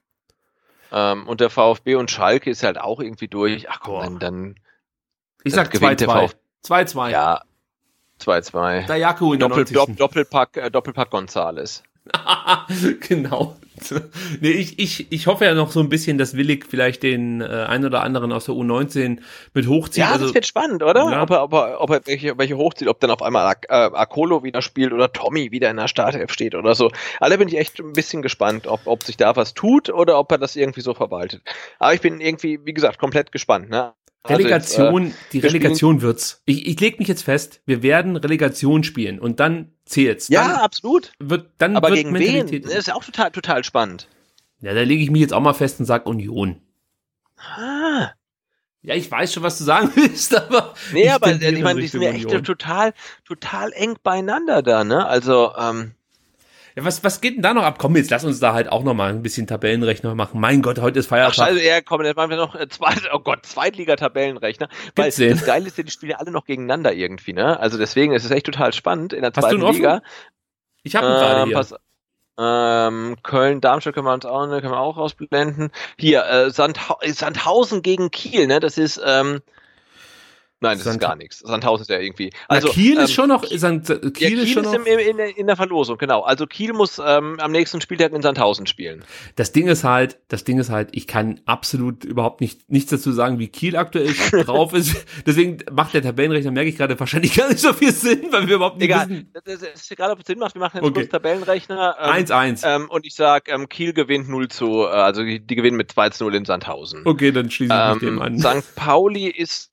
Speaker 7: Ähm, und der VfB und Schalke ist halt auch irgendwie durch. Ach komm,
Speaker 5: Boah.
Speaker 7: dann, dann
Speaker 5: Ich
Speaker 7: Das
Speaker 5: sag zwei
Speaker 7: gewinnt der
Speaker 5: zwei.
Speaker 7: VfB.
Speaker 5: zwei zwei.
Speaker 7: ja, zwei zwei.
Speaker 5: Der Jaku in der
Speaker 7: Doppel,
Speaker 5: neunzigsten
Speaker 7: Dopp, Doppelpack, äh, Doppelpack Gonzales.
Speaker 5: Genau. Nee, ich, ich, ich hoffe ja noch so ein bisschen, dass Willig vielleicht den äh, einen oder anderen aus der U neunzehn mit hochzieht.
Speaker 7: Ja,
Speaker 5: also,
Speaker 7: das wird spannend, oder?
Speaker 5: Ja.
Speaker 7: Ob er, ob er, ob er welche, welche hochzieht, ob dann auf einmal Ak äh, Akolo wieder spielt oder Tommy wieder in der Startelf steht oder so. Alle bin ich echt ein bisschen gespannt, ob, ob sich da was tut oder ob er das irgendwie so verwaltet. Aber ich bin irgendwie, wie gesagt, komplett gespannt, ne?
Speaker 5: Relegation,
Speaker 7: Also jetzt, äh,
Speaker 5: die
Speaker 7: wir
Speaker 5: Relegation wird's. Ich, ich leg mich jetzt fest, wir werden Relegation spielen und dann zählt's. Dann
Speaker 7: Ja, absolut.
Speaker 5: wird, dann
Speaker 7: Aber
Speaker 5: wird
Speaker 7: gegen wen?
Speaker 5: Mentalität.
Speaker 7: Das ist ja auch total, total spannend.
Speaker 5: Ja, da lege ich mich jetzt auch mal fest und sag Union.
Speaker 7: Ah.
Speaker 5: Ja, ich weiß schon, was du sagen willst, aber.
Speaker 7: Nee,
Speaker 5: ich
Speaker 7: aber
Speaker 5: tendiere
Speaker 7: ich meine, die
Speaker 5: Richtung
Speaker 7: sind ja echt
Speaker 5: Union.
Speaker 7: total, total eng beieinander da, ne? Also, ähm,
Speaker 5: Ja, was, was geht denn da noch ab? Komm, jetzt lass uns da halt auch noch mal ein bisschen Tabellenrechner machen. Mein Gott, heute ist
Speaker 7: ach
Speaker 5: Feiertag.
Speaker 7: scheiße, ja, komm, jetzt machen wir noch äh, zwei, oh Gott, Zweitliga-Tabellenrechner. Weil
Speaker 5: Gibt's den?
Speaker 7: das Geile ist ja, die spielen ja alle noch gegeneinander irgendwie, ne? Also deswegen ist es echt total spannend in der
Speaker 5: Hast du
Speaker 7: zweiten
Speaker 5: einen offen?
Speaker 7: Liga.
Speaker 5: Ich habe ihn gerade
Speaker 7: Ähm,
Speaker 5: hier.
Speaker 7: pass, ähm, Köln, Darmstadt können wir uns auch, ne, können wir auch rausblenden. Hier, äh, Sandha Sandhausen gegen Kiel, ne? Das ist, ähm, nein, das
Speaker 5: Sand-
Speaker 7: ist gar nichts. Sandhausen ist ja irgendwie.
Speaker 5: Na,
Speaker 7: Also,
Speaker 5: Kiel
Speaker 7: ähm,
Speaker 5: ist schon noch, ist ein, Kiel,
Speaker 7: ja, Kiel
Speaker 5: ist schon
Speaker 7: ist
Speaker 5: noch.
Speaker 7: im, im, in, der, in der Verlosung, genau. Also Kiel muss ähm, am nächsten Spieltag in Sandhausen spielen.
Speaker 5: Das Ding ist halt, das Ding ist halt, ich kann absolut überhaupt nicht, nichts dazu sagen, wie Kiel aktuell drauf ist. Deswegen macht der Tabellenrechner, merke ich gerade, wahrscheinlich gar nicht so viel Sinn, weil wir überhaupt nicht
Speaker 7: Egal,
Speaker 5: wissen.
Speaker 7: das ist, das ist egal, ob es Sinn macht. Wir machen jetzt
Speaker 5: Okay.
Speaker 7: kurz Tabellenrechner. Ähm,
Speaker 5: eins eins.
Speaker 7: ähm, und ich sag, ähm, Kiel gewinnt null zu, äh, also die, die gewinnen mit zwei zu null in Sandhausen.
Speaker 5: Okay, dann schließe ich mich dem
Speaker 7: Ähm,
Speaker 5: an.
Speaker 7: Sankt Pauli ist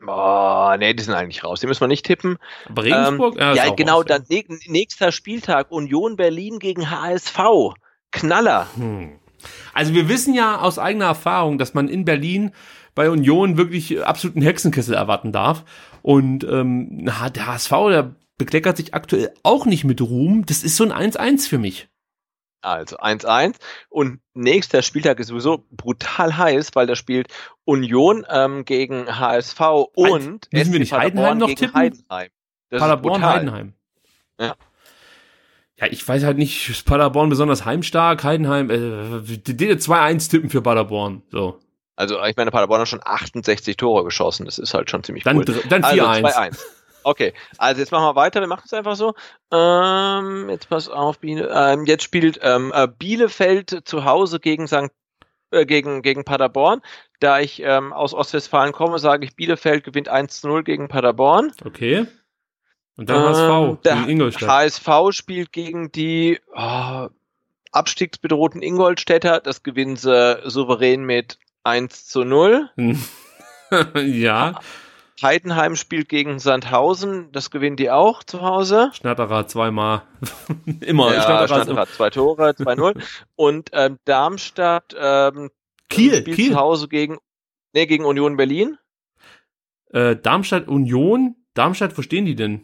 Speaker 7: Boah, nee, die sind eigentlich raus. Die müssen wir nicht tippen.
Speaker 5: Aber Regensburg?
Speaker 7: Ähm,
Speaker 5: ja,
Speaker 7: ja,
Speaker 5: auch
Speaker 7: genau,
Speaker 5: raus,
Speaker 7: dann ne- nächster Spieltag Union Berlin gegen H S V. Knaller.
Speaker 5: Hm. Also wir wissen ja aus eigener Erfahrung, dass man in Berlin bei Union wirklich absoluten Hexenkessel erwarten darf. Und ähm, der H S V, der bekleckert sich aktuell auch nicht mit Ruhm. Das ist so ein eins eins für mich.
Speaker 7: Also eins eins. Und nächster Spieltag ist sowieso brutal heiß, weil da spielt Union ähm, gegen H S V und
Speaker 5: Müssen wir
Speaker 7: S C
Speaker 5: nicht Heidenheim noch
Speaker 7: gegen
Speaker 5: tippen?
Speaker 7: Heidenheim. Das
Speaker 5: Paderborn,
Speaker 7: ist brutal.
Speaker 5: Heidenheim.
Speaker 7: Ja.
Speaker 5: Ja, ich weiß halt nicht, ist Paderborn besonders heimstark? Heidenheim, äh, die zwei eins tippen für Paderborn. So.
Speaker 7: Also ich meine, Paderborn hat schon achtundsechzig Tore geschossen. Das ist halt schon ziemlich
Speaker 5: Dann,
Speaker 7: cool.
Speaker 5: dr- dann vier eins.
Speaker 7: Also zwei eins. Okay, also jetzt machen wir weiter. Wir machen es einfach so. Ähm, jetzt pass auf, Biele, ähm, jetzt spielt ähm, äh, Bielefeld zu Hause gegen Sankt äh, gegen gegen Paderborn. Da ich ähm, aus Ostwestfalen komme, sage ich, Bielefeld gewinnt eins zu null gegen Paderborn.
Speaker 5: Okay. Und dann H S V
Speaker 7: Ähm, der
Speaker 5: gegen Ingolstadt.
Speaker 7: H S V spielt gegen die oh, abstiegsbedrohten Ingolstädter. Das gewinnen sie souverän mit eins zu null.
Speaker 5: Ja.
Speaker 7: Heidenheim spielt gegen Sandhausen. Das gewinnen die auch zu Hause.
Speaker 5: Schnatterer zweimal. Immer.
Speaker 7: Ja,
Speaker 5: Schnatterer
Speaker 7: Schnatterer hat zwei Tore, zwei null. Und ähm, Darmstadt ähm,
Speaker 5: Kiel,
Speaker 7: spielt
Speaker 5: Kiel.
Speaker 7: zu Hause gegen, nee, gegen Union Berlin.
Speaker 5: Äh, Darmstadt Union. Darmstadt, wo stehen die denn?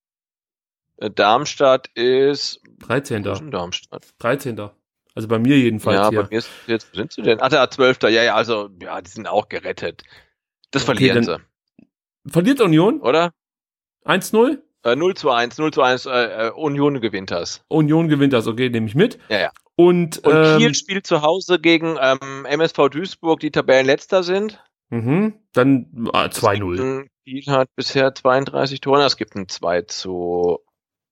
Speaker 7: Äh, Darmstadt ist... Wo
Speaker 5: dreizehnter.
Speaker 7: ist denn Darmstadt?
Speaker 5: dreizehnter. Also bei mir jedenfalls
Speaker 7: Ja,
Speaker 5: hier.
Speaker 7: bei mir ist jetzt, wo sind sie denn? Ach, der zwölfter. Ja, ja, also, ja, die sind auch gerettet. Das
Speaker 5: Okay,
Speaker 7: verlieren
Speaker 5: dann-
Speaker 7: sie,
Speaker 5: Verliert Union?
Speaker 7: oder?
Speaker 5: eins null?
Speaker 7: Äh, null zu eins, null zu eins, äh, äh, Union gewinnt das.
Speaker 5: Union gewinnt das, okay, nehme ich mit.
Speaker 7: Ja, ja.
Speaker 5: Und,
Speaker 7: Und
Speaker 5: ähm,
Speaker 7: Kiel spielt zu Hause gegen ähm, M S V Duisburg, die Tabellenletzter sind.
Speaker 5: mhm, dann ah, zwei null.
Speaker 7: Ähm, Kiel hat bisher zweiunddreißig Tore, es gibt einen zwei zu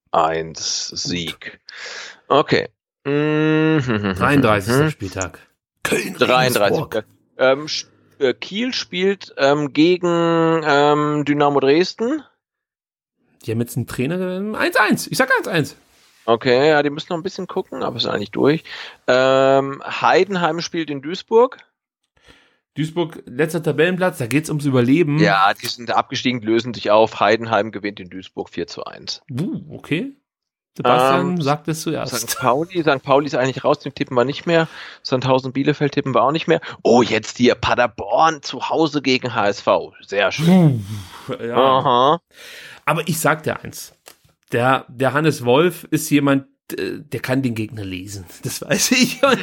Speaker 7: eins Sieg. Okay. Mhm.
Speaker 5: dreiunddreißigster Spieltag. Köln,
Speaker 7: dreiunddreißig.
Speaker 5: Regensburg.
Speaker 7: Ähm, Sch- äh, Kiel spielt ähm, gegen ähm, Dynamo Dresden.
Speaker 5: Die haben jetzt einen Trainer. eins eins. Ich sag eins eins.
Speaker 7: Okay, ja, die müssen noch ein bisschen gucken, aber ist eigentlich durch. Ähm, Heidenheim spielt in Duisburg.
Speaker 5: Duisburg, letzter Tabellenplatz, da geht's ums Überleben.
Speaker 7: Ja, die sind abgestiegen, lösen sich auf. Heidenheim gewinnt in Duisburg vier zu eins.
Speaker 5: Uh, okay. Sebastian
Speaker 7: Ähm,
Speaker 5: sagt es zuerst.
Speaker 7: Sankt Pauli, Sankt Pauli ist eigentlich raus, den tippen wir nicht mehr. Sandhausen Bielefeld tippen wir auch nicht mehr. Oh, jetzt hier Paderborn zu Hause gegen H S V. Sehr schön.
Speaker 5: Ja.
Speaker 7: Aha.
Speaker 5: Aber ich sag dir eins. Der, der Hannes Wolf ist jemand, äh, der kann den Gegner lesen. Das weiß ich. Und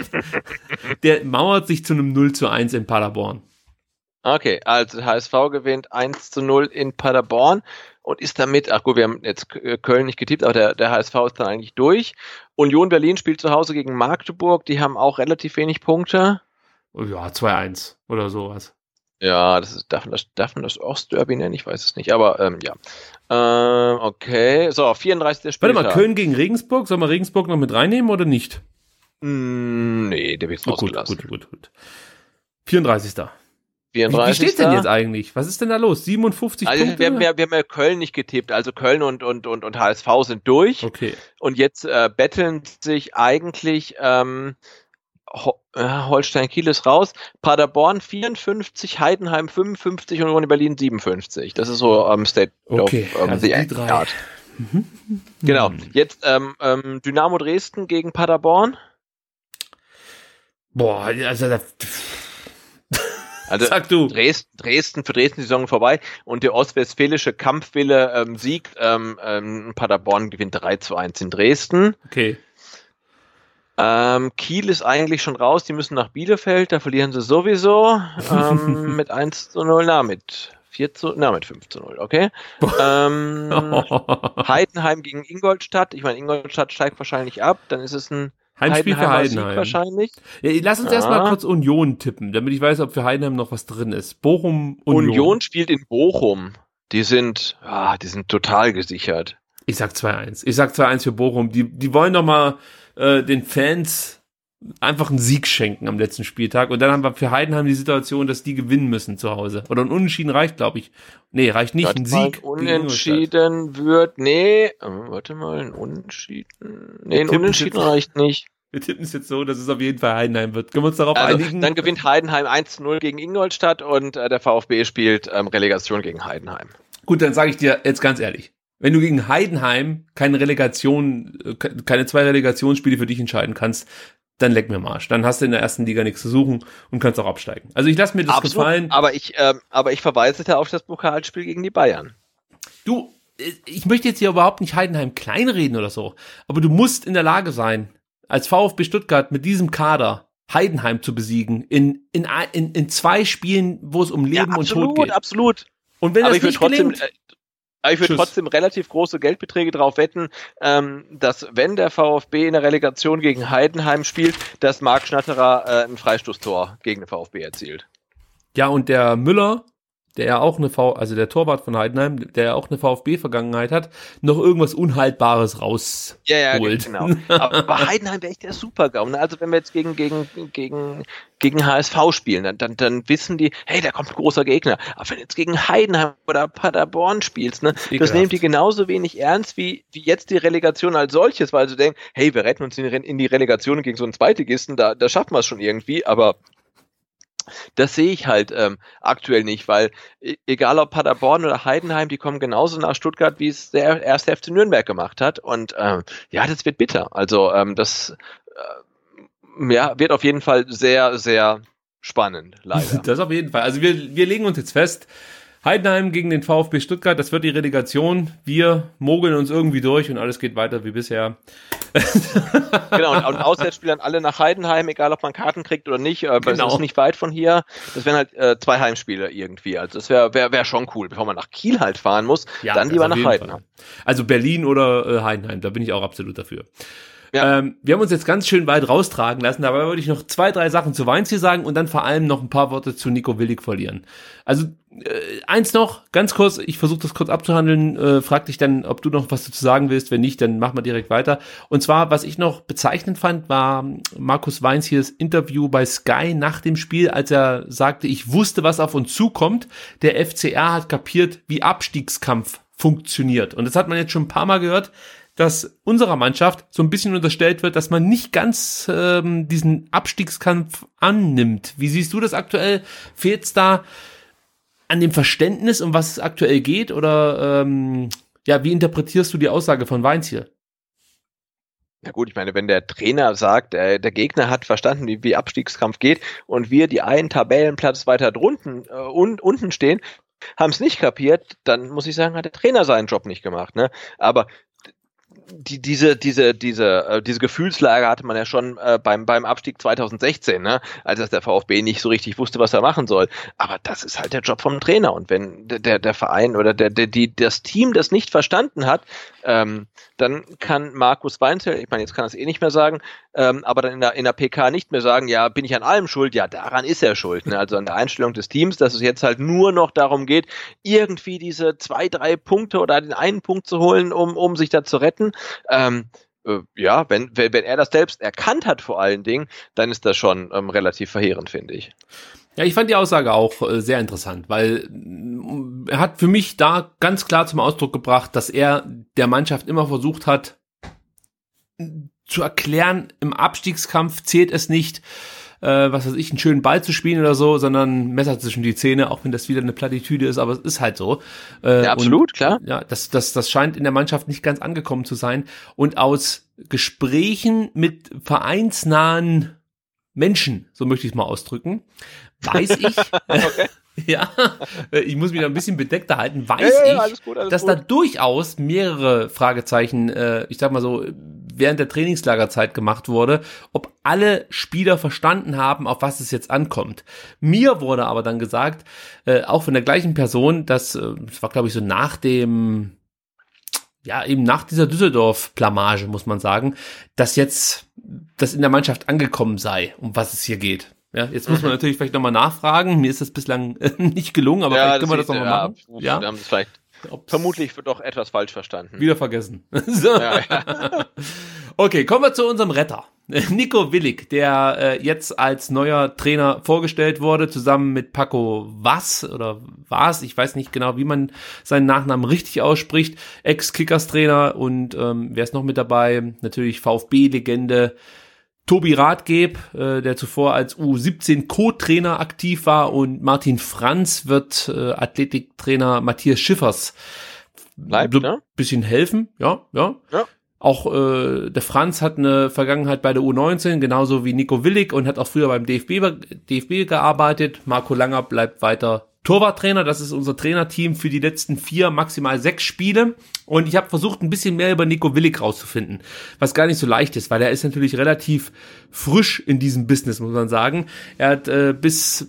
Speaker 5: der mauert sich zu einem null zu eins in Paderborn.
Speaker 7: Okay, also H S V gewinnt eins zu null in Paderborn und ist damit, ach gut, wir haben jetzt Köln nicht getippt, aber der, der H S V ist dann eigentlich durch. Union Berlin spielt zu Hause gegen Magdeburg, die haben auch relativ wenig Punkte.
Speaker 5: Oh ja, zwei eins oder sowas.
Speaker 7: Ja, das ist, darf man das, darf man das Ostderby nennen? Ich weiß es nicht, aber ähm, ja. Ähm, okay, so, vierunddreißigster Spieltag.
Speaker 5: Warte mal, Köln gegen Regensburg. Sollen wir Regensburg noch mit reinnehmen oder nicht?
Speaker 7: Mm, nee, der wird
Speaker 5: Gut, gut,
Speaker 7: rausgelassen.
Speaker 5: gut, gut, gut. vierunddreißigster. Wie, wie
Speaker 7: vierunddreißigster
Speaker 5: steht's denn jetzt eigentlich? Was ist denn da los? siebenundfünfzig
Speaker 7: Also
Speaker 5: Punkte?
Speaker 7: wir, haben ja- wir haben ja Köln nicht getippt, also Köln und, und, und, und H S V sind durch.
Speaker 5: Okay.
Speaker 7: Und jetzt äh, betteln sich eigentlich ähm, Ho äh, Holstein Kiel ist raus, Paderborn vierundfünfzig, Heidenheim fünfundfünfzig und Union Berlin siebenundfünfzig. Das ist so ähm, State
Speaker 5: Okay,
Speaker 7: of ähm,
Speaker 5: also
Speaker 7: the
Speaker 5: die drei.
Speaker 7: Art. Genau. Jetzt ähm, ähm, Dynamo Dresden gegen Paderborn.
Speaker 5: Boah, also da,
Speaker 7: Also
Speaker 5: sag du.
Speaker 7: Dresden, Dresden für Dresden die Saison vorbei und der ostwestfälische Kampfwille ähm, siegt. Ähm, ähm, Paderborn gewinnt drei zu eins in Dresden.
Speaker 5: Okay.
Speaker 7: Ähm, Kiel ist eigentlich schon raus, die müssen nach Bielefeld, da verlieren sie sowieso ähm, mit eins zu null, na mit vier zu, na mit fünf zu null, okay. ähm, Heidenheim gegen Ingolstadt, ich meine Ingolstadt steigt wahrscheinlich ab, dann ist es ein
Speaker 5: Heimspiel für
Speaker 7: Heidenheimer Sieg
Speaker 5: Heidenheim.
Speaker 7: wahrscheinlich.
Speaker 5: Ja, lass uns
Speaker 7: Ja.
Speaker 5: erstmal kurz Union tippen, damit ich weiß, ob für Heidenheim noch was drin ist. Bochum, Union.
Speaker 7: Union spielt in Bochum, die sind, ah, die sind total gesichert.
Speaker 5: Ich sag zwei eins. Ich sag zwei eins für Bochum. Die, die wollen doch mal äh, den Fans einfach einen Sieg schenken am letzten Spieltag. Und dann haben wir für Heidenheim die Situation, dass die gewinnen müssen zu Hause. Oder ein Unentschieden reicht, glaube ich. Nee, reicht nicht. Ein Sieg. gegen
Speaker 7: Unentschieden wird, nee, äh, warte mal, ein Unentschieden, nee, ein
Speaker 5: Tippen
Speaker 7: Unentschieden
Speaker 5: jetzt.
Speaker 7: reicht nicht.
Speaker 5: Wir tippen es jetzt so, dass es auf jeden Fall Heidenheim wird. Können wir uns darauf
Speaker 7: also,
Speaker 5: einigen?
Speaker 7: Dann gewinnt Heidenheim eins zu null gegen Ingolstadt und äh, der VfB spielt ähm, Relegation gegen Heidenheim.
Speaker 5: Gut, dann sage ich dir jetzt ganz ehrlich. Wenn du gegen Heidenheim keine Relegation, keine zwei Relegationsspiele für dich entscheiden kannst, dann leck mir am Arsch. Dann hast du in der ersten Liga nichts zu suchen und kannst auch absteigen. Also ich lasse mir das
Speaker 7: Absolut,
Speaker 5: gefallen.
Speaker 7: Aber ich, ähm, aber ich verweise da auf das Pokalspiel gegen die Bayern.
Speaker 5: Du, ich möchte jetzt hier überhaupt nicht Heidenheim kleinreden oder so, aber du musst in der Lage sein, als VfB Stuttgart mit diesem Kader Heidenheim zu besiegen in, in, in, in zwei Spielen, wo es um Leben
Speaker 7: ja, absolut,
Speaker 5: und Tod geht.
Speaker 7: Absolut,
Speaker 5: Und wenn
Speaker 7: aber
Speaker 5: das
Speaker 7: ich würde
Speaker 5: nicht
Speaker 7: trotzdem,
Speaker 5: gelingt,
Speaker 7: äh, aber ich würde trotzdem relativ große Geldbeträge darauf wetten, ähm, dass wenn der VfB in der Relegation gegen Heidenheim spielt, dass Marc Schnatterer äh, ein Freistoßtor gegen den VfB erzielt.
Speaker 5: Ja, und der Müller, der ja auch eine V, also der Torwart von Heidenheim, der ja auch eine VfB-Vergangenheit hat, noch irgendwas Unhaltbares rausholt.
Speaker 7: Ja, ja, genau. Aber bei Heidenheim wäre echt der Super-GAU. Ne? Also wenn wir jetzt gegen, gegen, gegen, gegen H S V spielen, dann, dann, dann wissen die, hey, da kommt ein großer Gegner. Aber wenn du jetzt gegen Heidenheim oder Paderborn spielst, ne, das, das nehmen die genauso wenig ernst wie, wie jetzt die Relegation als solches, weil sie denken, hey, wir retten uns in, in die Relegation gegen so einen Zweitligisten, da, da schaffen wir es schon irgendwie, aber das sehe ich halt ähm, aktuell nicht, weil e- egal ob Paderborn oder Heidenheim, die kommen genauso nach Stuttgart, wie es der erste F C Nürnberg gemacht hat. Und ähm, ja, das wird bitter. Also ähm, das äh, ja, wird auf jeden Fall sehr, sehr spannend, leider.
Speaker 5: Das auf jeden Fall. Also wir, wir legen uns jetzt fest, Heidenheim gegen den VfB Stuttgart, das wird die Relegation. Wir mogeln uns irgendwie durch und alles geht weiter wie bisher.
Speaker 7: Genau, und, und Auswärtsspielern alle nach Heidenheim, egal ob man Karten kriegt oder nicht, aber
Speaker 5: genau.
Speaker 7: Es ist nicht weit von hier. Das wären halt äh, zwei Heimspiele irgendwie. Also das wäre wär, wär schon cool, bevor man nach Kiel halt fahren muss,
Speaker 5: ja,
Speaker 7: dann lieber nach Heidenheim.
Speaker 5: Fall. Also Berlin oder äh, Heidenheim, da bin ich auch absolut dafür.
Speaker 7: Ja.
Speaker 5: Ähm, wir haben uns jetzt ganz schön weit raustragen lassen, dabei würde ich noch zwei, drei Sachen zu Weinziel sagen und dann vor allem noch ein paar Worte zu Nico Willig verlieren. Also äh, eins noch, ganz kurz, ich versuche das kurz abzuhandeln, äh, frag dich dann, ob du noch was dazu sagen willst, wenn nicht, dann machen wir direkt weiter. Und zwar, was ich noch bezeichnend fand, war Markus Weinziels Interview bei Sky nach dem Spiel, als er sagte, ich wusste, was auf uns zukommt, der F C R hat kapiert, wie Abstiegskampf funktioniert. Und das hat man jetzt schon ein paar Mal gehört, dass unserer Mannschaft so ein bisschen unterstellt wird, dass man nicht ganz ähm, diesen Abstiegskampf annimmt. Wie siehst du das aktuell? Fehlt es da an dem Verständnis, um was es aktuell geht? Oder ähm, ja, wie interpretierst du die Aussage von Weinziel?
Speaker 7: Ja gut, ich meine, wenn der Trainer sagt, der, der Gegner hat verstanden, wie, wie Abstiegskampf geht und wir die einen Tabellenplatz weiter drunten äh, und unten stehen, haben es nicht kapiert, dann muss ich sagen, hat der Trainer seinen Job nicht gemacht. Ne? Aber Die, diese, diese, diese, äh, diese Gefühlslage hatte man ja schon äh, beim, beim Abstieg zwanzig sechzehn, ne? Als das der VfB nicht so richtig wusste, was er machen soll. Aber das ist halt der Job vom Trainer. Und wenn der, der Verein oder der, der, die, das Team das nicht verstanden hat, ähm, dann kann Markus Weinziel, ich meine, jetzt kann er es eh nicht mehr sagen, ähm, aber dann in der, in der P K nicht mehr sagen, ja, bin ich an allem schuld? Ja, daran ist er schuld. Ne? Also an der Einstellung des Teams, dass es jetzt halt nur noch darum geht, irgendwie diese zwei, drei Punkte oder den einen Punkt zu holen, um, um sich da zu retten. Ähm, äh, ja, wenn, wenn, wenn er das selbst erkannt hat vor allen Dingen, dann ist das schon ähm, relativ verheerend, finde ich.
Speaker 5: Ja, ich fand die Aussage auch äh, sehr interessant, weil äh, er hat für mich da ganz klar zum Ausdruck gebracht, dass er der Mannschaft immer versucht hat, zu erklären, im Abstiegskampf zählt es nicht, äh, was weiß ich, einen schönen Ball zu spielen oder so, sondern Messer zwischen die Zähne, auch wenn das wieder eine Plattitüde ist, aber es ist halt so. Äh,
Speaker 7: ja, absolut,
Speaker 5: und,
Speaker 7: klar.
Speaker 5: Ja, das, das, das scheint in der Mannschaft nicht ganz angekommen zu sein. Und aus Gesprächen mit vereinsnahen Menschen, so möchte ich es mal ausdrücken, weiß ich,
Speaker 7: okay.
Speaker 5: ja, ich muss mich da ein bisschen bedeckter halten, weiß
Speaker 7: ja, ja, ja,
Speaker 5: ich,
Speaker 7: alles gut, alles
Speaker 5: dass
Speaker 7: gut.
Speaker 5: da durchaus mehrere Fragezeichen, äh, ich sag mal so, während der Trainingslagerzeit gemacht wurde, ob alle Spieler verstanden haben, auf was es jetzt ankommt. Mir wurde aber dann gesagt, äh, auch von der gleichen Person, dass, äh, das war glaube ich so nach dem, ja, eben nach dieser Düsseldorf-Blamage, muss man sagen, dass jetzt das in der Mannschaft angekommen sei, um was es hier geht. Ja, jetzt muss man natürlich vielleicht nochmal nachfragen. Mir ist das bislang äh, nicht gelungen, aber
Speaker 7: ja,
Speaker 5: vielleicht können wir das nochmal
Speaker 7: ja,
Speaker 5: machen.
Speaker 7: Ja, wir haben es vielleicht
Speaker 5: Ob's
Speaker 7: vermutlich doch etwas falsch verstanden.
Speaker 5: wieder vergessen. So.
Speaker 7: Ja, ja.
Speaker 5: Okay, kommen wir zu unserem Retter. Nico Willig, der äh, jetzt als neuer Trainer vorgestellt wurde, zusammen mit Paco Was oder Was, ich weiß nicht genau, wie man seinen Nachnamen richtig ausspricht, Ex-Kickers-Trainer und ähm, wer ist noch mit dabei? Natürlich VfB-Legende Tobi Rathgeb, äh, der zuvor als U siebzehn Co-Trainer aktiv war, und Martin Franz wird äh, Athletiktrainer Matthias Schiffers
Speaker 7: Bleibt,
Speaker 5: so
Speaker 7: ne?
Speaker 5: bisschen helfen, ja, ja.
Speaker 7: Ja.
Speaker 5: Auch äh, der Franz hat eine Vergangenheit bei der U neunzehn, genauso wie Nico Willig, und hat auch früher beim D F B, D F B gearbeitet. Marco Langer bleibt weiter Torwarttrainer. Das ist unser Trainerteam für die letzten vier, maximal sechs Spiele. Und ich habe versucht, ein bisschen mehr über Nico Willig rauszufinden, was gar nicht so leicht ist, weil er ist natürlich relativ frisch in diesem Business, muss man sagen. Er hat äh, bis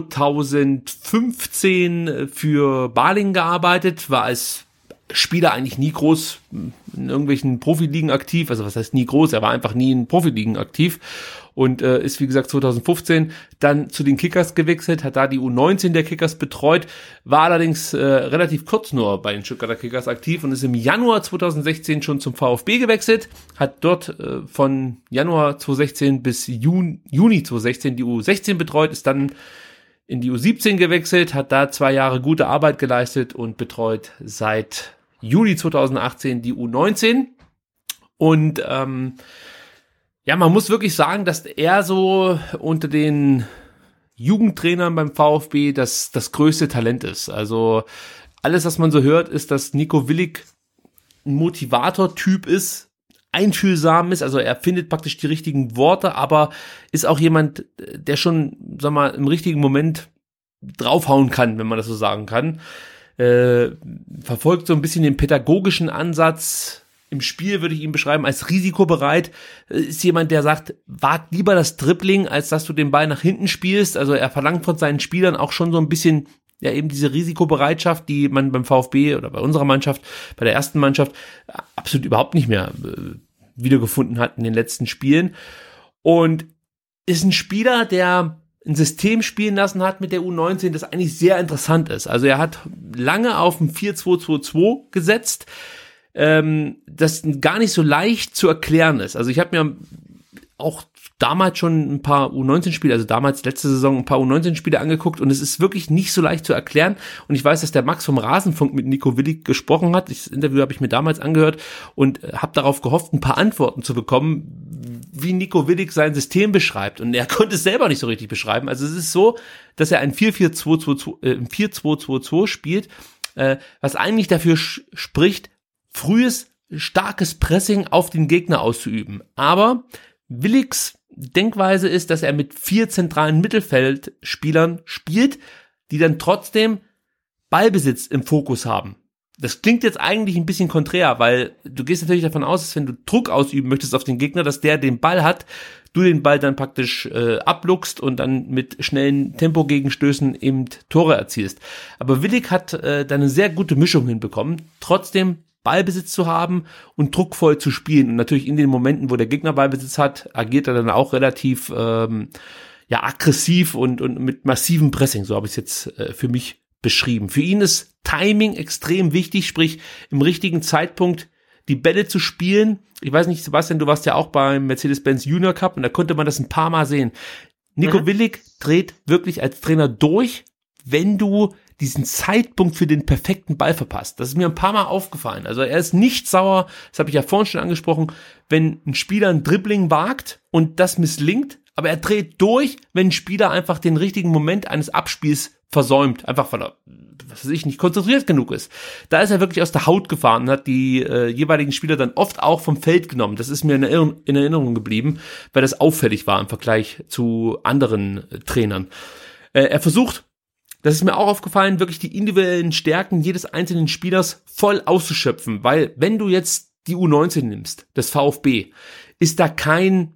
Speaker 5: zweitausendfünfzehn für Balingen gearbeitet, war als Spieler eigentlich nie groß in irgendwelchen Profiligen aktiv, also was heißt nie groß, er war einfach nie in Profiligen aktiv und äh, ist wie gesagt zweitausendfünfzehn dann zu den Kickers gewechselt, hat da die U neunzehn der Kickers betreut, war allerdings äh, relativ kurz nur bei den Stuttgarter Kickers aktiv und ist im Januar zweitausendsechzehn schon zum VfB gewechselt, hat dort äh, von Januar zweitausendsechzehn bis Juni, Juni zweitausendsechzehn die U sechzehn betreut, ist dann in die U siebzehn gewechselt, hat da zwei Jahre gute Arbeit geleistet und betreut seit Juli zweitausendachtzehn die U neunzehn. Und ähm, ja, man muss wirklich sagen, dass er so unter den Jugendtrainern beim VfB das, das größte Talent ist. Also alles, was man so hört, ist, dass Nico Willig ein Motivator-Typ ist, einfühlsam ist, also er findet praktisch die richtigen Worte, aber ist auch jemand, der schon, sag mal, im richtigen Moment draufhauen kann, wenn man das so sagen kann. Äh, verfolgt so ein bisschen den pädagogischen Ansatz. Im Spiel würde ich ihn beschreiben als risikobereit. Ist jemand, der sagt, wag lieber das Dribbling, als dass du den Ball nach hinten spielst. Also er verlangt von seinen Spielern auch schon so ein bisschen, ja, eben diese Risikobereitschaft, die man beim VfB oder bei unserer Mannschaft, bei der ersten Mannschaft absolut überhaupt nicht mehr äh, wiedergefunden hat in den letzten Spielen. Und ist ein Spieler, der ein System spielen lassen hat mit der U neunzehn, das eigentlich sehr interessant ist. Also er hat lange auf ein vier zwei zwei zwei gesetzt, ähm, das gar nicht so leicht zu erklären ist. Also ich habe mir auch damals schon ein paar U neunzehn-Spiele, also damals letzte Saison ein paar U neunzehn-Spiele angeguckt und es ist wirklich nicht so leicht zu erklären. Und ich weiß, dass der Max vom Rasenfunk mit Nico Willig gesprochen hat. Das Interview habe ich mir damals angehört und habe darauf gehofft, ein paar Antworten zu bekommen, wie Nico Willig sein System beschreibt. Und er konnte es selber nicht so richtig beschreiben. Also es ist so, dass er ein vier vier zwei zwei zwei, äh, vier zwei zwei zwei spielt, äh, was eigentlich dafür sch- spricht, frühes, starkes Pressing auf den Gegner auszuüben. Aber Willigs Denkweise ist, dass er mit vier zentralen Mittelfeldspielern spielt, die dann trotzdem Ballbesitz im Fokus haben. Das klingt jetzt eigentlich ein bisschen konträr, weil du gehst natürlich davon aus, dass wenn du Druck ausüben möchtest auf den Gegner, dass der den Ball hat, du den Ball dann praktisch äh, abluchst und dann mit schnellen Tempogegenstößen eben Tore erzielst. Aber Willig hat äh, da eine sehr gute Mischung hinbekommen, trotzdem Ballbesitz zu haben und druckvoll zu spielen. Und natürlich in den Momenten, wo der Gegner Ballbesitz hat, agiert er dann auch relativ ähm, ja aggressiv und, und mit massivem Pressing. So habe ich es jetzt äh, für mich beschrieben. Für ihn ist Timing extrem wichtig, sprich im richtigen Zeitpunkt die Bälle zu spielen. Ich weiß nicht, Sebastian, du warst ja auch beim Mercedes-Benz Junior Cup und da konnte man das ein paar Mal sehen. Nico mhm. Willig dreht wirklich als Trainer durch, wenn du diesen Zeitpunkt für den perfekten Ball verpasst. Das ist mir ein paar Mal aufgefallen. Also er ist nicht sauer, das habe ich ja vorhin schon angesprochen, wenn ein Spieler ein Dribbling wagt und das misslingt, aber er dreht durch, wenn ein Spieler einfach den richtigen Moment eines Abspiels versäumt, einfach weil er, was weiß ich, nicht konzentriert genug ist. Da ist er wirklich aus der Haut gefahren und hat die äh, jeweiligen Spieler dann oft auch vom Feld genommen. Das ist mir in, Erinner- in Erinnerung geblieben, weil das auffällig war im Vergleich zu anderen äh, Trainern. Äh, er versucht, das ist mir auch aufgefallen, wirklich die individuellen Stärken jedes einzelnen Spielers voll auszuschöpfen, weil wenn du jetzt die U neunzehn nimmst, des VfB, ist da kein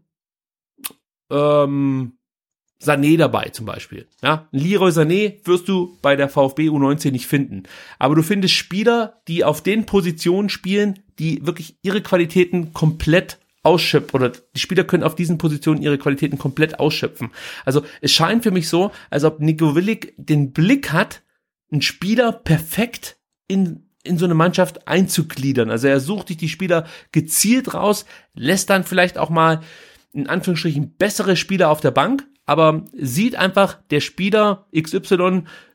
Speaker 5: ähm, Sané dabei zum Beispiel. Ja, Leroy Sané wirst du bei der VfB U neunzehn nicht finden. Aber du findest Spieler, die auf den Positionen spielen, die wirklich ihre Qualitäten komplett ausschöpfen, oder die Spieler können auf diesen Positionen ihre Qualitäten komplett ausschöpfen. Also es scheint für mich so, als ob Nico Willig den Blick hat, einen Spieler perfekt in in so eine Mannschaft einzugliedern. Also er sucht sich die Spieler gezielt raus, lässt dann vielleicht auch mal in Anführungsstrichen bessere Spieler auf der Bank, aber sieht einfach, der Spieler X Y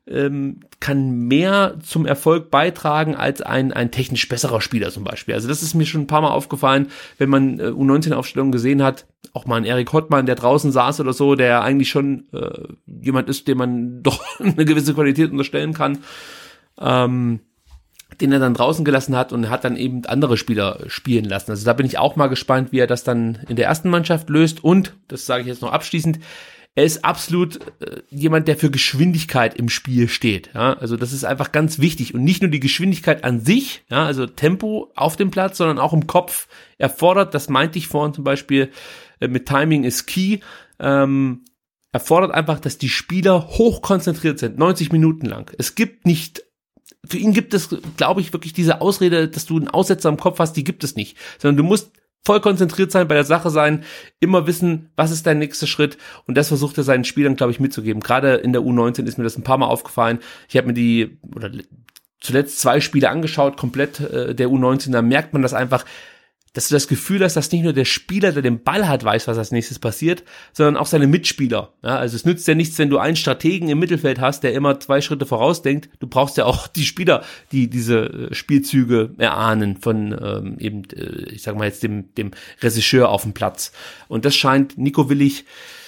Speaker 5: ähm, kann mehr zum Erfolg beitragen als ein, ein technisch besserer Spieler zum Beispiel. Also das ist mir schon ein paar Mal aufgefallen, wenn man äh, U neunzehn-Aufstellungen gesehen hat, auch mal einen Erik Hottmann, der draußen saß oder so, der eigentlich schon äh, jemand ist, dem man doch eine gewisse Qualität unterstellen kann, ähm, den er dann draußen gelassen hat und hat dann eben andere Spieler spielen lassen. Also da bin ich auch mal gespannt, wie er das dann in der ersten Mannschaft löst. Und, das sage ich jetzt noch abschließend, er ist absolut äh, jemand, der für Geschwindigkeit im Spiel steht. Ja? Also das ist einfach ganz wichtig. Und nicht nur die Geschwindigkeit an sich, ja, also Tempo auf dem Platz, sondern auch im Kopf. Er fordert, das meinte ich vorhin zum Beispiel, äh, mit Timing is key, ähm, er fordert einfach, dass die Spieler hochkonzentriert sind, neunzig Minuten lang. Es gibt nicht Für ihn gibt es, glaube ich, wirklich diese Ausrede, dass du einen Aussetzer im Kopf hast, die gibt es nicht. Sondern du musst voll konzentriert sein, bei der Sache sein, immer wissen, was ist dein nächster Schritt. Und das versucht er seinen Spielern, glaube ich, mitzugeben. Gerade in der U neunzehn ist mir das ein paar Mal aufgefallen. Ich habe mir die, oder zuletzt zwei Spiele angeschaut, komplett äh, der U neunzehn, da merkt man das einfach, dass du das Gefühl hast, dass nicht nur der Spieler, der den Ball hat, weiß, was als nächstes passiert, sondern auch seine Mitspieler. Ja, also es nützt ja nichts, wenn du einen Strategen im Mittelfeld hast, der immer zwei Schritte vorausdenkt. Du brauchst ja auch die Spieler, die diese Spielzüge erahnen von ähm, eben, äh, ich sag mal jetzt dem dem Regisseur auf dem Platz. Und das scheint Nico Willig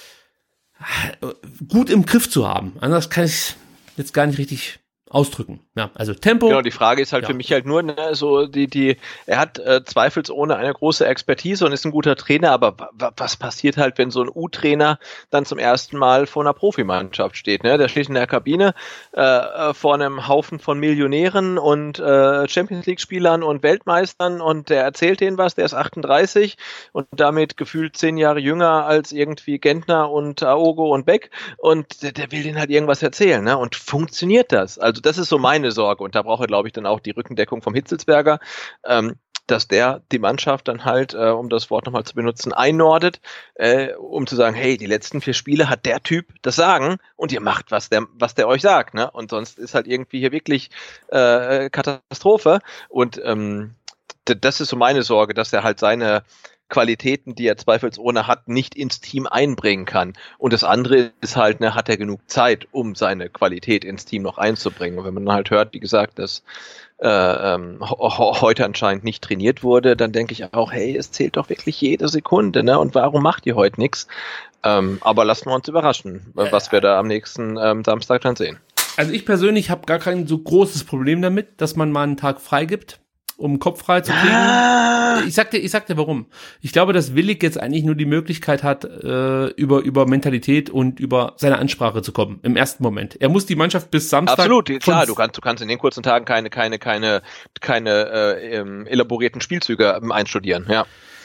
Speaker 5: gut im Griff zu haben. Anders kann ich jetzt gar nicht richtig ausdrücken. Ja, also Tempo.
Speaker 6: Genau, die Frage ist halt
Speaker 5: ja.
Speaker 6: für mich halt nur, ne, so die, die, er hat äh, zweifelsohne eine große Expertise und ist ein guter Trainer, aber w- was passiert halt, wenn so ein U-Trainer dann zum ersten Mal vor einer Profimannschaft steht, ne? Der steht in der Kabine äh, vor einem Haufen von Millionären und äh, Champions-League-Spielern und Weltmeistern und der erzählt denen was, der ist achtunddreißig und damit gefühlt zehn Jahre jünger als irgendwie Gentner und Aogo und Beck und der, der will denen halt irgendwas erzählen, ne? Und funktioniert das? Also das ist so meine Sorge und da braucht er, glaube ich, dann auch die Rückendeckung vom Hitzelsberger, ähm, dass der die Mannschaft dann halt, äh, um das Wort nochmal zu benutzen, einnordet, äh, um zu sagen, hey, die letzten vier Spiele hat der Typ das Sagen und ihr macht, was der, was der euch sagt, ne? Und sonst ist halt irgendwie hier wirklich äh, Katastrophe und ähm, d- das ist so meine Sorge, dass er halt seine Qualitäten, die er zweifelsohne hat, nicht ins Team einbringen kann. Und das andere ist halt, ne, hat er genug Zeit, um seine Qualität ins Team noch einzubringen. Und wenn man halt hört, wie gesagt, dass äh, ähm, ho- heute anscheinend nicht trainiert wurde, dann denke ich auch, hey, es zählt doch wirklich jede Sekunde, ne? Und warum macht ihr heute nichts? Ähm, aber lassen wir uns überraschen, was wir da am nächsten ähm, Samstag dann sehen.
Speaker 5: Also ich persönlich habe gar kein so großes Problem damit, dass man mal einen Tag frei gibt, um Kopf frei zu kriegen. Ah. Ich sag dir, ich sag dir warum. Ich glaube, dass Willig jetzt eigentlich nur die Möglichkeit hat, äh, über über Mentalität und über seine Ansprache zu kommen im ersten Moment. Er muss die Mannschaft bis Samstag.
Speaker 6: Absolut, klar. Du kannst, du kannst in den kurzen Tagen keine, keine, keine, keine äh, ähm, elaborierten Spielzüge ähm, einstudieren. Ja.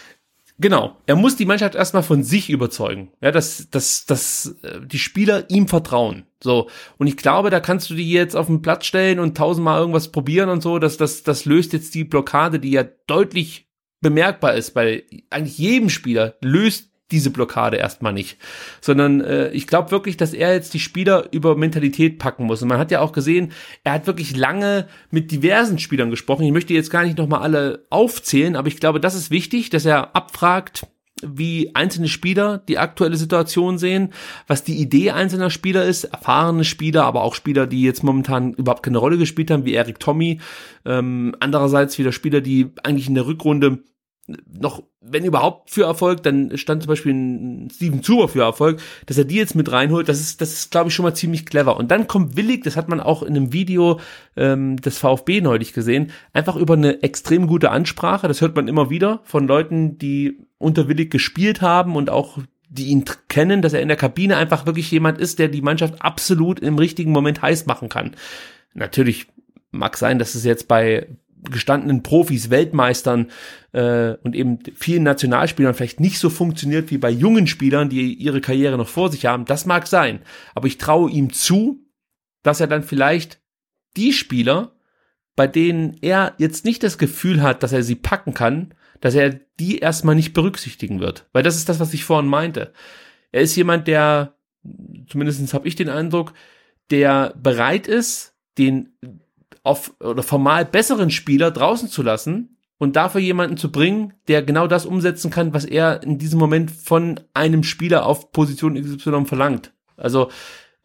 Speaker 5: Genau. Er muss die Mannschaft erstmal von sich überzeugen. Ja, dass, dass, dass die Spieler ihm vertrauen. So. Und ich glaube, da kannst du die jetzt auf den Platz stellen und tausendmal irgendwas probieren und so. Das, das, das löst jetzt die Blockade, die ja deutlich bemerkbar ist bei eigentlich jedem Spieler, löst diese Blockade erstmal nicht, sondern äh, ich glaube wirklich, dass er jetzt die Spieler über Mentalität packen muss. Und man hat ja auch gesehen, er hat wirklich lange mit diversen Spielern gesprochen. Ich möchte jetzt gar nicht nochmal alle aufzählen, aber ich glaube, das ist wichtig, dass er abfragt, wie einzelne Spieler die aktuelle Situation sehen, was die Idee einzelner Spieler ist, erfahrene Spieler, aber auch Spieler, die jetzt momentan überhaupt keine Rolle gespielt haben, wie Erik Tommy. Ähm, andererseits wieder Spieler, die eigentlich in der Rückrunde noch, wenn überhaupt für Erfolg, dann stand zum Beispiel ein Steven Zuber für Erfolg, dass er die jetzt mit reinholt, das ist, das ist, glaube ich, schon mal ziemlich clever. Und dann kommt Willig, das hat man auch in einem Video ähm, des VfB neulich gesehen, einfach über eine extrem gute Ansprache, das hört man immer wieder von Leuten, die unter Willig gespielt haben und auch die ihn t- kennen, dass er in der Kabine einfach wirklich jemand ist, der die Mannschaft absolut im richtigen Moment heiß machen kann. Natürlich mag sein, dass es jetzt bei gestandenen Profis, Weltmeistern äh, und eben vielen Nationalspielern vielleicht nicht so funktioniert wie bei jungen Spielern, die ihre Karriere noch vor sich haben. Das mag sein, aber ich traue ihm zu, dass er dann vielleicht die Spieler, bei denen er jetzt nicht das Gefühl hat, dass er sie packen kann, dass er die erstmal nicht berücksichtigen wird. Weil das ist das, was ich vorhin meinte. Er ist jemand, der, zumindest habe ich den Eindruck, der bereit ist, den auf oder formal besseren Spieler draußen zu lassen und dafür jemanden zu bringen, der genau das umsetzen kann, was er in diesem Moment von einem Spieler auf Position X Y verlangt. Also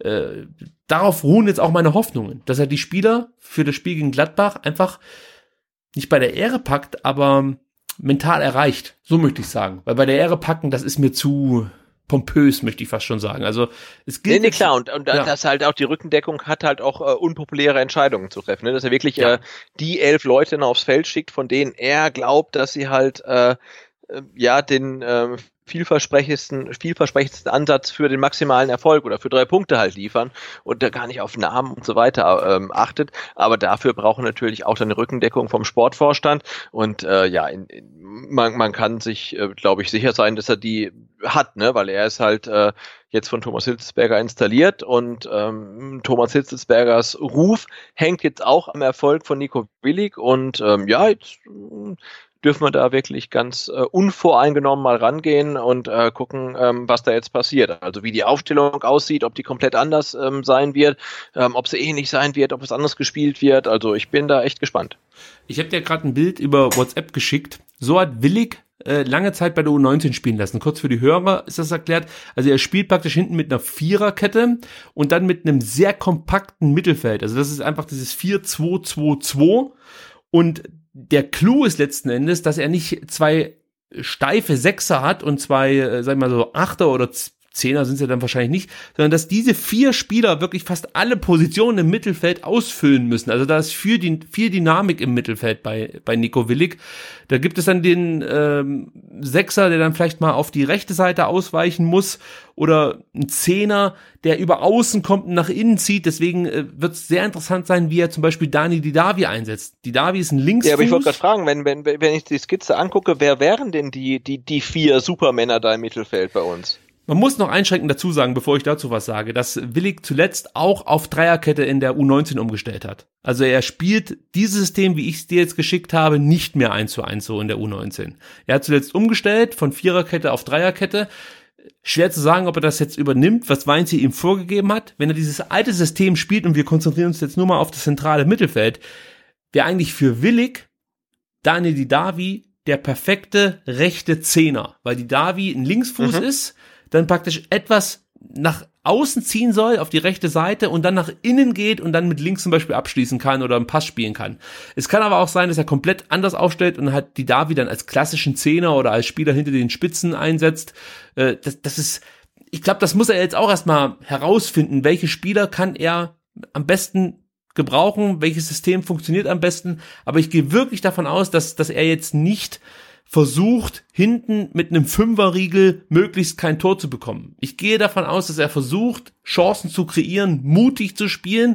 Speaker 5: äh, darauf ruhen jetzt auch meine Hoffnungen, dass er die Spieler für das Spiel gegen Gladbach einfach nicht bei der Ehre packt, aber mental erreicht. So möchte ich sagen. Weil bei der Ehre packen, das ist mir zu pompös, möchte ich fast schon sagen. Also es gilt.
Speaker 7: Nee, nee, klar, und, und
Speaker 5: ja.
Speaker 7: dass halt auch die Rückendeckung hat halt auch äh, unpopuläre Entscheidungen zu treffen, ne? Dass er wirklich
Speaker 5: Ja.
Speaker 7: äh, die elf Leute noch aufs Feld schickt, von denen er glaubt, dass sie halt äh, äh, ja den äh, vielversprechendsten, vielversprechendsten Ansatz für den maximalen Erfolg oder für drei Punkte halt liefern und da gar nicht auf Namen und so weiter ähm, achtet. Aber dafür brauchen natürlich auch eine Rückendeckung vom Sportvorstand und äh, ja, in, in, man, man kann sich, äh, glaube ich, sicher sein, dass er die hat, ne, weil er ist halt äh, jetzt von Thomas Hitzelsberger installiert und ähm, Thomas Hitzelsbergers Ruf hängt jetzt auch am Erfolg von Nico Willig und ähm, ja, jetzt äh, dürfen wir da wirklich ganz äh, unvoreingenommen mal rangehen und äh, gucken, ähm, was da jetzt passiert. Also wie die Aufstellung aussieht, ob die komplett anders ähm, sein wird, ähm, ob sie ähnlich sein wird, ob es anders gespielt wird. Also ich bin da echt gespannt.
Speaker 5: Ich habe dir gerade ein Bild über WhatsApp geschickt. So hat Willig äh, lange Zeit bei der U neunzehn spielen lassen. Kurz für die Hörer ist das erklärt. Also er spielt praktisch hinten mit einer Viererkette und dann mit einem sehr kompakten Mittelfeld. Also das ist einfach dieses vier zwei zwei zwei und der Clou ist letzten Endes, dass er nicht zwei steife Sechser hat und zwei, äh, sag ich mal so, Achter oder Zehner sind es ja dann wahrscheinlich nicht, sondern dass diese vier Spieler wirklich fast alle Positionen im Mittelfeld ausfüllen müssen. Also da ist viel, viel Dynamik im Mittelfeld bei, bei Nico Willig. Da gibt es dann den ähm, Sechser, der dann vielleicht mal auf die rechte Seite ausweichen muss oder ein Zehner, der über außen kommt und nach innen zieht. Deswegen äh, wird es sehr interessant sein, wie er zum Beispiel Dani Didavi einsetzt. Didavi ist ein Linksfuß.
Speaker 7: Ja, aber ich wollte gerade fragen, wenn, wenn, wenn ich die Skizze angucke, wer wären denn die, die, die vier Supermänner da im Mittelfeld bei uns?
Speaker 5: Man muss noch einschränkend dazu sagen, bevor ich dazu was sage, dass Willig zuletzt auch auf Dreierkette in der U neunzehn umgestellt hat. Also er spielt dieses System, wie ich es dir jetzt geschickt habe, nicht mehr eins zu eins so in der U neunzehn. Er hat zuletzt umgestellt von Viererkette auf Dreierkette. Schwer zu sagen, ob er das jetzt übernimmt, was Weinziel ihm vorgegeben hat. Wenn er dieses alte System spielt und wir konzentrieren uns jetzt nur mal auf das zentrale Mittelfeld, wäre eigentlich für Willig Dani Didavi der perfekte rechte Zehner, weil Didavi ein Linksfuß mhm. ist, dann praktisch etwas nach außen ziehen soll, auf die rechte Seite und dann nach innen geht und dann mit links zum Beispiel abschließen kann oder einen Pass spielen kann. Es kann aber auch sein, dass er komplett anders aufstellt und halt Didavi dann als klassischen Zehner oder als Spieler hinter den Spitzen einsetzt. Äh, das, das ist, ich glaube, das muss er jetzt auch erstmal herausfinden, welche Spieler kann er am besten gebrauchen, welches System funktioniert am besten. Aber ich gehe wirklich davon aus, dass, dass er jetzt nicht versucht, hinten mit einem Fünferriegel möglichst kein Tor zu bekommen. Ich gehe davon aus, dass er versucht, Chancen zu kreieren, mutig zu spielen.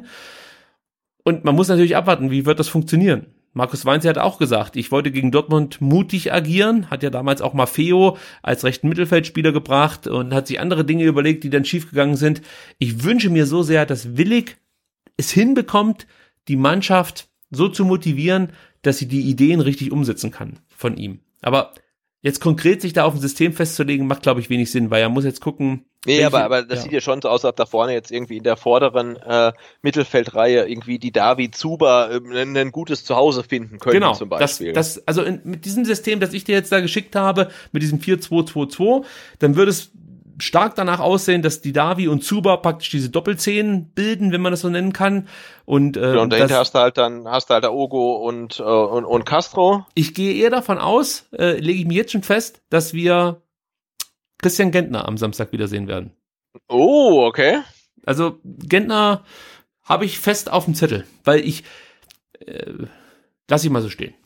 Speaker 5: Und man muss natürlich abwarten, wie wird das funktionieren. Markus Weinziel hat auch gesagt, ich wollte gegen Dortmund mutig agieren, hat ja damals auch Maffeo als rechten Mittelfeldspieler gebracht und hat sich andere Dinge überlegt, die dann schiefgegangen sind. Ich wünsche mir so sehr, dass Willig es hinbekommt, die Mannschaft so zu motivieren, dass sie die Ideen richtig umsetzen kann von ihm. Aber jetzt konkret sich da auf ein System festzulegen, macht, glaube ich, wenig Sinn, weil er muss jetzt gucken.
Speaker 7: Nee,
Speaker 5: welche,
Speaker 7: aber, aber das
Speaker 5: ja.
Speaker 7: sieht ja schon so aus, als ob da vorne jetzt irgendwie in der vorderen äh, Mittelfeldreihe irgendwie die David Zuber äh, ein, ein gutes Zuhause finden können,
Speaker 5: genau,
Speaker 7: zum Beispiel.
Speaker 5: Das, das, also in, mit diesem System, das ich dir jetzt da geschickt habe, mit diesem vier zwei zwei zwei, dann würde es stark danach aussehen, dass die Davi und Zuba praktisch diese Doppelzehn bilden, wenn man das so nennen kann. Und, äh,
Speaker 7: ja, und dahinter
Speaker 5: das,
Speaker 7: hast du halt dann, hast du halt da Ogo und, äh, und, und Castro.
Speaker 5: Ich gehe eher davon aus, äh, lege ich mir jetzt schon fest, dass wir Christian Gentner am Samstag wiedersehen werden.
Speaker 7: Oh, okay.
Speaker 5: Also Gentner habe ich fest auf dem Zettel, weil ich äh, lass ich mal so stehen.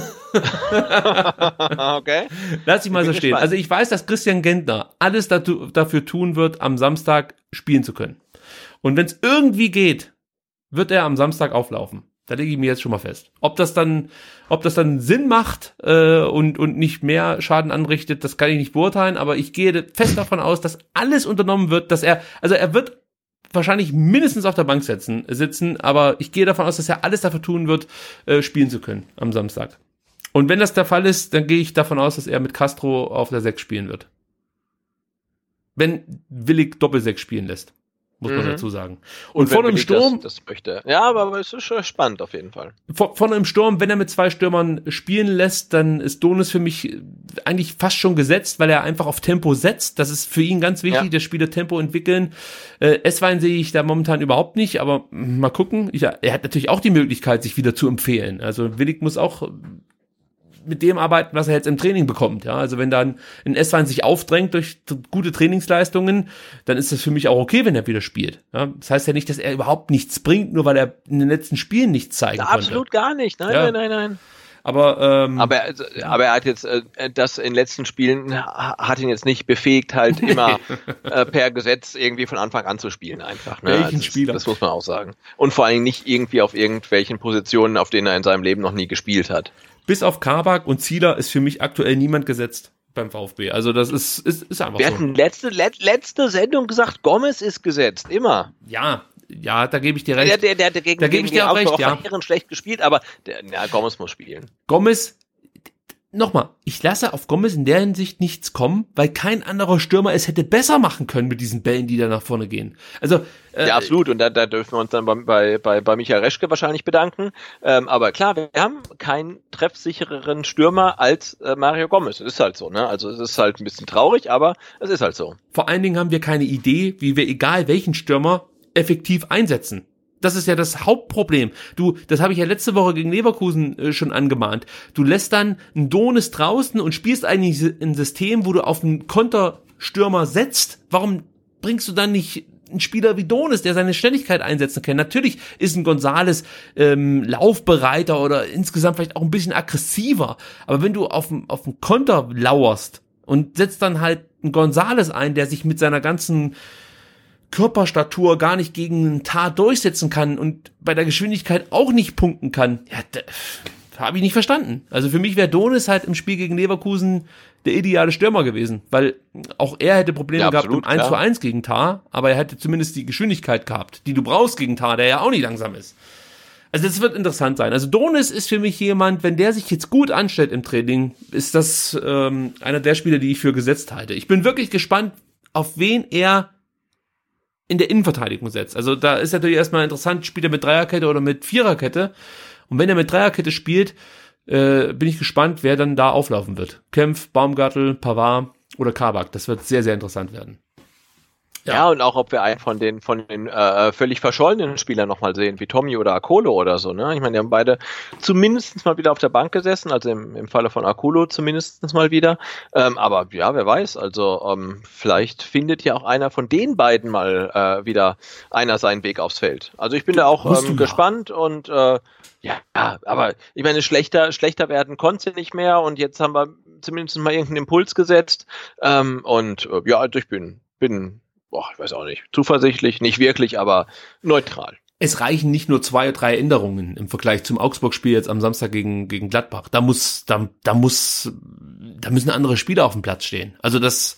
Speaker 7: Okay.
Speaker 5: Lass ich mal so
Speaker 7: gespannt.
Speaker 5: stehen. Also ich weiß, dass Christian Gentner alles dazu, dafür tun wird, am Samstag spielen zu können. Und wenn es irgendwie geht, wird er am Samstag auflaufen. Da lege ich mir jetzt schon mal fest. Ob das dann, ob das dann Sinn macht äh, und und nicht mehr Schaden anrichtet, das kann ich nicht beurteilen. Aber ich gehe fest davon aus, dass alles unternommen wird, dass er, also er wird wahrscheinlich mindestens auf der Bank sitzen, sitzen, aber ich gehe davon aus, dass er alles dafür tun wird, äh, spielen zu können am Samstag. Und wenn das der Fall ist, dann gehe ich davon aus, dass er mit Castro auf der sechs spielen wird. Wenn Willig Doppelsechs spielen lässt. muss man mhm. dazu sagen.
Speaker 6: Und, und
Speaker 5: vorne im Sturm,
Speaker 6: das, das möchte. Ja, aber, aber es ist schon spannend auf jeden Fall.
Speaker 5: Vor, vorne im Sturm, wenn er mit zwei Stürmern spielen lässt, dann ist Donis für mich eigentlich fast schon gesetzt, weil er einfach auf Tempo setzt. Das ist für ihn ganz wichtig, ja. Der Spieler Tempo entwickeln. Äh, Esswein sehe ich da momentan überhaupt nicht, aber mal gucken. Ich, er hat natürlich auch die Möglichkeit, sich wieder zu empfehlen. Also Willig muss auch mit dem arbeiten, was er jetzt im Training bekommt. Ja, also wenn dann ein Esswein sich aufdrängt durch gute Trainingsleistungen, dann ist das für mich auch okay, wenn er wieder spielt. Ja, das heißt ja nicht, dass er überhaupt nichts bringt, nur weil er in den letzten Spielen nichts zeigen
Speaker 6: ja,
Speaker 5: konnte.
Speaker 6: Absolut gar nicht. Nein, ja. nein, nein, nein.
Speaker 5: Aber, ähm,
Speaker 6: aber, aber er hat jetzt, äh, das in den letzten Spielen hat ihn jetzt nicht befähigt, halt immer äh, per Gesetz irgendwie von Anfang an zu spielen einfach. Ne?
Speaker 5: Welchen
Speaker 6: also,
Speaker 5: Spieler?
Speaker 6: Das muss man auch sagen. Und vor allen Dingen nicht irgendwie auf irgendwelchen Positionen, auf denen er in seinem Leben noch nie gespielt hat.
Speaker 5: Bis auf Kabak und Zieler ist für mich aktuell niemand gesetzt beim VfB. Also das ist, ist, ist einfach
Speaker 6: Wir
Speaker 5: so.
Speaker 6: Wir hatten letzte, let, letzte Sendung gesagt, Gomez ist gesetzt, immer.
Speaker 5: Ja, ja, da gebe ich dir recht.
Speaker 6: Der, der, der, der gegen,
Speaker 5: da gebe ich dir auch recht,
Speaker 6: auch
Speaker 5: ja.
Speaker 6: schlecht gespielt, aber der, ja, Gomez muss spielen.
Speaker 5: Gomez, nochmal, ich lasse auf Gomez in der Hinsicht nichts kommen, weil kein anderer Stürmer es hätte besser machen können mit diesen Bällen, die da nach vorne gehen. Also äh,
Speaker 6: ja, absolut. Und da, da dürfen wir uns dann bei, bei, bei Michael Reschke wahrscheinlich bedanken. Ähm, aber klar, wir haben keinen treffsichereren Stürmer als äh, Mario Gomez. Das ist halt so, ne? Also es ist halt ein bisschen traurig, aber es ist halt so.
Speaker 5: Vor allen Dingen haben wir keine Idee, wie wir egal welchen Stürmer effektiv einsetzen. Das ist ja das Hauptproblem. Du, das habe ich ja letzte Woche gegen Leverkusen äh, schon angemahnt. Du lässt dann einen Donis draußen und spielst eigentlich ein System, wo du auf einen Konterstürmer setzt. Warum bringst du dann nicht einen Spieler wie Donis, der seine Schnelligkeit einsetzen kann? Natürlich ist ein Gonzales ähm, laufbereiter oder insgesamt vielleicht auch ein bisschen aggressiver. Aber wenn du auf einen auf einen Konter lauerst und setzt dann halt einen Gonzales ein, der sich mit seiner ganzen Körperstatur gar nicht gegen einen Tar durchsetzen kann und bei der Geschwindigkeit auch nicht punkten kann, ja, habe ich nicht verstanden. Also für mich wäre Donis halt im Spiel gegen Leverkusen der ideale Stürmer gewesen, weil auch er hätte Probleme ja, absolut, gehabt im eins zu eins gegen Tar, aber er hätte zumindest die Geschwindigkeit gehabt, die du brauchst gegen Tar, der ja auch nicht langsam ist. Also das wird interessant sein. Also Donis ist für mich jemand, wenn der sich jetzt gut anstellt im Training, ist das ähm, einer der Spieler, die ich für gesetzt halte. Ich bin wirklich gespannt, auf wen er in der Innenverteidigung setzt. Also da ist natürlich erstmal interessant, spielt er mit Dreierkette oder mit Viererkette. Und wenn er mit Dreierkette spielt, äh, bin ich gespannt, wer dann da auflaufen wird. Kempf, Baumgartel, Pavard oder Kabak. Das wird sehr, sehr interessant werden.
Speaker 6: Ja. ja, und auch, ob wir einen von den von den äh, völlig verschollenen Spielern nochmal sehen, wie Tommy oder Akolo oder so, ne? Ich meine, die haben beide zumindest mal wieder auf der Bank gesessen, also im, im Falle von Akolo zumindest mal wieder. Ähm, aber ja, wer weiß, also ähm, vielleicht findet ja auch einer von den beiden mal äh, wieder einer seinen Weg aufs Feld. Also ich bin da auch ähm, gespannt und äh, ja, aber ich meine, schlechter schlechter werden konnte sie nicht mehr und jetzt haben wir zumindest mal irgendeinen Impuls gesetzt. Ähm, und äh, ja, also ich bin bin Boah, ich weiß auch nicht, zuversichtlich, nicht wirklich, aber neutral.
Speaker 5: Es reichen nicht nur zwei oder drei Änderungen im Vergleich zum Augsburg-Spiel jetzt am Samstag gegen gegen Gladbach. Da muss, da, da muss, da müssen andere Spieler auf dem Platz stehen. Also das.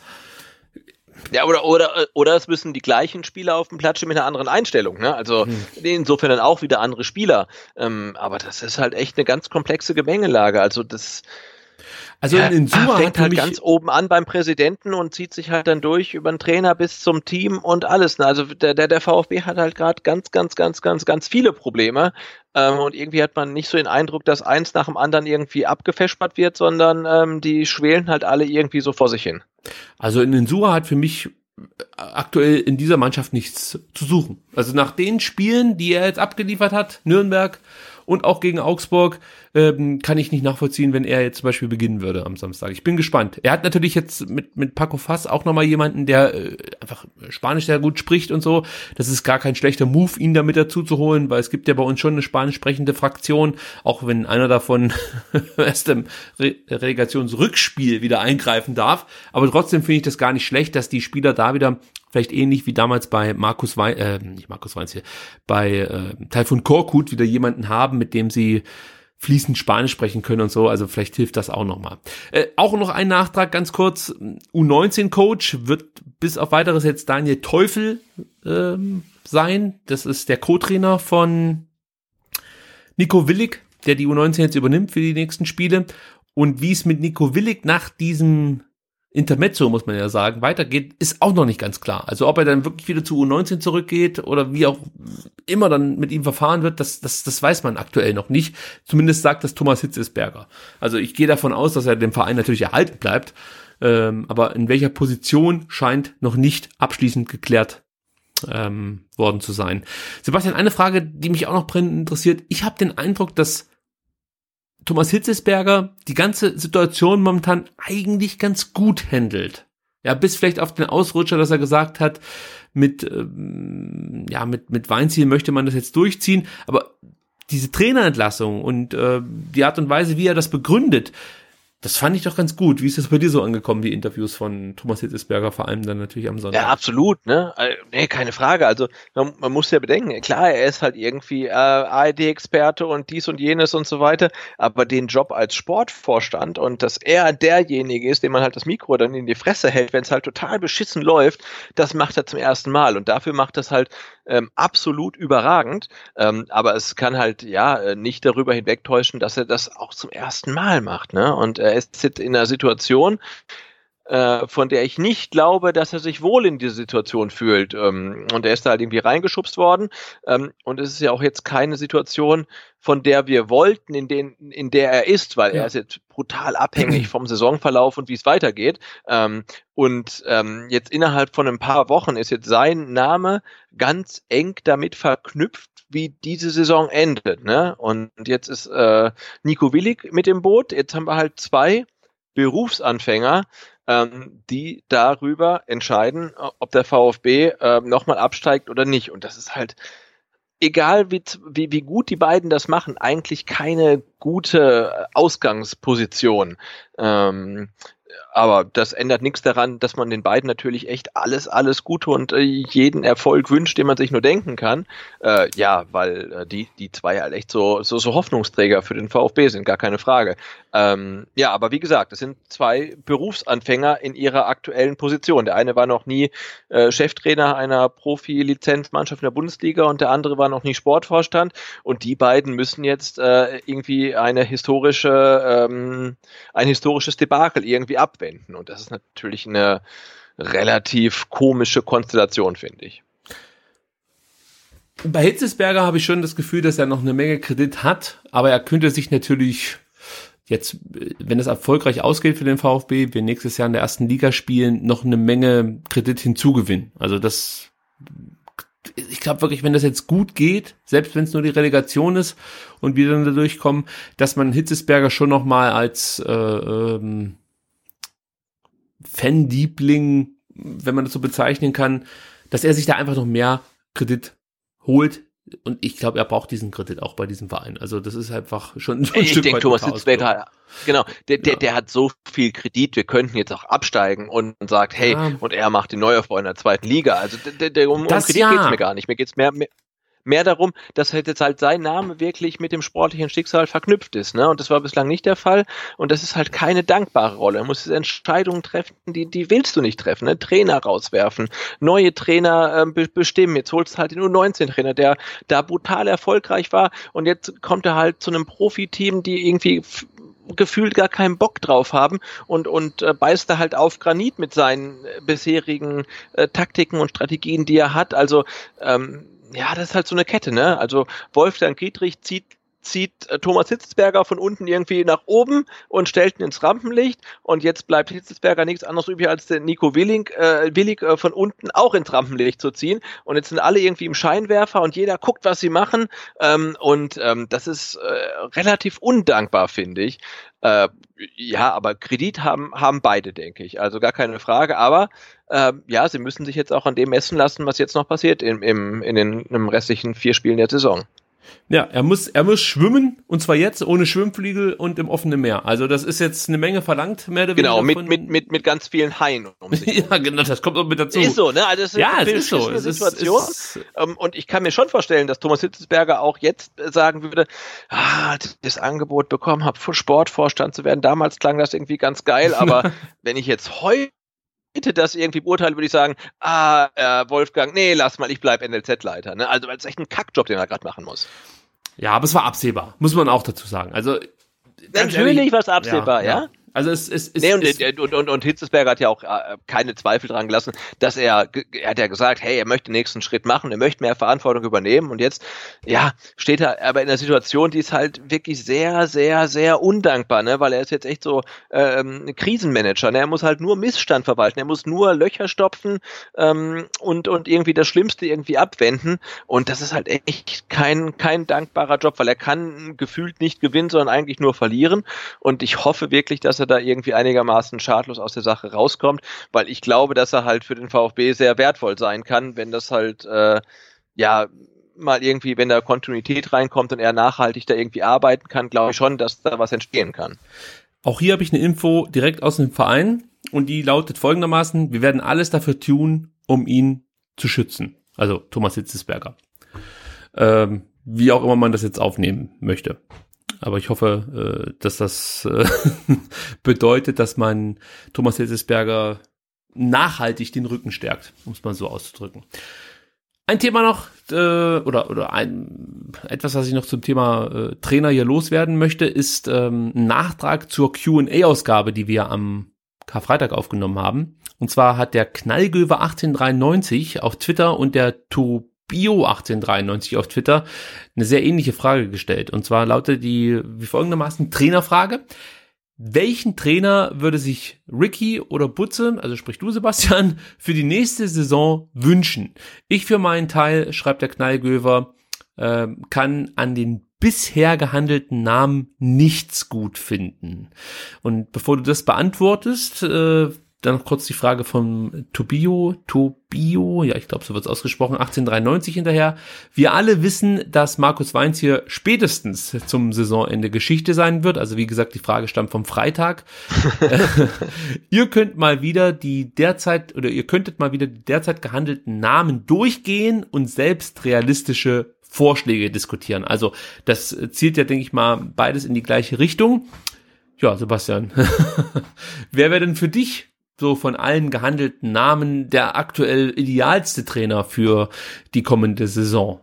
Speaker 6: Ja, oder oder oder es müssen die gleichen Spieler auf dem Platz stehen mit einer anderen Einstellung. Ne? Also hm. insofern dann auch wieder andere Spieler. Ähm, aber das ist halt echt eine ganz komplexe Gemengelage. Also das.
Speaker 5: Also
Speaker 6: ja,
Speaker 5: in Suma
Speaker 6: fängt halt ganz oben an beim Präsidenten und zieht sich halt dann durch über den Trainer bis zum Team und alles. Also der, der, der VfB hat halt gerade ganz, ganz, ganz, ganz, ganz viele Probleme. Ähm, und irgendwie hat man nicht so den Eindruck, dass eins nach dem anderen irgendwie abgefespert wird, sondern ähm, die schwelen halt alle irgendwie so vor sich hin.
Speaker 5: Also in den Sura hat für mich aktuell in dieser Mannschaft nichts zu suchen. Also nach den Spielen, die er jetzt abgeliefert hat, Nürnberg und auch gegen Augsburg, ähm, kann ich nicht nachvollziehen, wenn er jetzt zum Beispiel beginnen würde am Samstag. Ich bin gespannt. Er hat natürlich jetzt mit mit Paco Fass auch nochmal jemanden, der äh, einfach Spanisch sehr gut spricht und so. Das ist gar kein schlechter Move, ihn damit dazu zu holen, weil es gibt ja bei uns schon eine spanisch sprechende Fraktion, auch wenn einer davon erst im Re- Relegationsrückspiel wieder eingreifen darf. Aber trotzdem finde ich das gar nicht schlecht, dass die Spieler da wieder vielleicht ähnlich wie damals bei Markus Wein, äh, nicht Markus Weins hier, bei äh, Taifun Korkut wieder jemanden haben, mit dem sie fließend Spanisch sprechen können und so, also vielleicht hilft das auch nochmal. Äh, auch noch ein Nachtrag, ganz kurz, U neunzehn Coach wird bis auf weiteres jetzt Daniel Teufel ähm, sein, das ist der Co-Trainer von Nico Willig, der die U neunzehn jetzt übernimmt für die nächsten Spiele und wie es mit Nico Willig nach diesem Intermezzo, muss man ja sagen, weitergeht, ist auch noch nicht ganz klar. Also ob er dann wirklich wieder zu U neunzehn zurückgeht oder wie auch immer dann mit ihm verfahren wird, das, das, das weiß man aktuell noch nicht. Zumindest sagt das Thomas Hitzelsberger. Also ich gehe davon aus, dass er dem Verein natürlich erhalten bleibt, ähm, aber in welcher Position scheint noch nicht abschließend geklärt ähm, worden zu sein. Sebastian, eine Frage, die mich auch noch brennend interessiert. Ich habe den Eindruck, dass Thomas Hitzelsberger die ganze Situation momentan eigentlich ganz gut handelt. Ja, bis vielleicht auf den Ausrutscher, dass er gesagt hat, mit, ähm, ja, mit, mit Weinziel möchte man das jetzt durchziehen. Aber diese Trainerentlassung und äh, die Art und Weise, wie er das begründet, das fand ich doch ganz gut. Wie ist das bei dir so angekommen, die Interviews von Thomas Hitzelsberger, vor allem dann natürlich am Sonntag?
Speaker 7: Ja, absolut, ne? Nee, keine Frage. Also man, man muss ja bedenken, klar, er ist halt irgendwie äh, A R D-Experte und dies und jenes und so weiter, aber den Job als Sportvorstand und dass er derjenige ist, dem man halt das Mikro dann in die Fresse hält, wenn es halt total beschissen läuft, das macht er zum ersten Mal und dafür macht das halt ähm, absolut überragend, ähm, aber es kann halt ja nicht darüber hinwegtäuschen, dass er das auch zum ersten Mal macht, ne? Und er ist jetzt in einer Situation, äh, von der ich nicht glaube, dass er sich wohl in dieser Situation fühlt. Ähm, und er ist da halt irgendwie reingeschubst worden. Ähm, und es ist ja auch jetzt keine Situation, von der wir wollten, in, den, in der er ist, weil ja. er ist jetzt brutal abhängig vom Saisonverlauf und wie es weitergeht. Ähm, und ähm, jetzt innerhalb von ein paar Wochen ist jetzt sein Name ganz eng damit verknüpft, wie diese Saison endet, ne? Und jetzt ist äh, Nico Willig mit im Boot. Jetzt haben wir halt zwei Berufsanfänger, ähm, die darüber entscheiden, ob der VfB äh, nochmal absteigt oder nicht. Und das ist halt, egal wie, wie, wie gut die beiden das machen, eigentlich keine gute Ausgangsposition. Ähm, aber das ändert nichts daran, dass man den beiden natürlich echt alles, alles Gute und äh, jeden Erfolg wünscht, den man sich nur denken kann. Äh, ja, weil äh, die die zwei halt echt so, so so Hoffnungsträger für den VfB sind, gar keine Frage. Ähm, ja, aber wie gesagt, das sind zwei Berufsanfänger in ihrer aktuellen Position. Der eine war noch nie äh, Cheftrainer einer Profi-Lizenzmannschaft in der Bundesliga und der andere war noch nie Sportvorstand. Und die beiden müssen jetzt äh, irgendwie eine historische, ähm, ein historisches Debakel irgendwie abwenden. Und das ist natürlich eine relativ komische Konstellation, finde ich.
Speaker 5: Bei Hitzelsberger habe ich schon das Gefühl, dass er noch eine Menge Kredit hat, aber er könnte sich natürlich jetzt, wenn es erfolgreich ausgeht für den VfB, wir nächstes Jahr in der ersten Liga spielen, noch eine Menge Kredit hinzugewinnen. Also das, ich glaube wirklich, wenn das jetzt gut geht, selbst wenn es nur die Relegation ist und wir dann da durchkommen, dass man Hitzelsberger schon noch mal als äh, ähm, Fanliebling, wenn man das so bezeichnen kann, dass er sich da einfach noch mehr Kredit holt. Und ich glaube, er braucht diesen Kredit auch bei diesem Verein. Also das ist einfach schon so ein
Speaker 7: ich
Speaker 5: Stück
Speaker 7: denke,
Speaker 5: weit
Speaker 7: Thomas Hitzelsberger, genau, der, der,
Speaker 5: ja.
Speaker 7: der hat so viel Kredit, wir könnten jetzt auch absteigen und, und sagt, hey,
Speaker 5: ja.
Speaker 7: und er macht den Neuaufbau in der zweiten Liga. Also der, der, um, um Kredit
Speaker 5: ja.
Speaker 7: geht's mir gar nicht. Mir geht's mehr, mehr Mehr darum, dass halt jetzt halt sein Name wirklich mit dem sportlichen Schicksal verknüpft ist, ne? Und das war bislang nicht der Fall. Und das ist halt keine dankbare Rolle. Er muss Entscheidungen treffen, die, die willst du nicht treffen, ne? Trainer rauswerfen, neue Trainer ähm, be- bestimmen. Jetzt holst du halt den U neunzehn Trainer, der da brutal erfolgreich war. Und jetzt kommt er halt zu einem Profiteam, die irgendwie f- gefühlt gar keinen Bock drauf haben und und äh, beißt da halt auf Granit mit seinen äh, bisherigen äh, Taktiken und Strategien, die er hat. Also ähm, ja, das ist halt so eine Kette, ne? Also Wolfgang Dietrich zieht zieht äh, Thomas Hitzelsberger von unten irgendwie nach oben und stellt ihn ins Rampenlicht und jetzt bleibt Hitzelsberger nichts anderes übrig, als den Nico Willig, äh, Willig äh, von unten auch ins Rampenlicht zu ziehen und jetzt sind alle irgendwie im Scheinwerfer und jeder guckt, was sie machen ähm, und ähm, das ist äh, relativ undankbar, finde ich. Äh, ja, aber Kredit haben haben beide, denke ich, also gar keine Frage, aber äh, ja, sie müssen sich jetzt auch an dem messen lassen, was jetzt noch passiert im, im, in den im restlichen vier Spielen der Saison.
Speaker 5: Ja, er muss, er muss schwimmen, und zwar jetzt ohne Schwimmflügel und im offenen Meer. Also das ist jetzt eine Menge verlangt, mehr oder weniger.
Speaker 7: Genau, mit,
Speaker 5: von
Speaker 7: mit, mit, mit ganz vielen Haien um sich.
Speaker 5: Ja, genau, das kommt auch mit dazu.
Speaker 7: Ist so, ne? Also es ist
Speaker 5: ja,
Speaker 7: eine
Speaker 5: es ist so.
Speaker 7: beschissene
Speaker 5: Es
Speaker 7: Situation.
Speaker 5: Ist, ist,
Speaker 7: ähm, und ich kann mir schon vorstellen, dass Thomas Hitzelsberger auch jetzt sagen würde, ah, das Angebot bekommen habe, Sportvorstand zu werden. Damals klang das irgendwie ganz geil, aber wenn ich jetzt heute das irgendwie beurteile, würde ich sagen, ah, äh, Wolfgang, nee, lass mal, ich bleib N L Z-Leiter. Ne? Also, weil es echt ein Kackjob, den er gerade machen muss.
Speaker 5: Ja, aber es war absehbar, muss man auch dazu sagen. Also
Speaker 7: natürlich war es absehbar, ja.
Speaker 5: ja. Also es ist...
Speaker 7: Nee, und, und, und, und Hitzelsberger hat ja auch äh, keine Zweifel dran gelassen, dass er, er hat ja gesagt, hey, er möchte den nächsten Schritt machen, er möchte mehr Verantwortung übernehmen und jetzt, ja, steht er aber in einer Situation, die ist halt wirklich sehr, sehr, sehr undankbar, ne, weil er ist jetzt echt so ähm, ein Krisenmanager, ne, er muss halt nur Missstand verwalten, er muss nur Löcher stopfen ähm, und, und irgendwie das Schlimmste irgendwie abwenden und das ist halt echt kein, kein dankbarer Job, weil er kann gefühlt nicht gewinnen, sondern eigentlich nur verlieren und ich hoffe wirklich, dass er da irgendwie einigermaßen schadlos aus der Sache rauskommt, weil ich glaube, dass er halt für den VfB sehr wertvoll sein kann, wenn das halt, äh, ja, mal irgendwie, wenn da Kontinuität reinkommt und er nachhaltig da irgendwie arbeiten kann, glaube ich schon, dass da was entstehen kann.
Speaker 5: Auch hier habe ich eine Info direkt aus dem Verein und die lautet folgendermaßen, wir werden alles dafür tun, um ihn zu schützen. Also Thomas Hitzelsberger. Ähm, wie auch immer man das jetzt aufnehmen möchte. Aber ich hoffe, äh, dass das äh, bedeutet, dass man Thomas Hitzelsberger nachhaltig den Rücken stärkt, um es mal so auszudrücken. Ein Thema noch, äh, oder oder ein etwas, was ich noch zum Thema äh, Trainer hier loswerden möchte, ist ähm, ein Nachtrag zur Q und A-Ausgabe, die wir am Karfreitag aufgenommen haben. Und zwar hat der Knallgöwe achtzehnhundertdreiundneunzig auf Twitter und der Tour Bio achtzehnhundertdreiundneunzig auf Twitter eine sehr ähnliche Frage gestellt. Und zwar lautet die wie folgendermaßen Trainerfrage. Welchen Trainer würde sich Ricky oder Butze, also sprich du Sebastian, für die nächste Saison wünschen? Ich für meinen Teil, schreibt der Knallgöver, äh, kann an den bisher gehandelten Namen nichts gut finden. Und bevor du das beantwortest, äh, dann noch kurz die Frage von Tobio, Tobio, ja, ich glaube, so wird es ausgesprochen, achtzehnhundertdreiundneunzig hinterher. Wir alle wissen, dass Markus Weins hier spätestens zum Saisonende Geschichte sein wird. Also wie gesagt, die Frage stammt vom Freitag. Ihr könnt mal wieder die derzeit, oder ihr könntet mal wieder die derzeit gehandelten Namen durchgehen und selbst realistische Vorschläge diskutieren. Also das zielt ja, denke ich mal, beides in die gleiche Richtung. Ja, Sebastian, wer wäre denn für dich so von allen gehandelten Namen der aktuell idealste Trainer für die kommende Saison?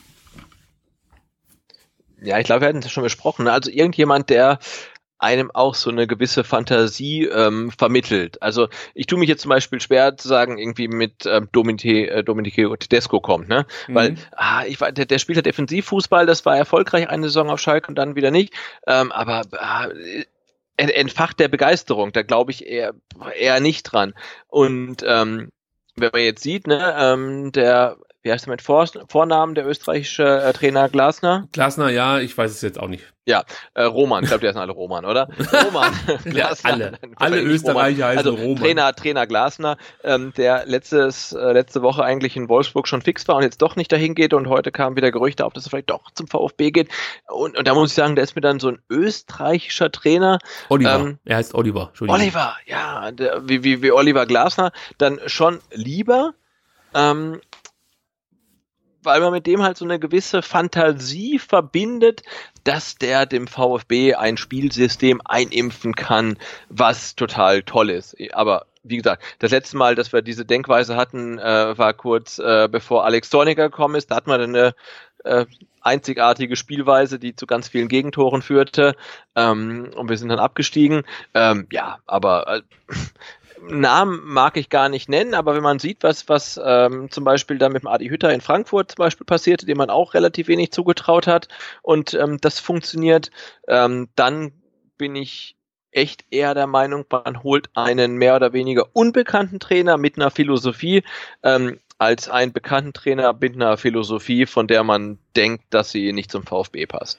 Speaker 7: Ja, ich glaube, wir hatten es schon besprochen. Also irgendjemand, der einem auch so eine gewisse Fantasie ähm, vermittelt. Also ich tue mich jetzt zum Beispiel schwer zu sagen, irgendwie mit ähm, Dominique, äh, Dominique Tedesco kommt, ne? Mhm. Weil ah, ich war, der, der spielt ja Defensivfußball, das war erfolgreich eine Saison auf Schalke und dann wieder nicht. Ähm, aber ah, entfacht der Begeisterung, da glaube ich eher eher nicht dran. Und ähm, wenn man jetzt sieht, ne, ähm, der, wie heißt der mit Vor- Vornamen, der österreichische äh, Trainer Glasner?
Speaker 5: Glasner, ja, ich weiß es jetzt auch nicht.
Speaker 7: Ja, äh, Roman, ich glaube, die heißen alle Roman, oder? Roman,
Speaker 5: Glasner. alle, alle Österreicher heißen
Speaker 7: also,
Speaker 5: Roman.
Speaker 7: Trainer, Trainer Glasner, ähm, der letztes, äh, letzte Woche eigentlich in Wolfsburg schon fix war und jetzt doch nicht dahin geht und heute kamen wieder Gerüchte auf, dass er vielleicht doch zum VfB geht. Und, und da muss ich sagen, da ist mir dann so ein österreichischer Trainer.
Speaker 5: Oliver,
Speaker 7: ähm,
Speaker 5: er heißt Oliver. Entschuldigung.
Speaker 7: Oliver, ja, der, wie, wie, wie Oliver Glasner, dann schon lieber, ähm, weil man mit dem halt so eine gewisse Fantasie verbindet, dass der dem VfB ein Spielsystem einimpfen kann, was total toll ist. Aber wie gesagt, das letzte Mal, dass wir diese Denkweise hatten, äh, war kurz äh, bevor Alex Zorniger gekommen ist. Da hatten wir eine äh, einzigartige Spielweise, die zu ganz vielen Gegentoren führte. Ähm, und wir sind dann abgestiegen. Ähm, ja, aber äh, Namen mag ich gar nicht nennen, aber wenn man sieht, was was ähm, zum Beispiel da mit dem Adi Hütter in Frankfurt zum Beispiel passierte, dem man auch relativ wenig zugetraut hat und ähm, das funktioniert, ähm, dann bin ich echt eher der Meinung, man holt einen mehr oder weniger unbekannten Trainer mit einer Philosophie, ähm, als einen bekannten Trainer mit einer Philosophie, von der man denkt, dass sie nicht zum VfB passt.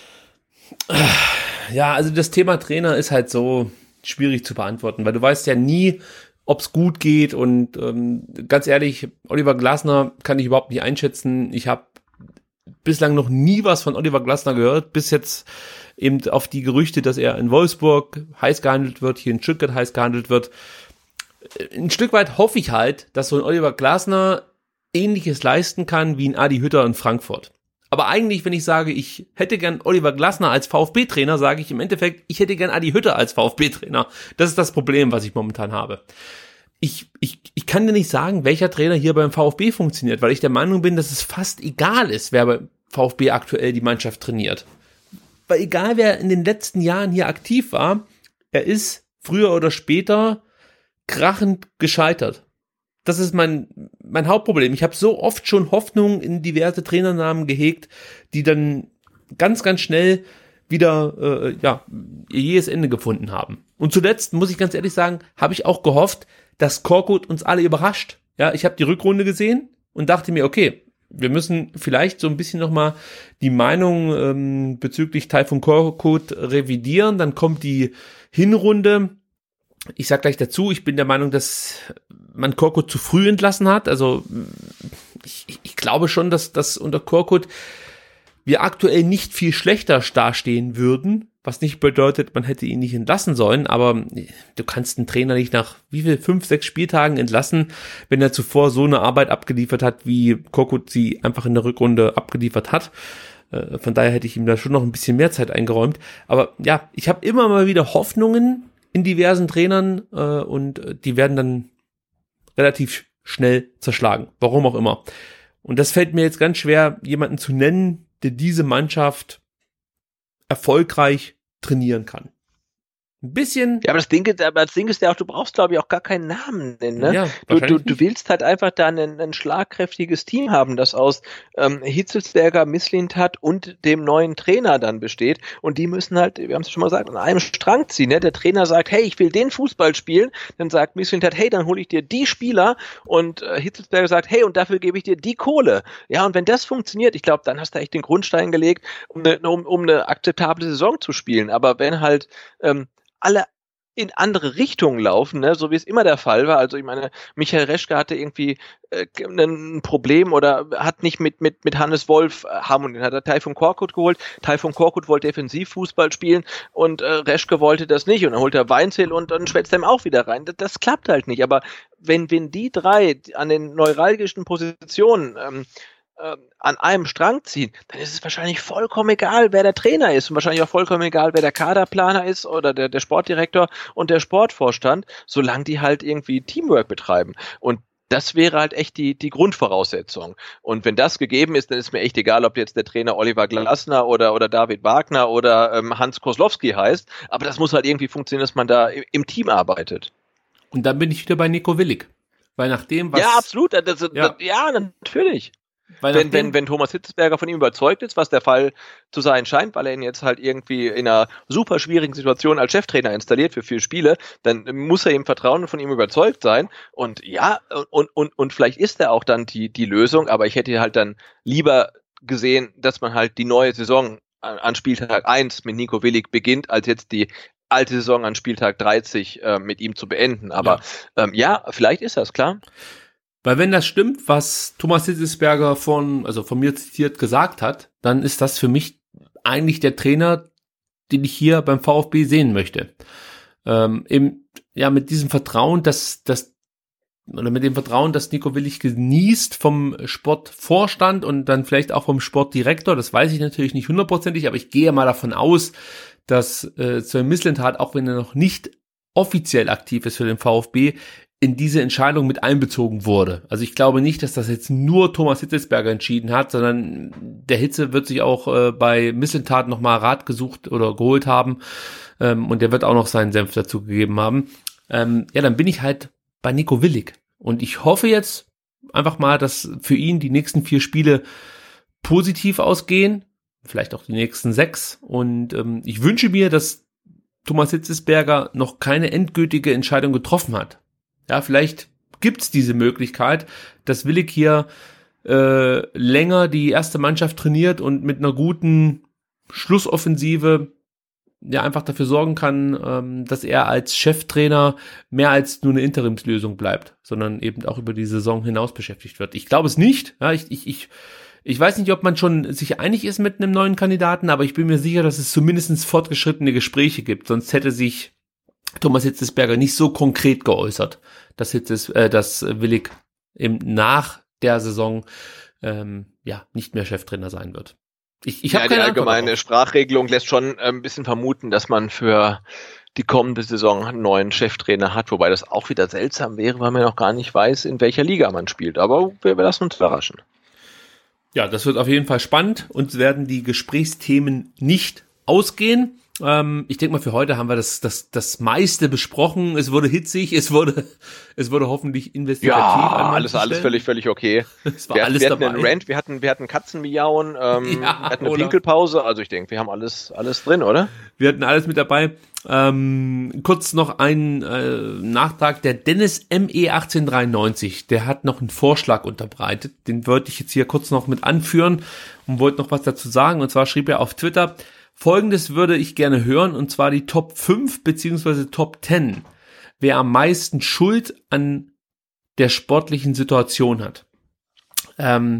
Speaker 5: Ja, also das Thema Trainer ist halt so schwierig zu beantworten, weil du weißt ja nie, ob es gut geht und ähm, ganz ehrlich, Oliver Glasner kann ich überhaupt nicht einschätzen. Ich habe bislang noch nie was von Oliver Glasner gehört, bis jetzt eben auf die Gerüchte, dass er in Wolfsburg heiß gehandelt wird, hier in Stuttgart heiß gehandelt wird. Ein Stück weit hoffe ich halt, dass so ein Oliver Glasner Ähnliches leisten kann wie ein Adi Hütter in Frankfurt. Aber eigentlich, wenn ich sage, ich hätte gern Oliver Glasner als VfB-Trainer, sage ich im Endeffekt, ich hätte gern Adi Hütter als VfB-Trainer. Das ist das Problem, was ich momentan habe. Ich, ich, ich kann dir nicht sagen, welcher Trainer hier beim VfB funktioniert, weil ich der Meinung bin, dass es fast egal ist, wer beim VfB aktuell die Mannschaft trainiert. Weil egal, wer in den letzten Jahren hier aktiv war, er ist früher oder später krachend gescheitert. Das ist mein mein Hauptproblem. Ich habe so oft schon Hoffnung in diverse Trainernamen gehegt, die dann ganz, ganz schnell wieder äh, ja ihr jähes Ende gefunden haben. Und zuletzt, muss ich ganz ehrlich sagen, habe ich auch gehofft, dass Korkut uns alle überrascht. Ja, ich habe die Rückrunde gesehen und dachte mir, okay, wir müssen vielleicht so ein bisschen nochmal die Meinung ähm, bezüglich Tayfun Korkut revidieren. Dann kommt die Hinrunde. Ich sag gleich dazu, ich bin der Meinung, dass man Korkut zu früh entlassen hat. Also ich, ich glaube schon, dass, dass unter Korkut wir aktuell nicht viel schlechter dastehen würden, was nicht bedeutet, man hätte ihn nicht entlassen sollen, aber du kannst einen Trainer nicht nach wie viel, fünf, sechs Spieltagen entlassen, wenn er zuvor so eine Arbeit abgeliefert hat, wie Korkut sie einfach in der Rückrunde abgeliefert hat. Von daher hätte ich ihm da schon noch ein bisschen mehr Zeit eingeräumt. Aber ja, ich habe immer mal wieder Hoffnungen in diversen Trainern und die werden dann relativ schnell zerschlagen, warum auch immer. Und das fällt mir jetzt ganz schwer, jemanden zu nennen, der diese Mannschaft erfolgreich trainieren kann. Ein bisschen.
Speaker 7: Ja, aber das Ding ist, aber das Ding ist ja auch, du brauchst, glaube ich, auch gar keinen Namen nennen, ne?
Speaker 5: Ja,
Speaker 7: du, du, du willst halt einfach da ein, ein schlagkräftiges Team haben, das aus ähm, Hitzelsberger, Mislintat und dem neuen Trainer dann besteht. Und die müssen halt, wir haben es schon mal gesagt, an einem Strang ziehen, ne? Der Trainer sagt, hey, ich will den Fußball spielen. Dann sagt Mislintat, hey, dann hole ich dir die Spieler. Und äh, Hitzelsberger sagt, hey, und dafür gebe ich dir die Kohle. Ja, und wenn das funktioniert, ich glaube, dann hast du echt den Grundstein gelegt, um eine, um, um eine akzeptable Saison zu spielen. Aber wenn halt ähm, alle in andere Richtungen laufen, ne, so wie es immer der Fall war. Also ich meine, Michael Reschke hatte irgendwie äh, ein Problem oder hat nicht mit mit mit Hannes Wolf äh, harmoniert. Hat er Tayfun Korkut geholt. Tayfun Korkut wollte Defensivfußball spielen und äh, Reschke wollte das nicht. Und dann holt er Weinzel und dann schwätzt er ihm auch wieder rein. Das, das klappt halt nicht. Aber wenn wenn die drei an den neuralgischen Positionen ähm, an einem Strang ziehen, dann ist es wahrscheinlich vollkommen egal, wer der Trainer ist und wahrscheinlich auch vollkommen egal, wer der Kaderplaner ist oder der, der Sportdirektor und der Sportvorstand, solange die halt irgendwie Teamwork betreiben. Und das wäre halt echt die, die Grundvoraussetzung. Und wenn das gegeben ist, dann ist mir echt egal, ob jetzt der Trainer Oliver Glasner oder, oder David Wagner oder ähm, Hans Koslowski heißt, aber das muss halt irgendwie funktionieren, dass man da im, im Team arbeitet.
Speaker 5: Und dann bin ich wieder bei Nico Willig. Weil nach dem, was...
Speaker 7: Ja, absolut. Das, das,
Speaker 5: ja.
Speaker 7: Das, ja, natürlich.
Speaker 5: Weil
Speaker 7: wenn, wenn, wenn Thomas Hitzelsberger von ihm überzeugt ist, was der Fall zu sein scheint, weil er ihn jetzt halt irgendwie in einer super schwierigen Situation als Cheftrainer installiert für vier Spiele, dann muss er ihm vertrauen und von ihm überzeugt sein. Und ja, und, und, und vielleicht ist er auch dann die, die Lösung, aber ich hätte halt dann lieber gesehen, dass man halt die neue Saison an Spieltag eins mit Nico Willig beginnt, als jetzt die alte Saison an Spieltag dreißig äh, mit ihm zu beenden. Aber ja, ähm, ja vielleicht ist das, klar.
Speaker 5: Weil wenn das stimmt, was Thomas Hitzelsberger von, also von mir zitiert, gesagt hat, dann ist das für mich eigentlich der Trainer, den ich hier beim VfB sehen möchte. Ähm, eben, ja, mit diesem Vertrauen, dass, dass, oder mit dem Vertrauen, dass Nico Willig genießt vom Sportvorstand und dann vielleicht auch vom Sportdirektor, das weiß ich natürlich nicht hundertprozentig, aber ich gehe mal davon aus, dass äh, Sven Mislintat, auch wenn er noch nicht offiziell aktiv ist für den VfB, in diese Entscheidung mit einbezogen wurde. Also ich glaube nicht, dass das jetzt nur Thomas Hitzelsberger entschieden hat, sondern der Hitze wird sich auch äh, bei Mislintat nochmal Rat gesucht oder geholt haben ähm, und der wird auch noch seinen Senf dazu gegeben haben. Ähm, ja, dann bin ich halt bei Nico Willig und ich hoffe jetzt einfach mal, dass für ihn die nächsten vier Spiele positiv ausgehen, vielleicht auch die nächsten sechs und ähm, ich wünsche mir, dass Thomas Hitzelsberger noch keine endgültige Entscheidung getroffen hat. Ja, vielleicht gibt's diese Möglichkeit, dass Willig hier äh, länger die erste Mannschaft trainiert und mit einer guten Schlussoffensive ja einfach dafür sorgen kann, ähm, dass er als Cheftrainer mehr als nur eine Interimslösung bleibt, sondern eben auch über die Saison hinaus beschäftigt wird. Ich glaube es nicht. Ja, ich, ich, ich, ich weiß nicht, ob man schon sich einig ist mit einem neuen Kandidaten, aber ich bin mir sicher, dass es zumindest fortgeschrittene Gespräche gibt. Sonst hätte sich Thomas Hitzelsberger nicht so konkret geäußert, dass Hitzes, äh, dass Willig eben nach der Saison ähm, ja nicht mehr Cheftrainer sein wird. Ich, ich habe
Speaker 7: ja,
Speaker 5: keine
Speaker 7: die allgemeine Sprachregelung lässt schon ein bisschen vermuten, dass man für die kommende Saison einen neuen Cheftrainer hat, wobei das auch wieder seltsam wäre, weil man noch gar nicht weiß, in welcher Liga man spielt. Aber wir, wir lassen uns überraschen.
Speaker 5: Ja, das wird auf jeden Fall spannend. Uns werden die Gesprächsthemen nicht ausgehen. Ähm, ich denke mal, für heute haben wir das, das, das meiste besprochen. Es wurde hitzig, es wurde, es wurde hoffentlich investigativ.
Speaker 7: Ja, alles, alles völlig, völlig okay.
Speaker 5: Es war
Speaker 7: wir,
Speaker 5: alles
Speaker 7: wir hatten
Speaker 5: dabei.
Speaker 7: einen Rant, wir hatten, wir hatten Katzenmiauen, ähm,
Speaker 5: Ja,
Speaker 7: wir hatten eine
Speaker 5: oder?
Speaker 7: Pinkelpause. Also ich denke, wir haben alles, alles drin, oder?
Speaker 5: Wir hatten alles mit dabei. Ähm, kurz noch ein äh, Nachtrag. Der Dennis M E achtzehnhundertdreiundneunzig, der hat noch einen Vorschlag unterbreitet. Den wollte ich jetzt hier kurz noch mit anführen und wollte noch was dazu sagen. Und zwar schrieb er auf Twitter: Folgendes würde ich gerne hören, und zwar die Top fünf beziehungsweise Top zehn. Wer am meisten Schuld an der sportlichen Situation hat. Ähm,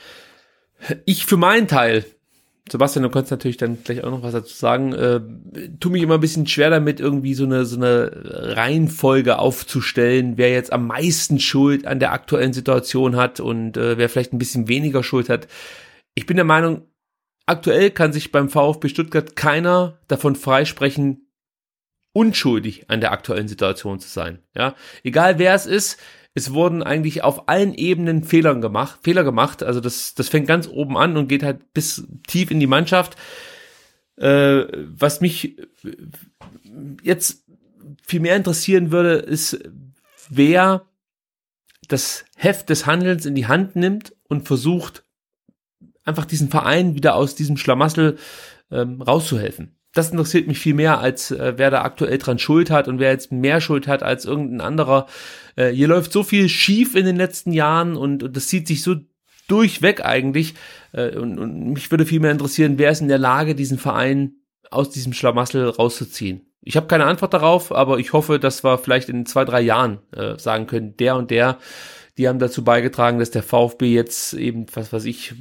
Speaker 5: ich für meinen Teil, Sebastian, du kannst natürlich dann gleich auch noch was dazu sagen, äh, tu mich immer ein bisschen schwer damit, irgendwie so eine so eine Reihenfolge aufzustellen, wer jetzt am meisten Schuld an der aktuellen Situation hat und äh, wer vielleicht ein bisschen weniger Schuld hat. Ich bin der Meinung, aktuell kann sich beim VfB Stuttgart keiner davon freisprechen, unschuldig an der aktuellen Situation zu sein. Ja, egal wer es ist, es wurden eigentlich auf allen Ebenen Fehler gemacht, Fehler gemacht. Also das, das fängt ganz oben an und geht halt bis tief in die Mannschaft. Äh, was mich jetzt viel mehr interessieren würde, ist, wer das Heft des Handelns in die Hand nimmt und versucht, einfach diesen Verein wieder aus diesem Schlamassel ähm, rauszuhelfen. Das interessiert mich viel mehr, als äh, wer da aktuell dran Schuld hat und wer jetzt mehr Schuld hat als irgendein anderer. Äh, hier läuft so viel schief in den letzten Jahren und, und das zieht sich so durchweg eigentlich. Äh, und, und mich würde viel mehr interessieren, wer ist in der Lage, diesen Verein aus diesem Schlamassel rauszuziehen. Ich habe keine Antwort darauf, aber ich hoffe, dass wir vielleicht in zwei, drei Jahren äh, sagen können, der und der, die haben dazu beigetragen, dass der VfB jetzt eben, was weiß ich,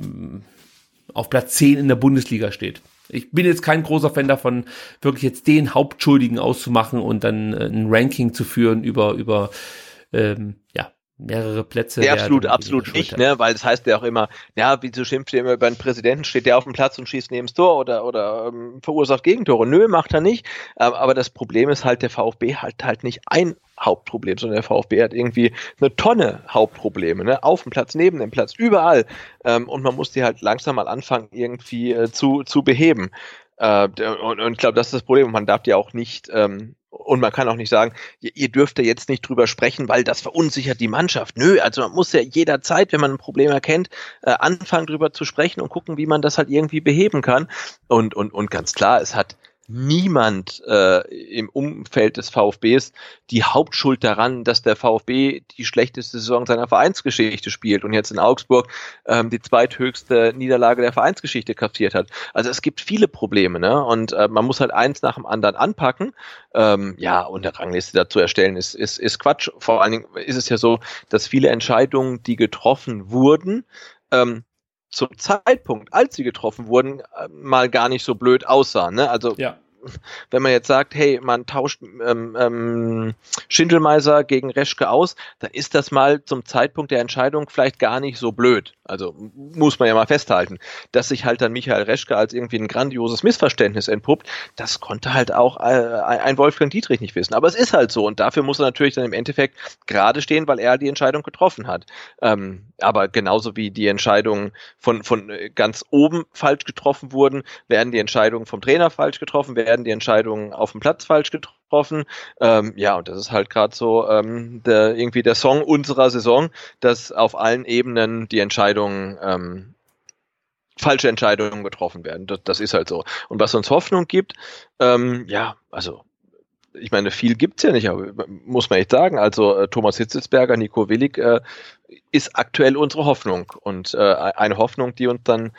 Speaker 5: auf Platz zehn in der Bundesliga steht. Ich bin jetzt kein großer Fan davon, wirklich jetzt den Hauptschuldigen auszumachen und dann äh, ein Ranking zu führen über über ähm, ja mehrere Plätze.
Speaker 7: Ja, absolut, absolut nicht, ne, weil es heißt ja auch immer, ja, wieso schimpft ihr immer über den Präsidenten, steht der auf dem Platz und schießt neben das Tor oder oder ähm, verursacht Gegentore? Nö, macht er nicht. Ähm, aber das Problem ist halt, der VfB hat halt nicht ein Hauptproblem, sondern der VfB hat irgendwie eine Tonne Hauptprobleme, ne, auf dem Platz, neben dem Platz, überall. Ähm, und man muss die halt langsam mal anfangen, irgendwie äh, zu zu beheben. Äh, und, und ich glaube, das ist das Problem. Man darf ja auch nicht ähm, und man kann auch nicht sagen, ihr, ihr dürft ja jetzt nicht drüber sprechen, weil das verunsichert die Mannschaft. Nö, also man muss ja jederzeit, wenn man ein Problem erkennt, äh, anfangen drüber zu sprechen und gucken, wie man das halt irgendwie beheben kann. Und und und ganz klar, es hat niemand äh, im Umfeld des VfBs die Hauptschuld daran, dass der VfB die schlechteste Saison seiner Vereinsgeschichte spielt und jetzt in Augsburg ähm, die zweithöchste Niederlage der Vereinsgeschichte kassiert hat. Also es gibt viele Probleme, ne? Und äh, man muss halt eins nach dem anderen anpacken. Ähm, ja, und eine Rangliste dazu erstellen ist, ist, ist Quatsch. Vor allen Dingen ist es ja so, dass viele Entscheidungen, die getroffen wurden, ähm, zum Zeitpunkt, als sie getroffen wurden, mal gar nicht so blöd aussahen. Ne? Also
Speaker 5: ja.
Speaker 7: Wenn man jetzt sagt, hey, man tauscht ähm, ähm, Schindelmeiser gegen Reschke aus, dann ist das mal zum Zeitpunkt der Entscheidung vielleicht gar nicht so blöd. Also muss man ja mal festhalten. Dass sich halt dann Michael Reschke als irgendwie ein grandioses Missverständnis entpuppt, das konnte halt auch äh, ein Wolfgang Dietrich nicht wissen. Aber es ist halt so und dafür muss er natürlich dann im Endeffekt gerade stehen, weil er die Entscheidung getroffen hat. Ähm, aber genauso wie die Entscheidungen von, von ganz oben falsch getroffen wurden, werden die Entscheidungen vom Trainer falsch getroffen, werden die Entscheidungen auf dem Platz falsch getroffen. Ähm, ja, und das ist halt gerade so ähm, der, irgendwie der Song unserer Saison, dass auf allen Ebenen die Entscheidungen, ähm, falsche Entscheidungen getroffen werden. Das, das ist halt so. Und was uns Hoffnung gibt, ähm, ja, also ich meine, viel gibt's ja nicht, aber muss man echt sagen. Also äh, Thomas Hitzelsberger, Nico Willig äh, ist aktuell unsere Hoffnung und äh, eine Hoffnung, die uns dann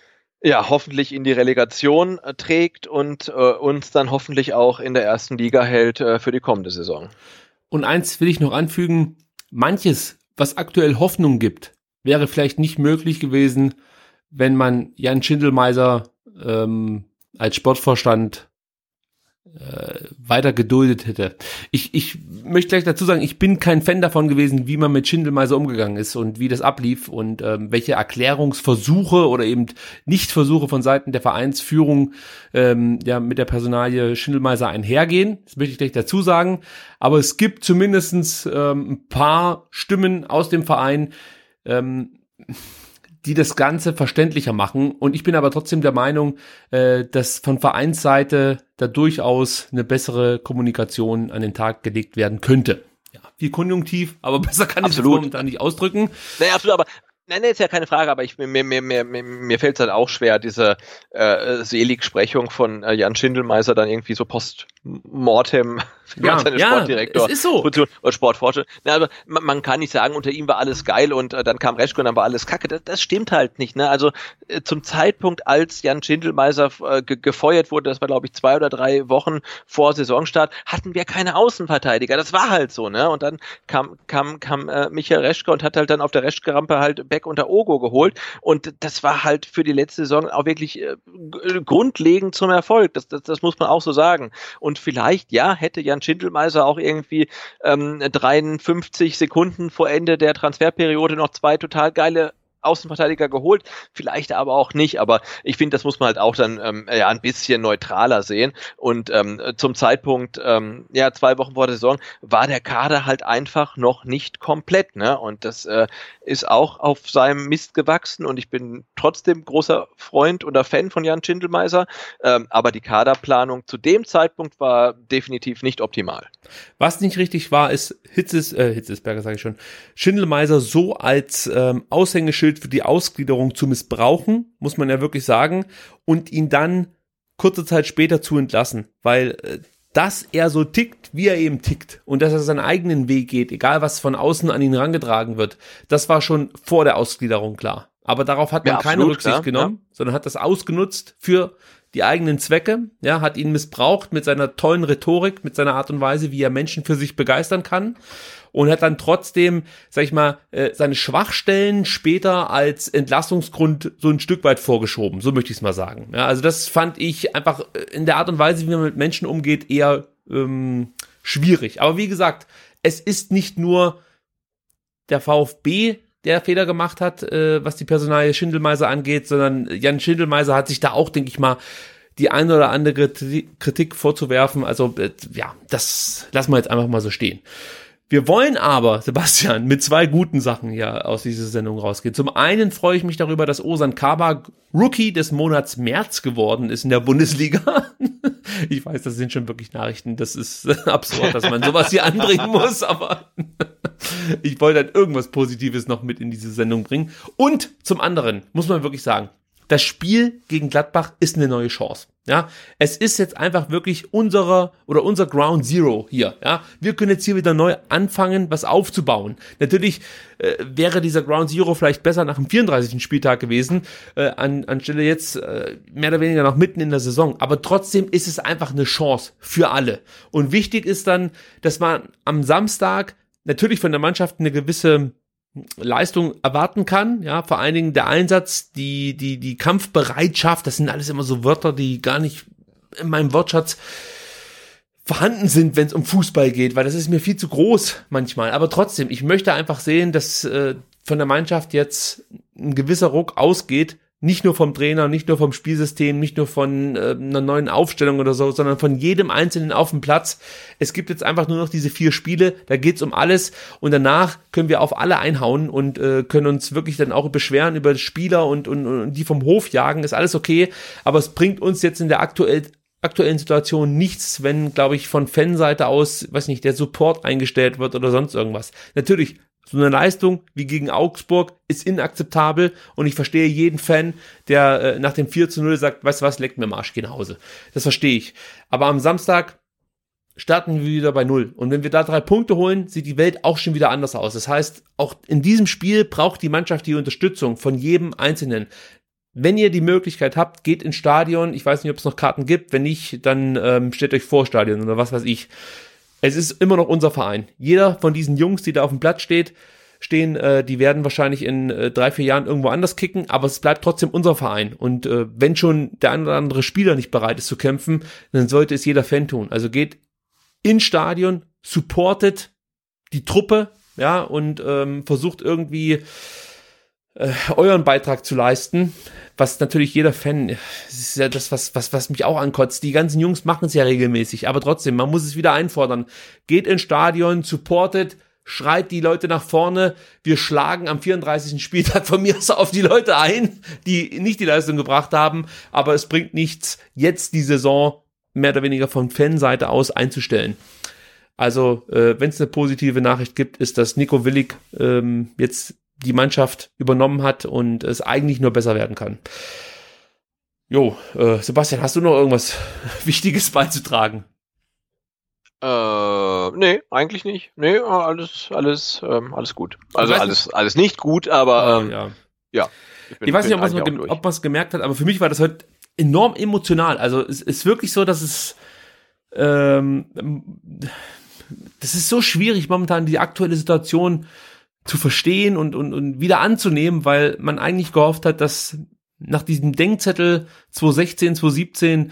Speaker 7: ja hoffentlich in die Relegation äh, trägt und äh, uns dann hoffentlich auch in der ersten Liga hält äh, für die kommende Saison.
Speaker 5: Und eins will ich noch anfügen, manches, was aktuell Hoffnung gibt, wäre vielleicht nicht möglich gewesen, wenn man Jan Schindelmeiser ähm, als Sportvorstand äh, weiter geduldet hätte. Ich, ich möchte gleich dazu sagen, ich bin kein Fan davon gewesen, wie man mit Schindelmeiser umgegangen ist und wie das ablief und ähm, welche Erklärungsversuche oder eben Nichtversuche von Seiten der Vereinsführung ähm, ja mit der Personalie Schindelmeiser einhergehen. Das möchte ich gleich dazu sagen. Aber es gibt zumindestens ähm, ein paar Stimmen aus dem Verein, ähm, die das Ganze verständlicher machen. Und ich bin aber trotzdem der Meinung, äh, dass von Vereinsseite da durchaus eine bessere Kommunikation an den Tag gelegt werden könnte. Ja, viel Konjunktiv, aber besser kann ich es momentan nicht ausdrücken.
Speaker 7: Naja, absolut, aber Nein, nee, ist ja keine Frage, aber ich, mir, mir, mir, mir, mir fällt es halt auch schwer, diese äh, Seligsprechung von äh, Jan Schindelmeiser dann irgendwie so post-mortem, wie
Speaker 5: ja,
Speaker 7: man seine
Speaker 5: ja,
Speaker 7: Sportdirektor
Speaker 5: es ist so.
Speaker 7: oder Sportforscher. Na, aber man, man kann nicht sagen, unter ihm war alles geil und äh, dann kam Reschke und dann war alles kacke. Das, das stimmt halt nicht. Ne? Also äh, zum Zeitpunkt, als Jan Schindelmeiser äh, ge- gefeuert wurde, das war glaube ich zwei oder drei Wochen vor Saisonstart, hatten wir keine Außenverteidiger. Das war halt so. Ne? Und dann kam kam kam äh, Michael Reschke und hat halt dann auf der Reschke-Rampe halt Beck unter Ogo geholt und das war halt für die letzte Saison auch wirklich äh, g- grundlegend zum Erfolg. Das, das, das muss man auch so sagen. Und vielleicht, ja, hätte Jan Schindelmeiser auch irgendwie ähm, dreiundfünfzig Sekunden vor Ende der Transferperiode noch zwei total geile Außenverteidiger geholt, vielleicht aber auch nicht, aber ich finde, das muss man halt auch dann ähm, ja ein bisschen neutraler sehen und ähm, zum Zeitpunkt, ähm, ja, zwei Wochen vor der Saison war der Kader halt einfach noch nicht komplett, ne, und das äh, ist auch auf seinem Mist gewachsen und ich bin trotzdem großer Freund oder Fan von Jan Schindelmeiser, ähm, aber die Kaderplanung zu dem Zeitpunkt war definitiv nicht optimal.
Speaker 5: Was nicht richtig war, ist Hitzes, äh, Hitzesberger sage ich schon, Schindelmeiser so als ähm, Aushängeschild für die Ausgliederung zu missbrauchen, muss man ja wirklich sagen, und ihn dann kurze Zeit später zu entlassen, weil äh, dass er so tickt, wie er eben tickt und dass er seinen eigenen Weg geht, egal was von außen an ihn herangetragen wird, das war schon vor der Ausgliederung klar. Aber darauf hat man ja, keine absolut, Rücksicht ja, genommen, ja. sondern hat das ausgenutzt für die eigenen Zwecke, ja, hat ihn missbraucht mit seiner tollen Rhetorik, mit seiner Art und Weise, wie er Menschen für sich begeistern kann und hat dann trotzdem, sag ich mal, äh, seine Schwachstellen später als Entlassungsgrund so ein Stück weit vorgeschoben, so möchte ich es mal sagen. Ja, also das fand ich einfach in der Art und Weise, wie man mit Menschen umgeht, eher ähm, schwierig. Aber wie gesagt, es ist nicht nur der VfB, der Fehler gemacht hat, äh, was die Personalie Schindelmeiser angeht, sondern Jan Schindelmeiser hat sich da auch, denke ich mal, die eine oder andere Kritik vorzuwerfen. Also äh, ja, das lassen wir jetzt einfach mal so stehen. Wir wollen aber, Sebastian, mit zwei guten Sachen hier aus dieser Sendung rausgehen. Zum einen freue ich mich darüber, dass Ozan Kabak Rookie des Monats März geworden ist in der Bundesliga. Ich weiß, das sind schon wirklich Nachrichten. Das ist absurd, dass man sowas hier anbringen muss, aber ich wollte halt irgendwas Positives noch mit in diese Sendung bringen. Und zum anderen muss man wirklich sagen, das Spiel gegen Gladbach ist eine neue Chance. Ja, es ist jetzt einfach wirklich unsere oder unser Ground Zero hier. Ja, wir können jetzt hier wieder neu anfangen, was aufzubauen. Natürlich äh, wäre dieser Ground Zero vielleicht besser nach dem vierunddreißigsten Spieltag gewesen, äh, an, anstelle jetzt äh, mehr oder weniger noch mitten in der Saison. Aber trotzdem ist es einfach eine Chance für alle. Und wichtig ist dann, dass man am Samstag natürlich von der Mannschaft eine gewisse Leistung erwarten kann, ja, vor allen Dingen der Einsatz, die, die, die Kampfbereitschaft, das sind alles immer so Wörter, die gar nicht in meinem Wortschatz vorhanden sind, wenn es um Fußball geht, weil das ist mir viel zu groß manchmal, aber trotzdem, ich möchte einfach sehen, dass äh, von der Mannschaft jetzt ein gewisser Ruck ausgeht, nicht nur vom Trainer, nicht nur vom Spielsystem, nicht nur von äh, einer neuen Aufstellung oder so, sondern von jedem Einzelnen auf dem Platz. Es gibt jetzt einfach nur noch diese vier Spiele, da geht's um alles und danach können wir auf alle einhauen und äh, können uns wirklich dann auch beschweren über Spieler und, und, und die vom Hof jagen, ist alles okay, aber es bringt uns jetzt in der aktuell, aktuellen Situation nichts, wenn, glaube ich, von Fanseite aus, weiß nicht, der Support eingestellt wird oder sonst irgendwas. Natürlich, so eine Leistung wie gegen Augsburg ist inakzeptabel und ich verstehe jeden Fan, der äh, nach dem vier zu null sagt, weißt du was, leckt mir am Arsch, geh nach Hause. Das verstehe ich. Aber am Samstag starten wir wieder bei Null. Und wenn wir da drei Punkte holen, sieht die Welt auch schon wieder anders aus. Das heißt, auch in diesem Spiel braucht die Mannschaft die Unterstützung von jedem Einzelnen. Wenn ihr die Möglichkeit habt, geht ins Stadion. Ich weiß nicht, ob es noch Karten gibt. Wenn nicht, dann ähm, stellt euch vor Stadion oder was weiß ich. Es ist immer noch unser Verein. Jeder von diesen Jungs, die da auf dem Platz steht, stehen, äh, die werden wahrscheinlich in äh, drei, vier Jahren irgendwo anders kicken, aber es bleibt trotzdem unser Verein. Und äh, wenn schon der ein oder andere Spieler nicht bereit ist zu kämpfen, dann sollte es jeder Fan tun. Also geht ins Stadion, supportet die Truppe, ja, und ähm, versucht irgendwie äh, euren Beitrag zu leisten. Was natürlich jeder Fan, das ist ja das, was, was, was mich auch ankotzt. Die ganzen Jungs machen es ja regelmäßig, aber trotzdem, man muss es wieder einfordern. Geht ins Stadion, supportet, schreit die Leute nach vorne, wir schlagen am vierunddreißigsten Spieltag von mir aus auf die Leute ein, die nicht die Leistung gebracht haben, aber es bringt nichts, jetzt die Saison mehr oder weniger von Fanseite aus einzustellen. Also, äh, wenn es eine positive Nachricht gibt, ist, dass Nico Willig ähm, jetzt die Mannschaft übernommen hat und es eigentlich nur besser werden kann. Jo, äh, Sebastian, hast du noch irgendwas Wichtiges beizutragen?
Speaker 7: Äh, nee, eigentlich nicht. Nee, alles, alles, ähm, alles gut. Also alles, alles nicht gut, aber ähm,
Speaker 5: ja.
Speaker 7: ja. Ich, bin,
Speaker 5: ich weiß nicht, ob man
Speaker 7: eigentlich
Speaker 5: es gemerkt hat, aber für mich war das heute enorm emotional. Also es ist wirklich so, dass es ähm, das ist so schwierig momentan, die aktuelle Situation zu verstehen und, und, und wieder anzunehmen, weil man eigentlich gehofft hat, dass nach diesem Denkzettel zwanzig sechzehn, zwanzig siebzehn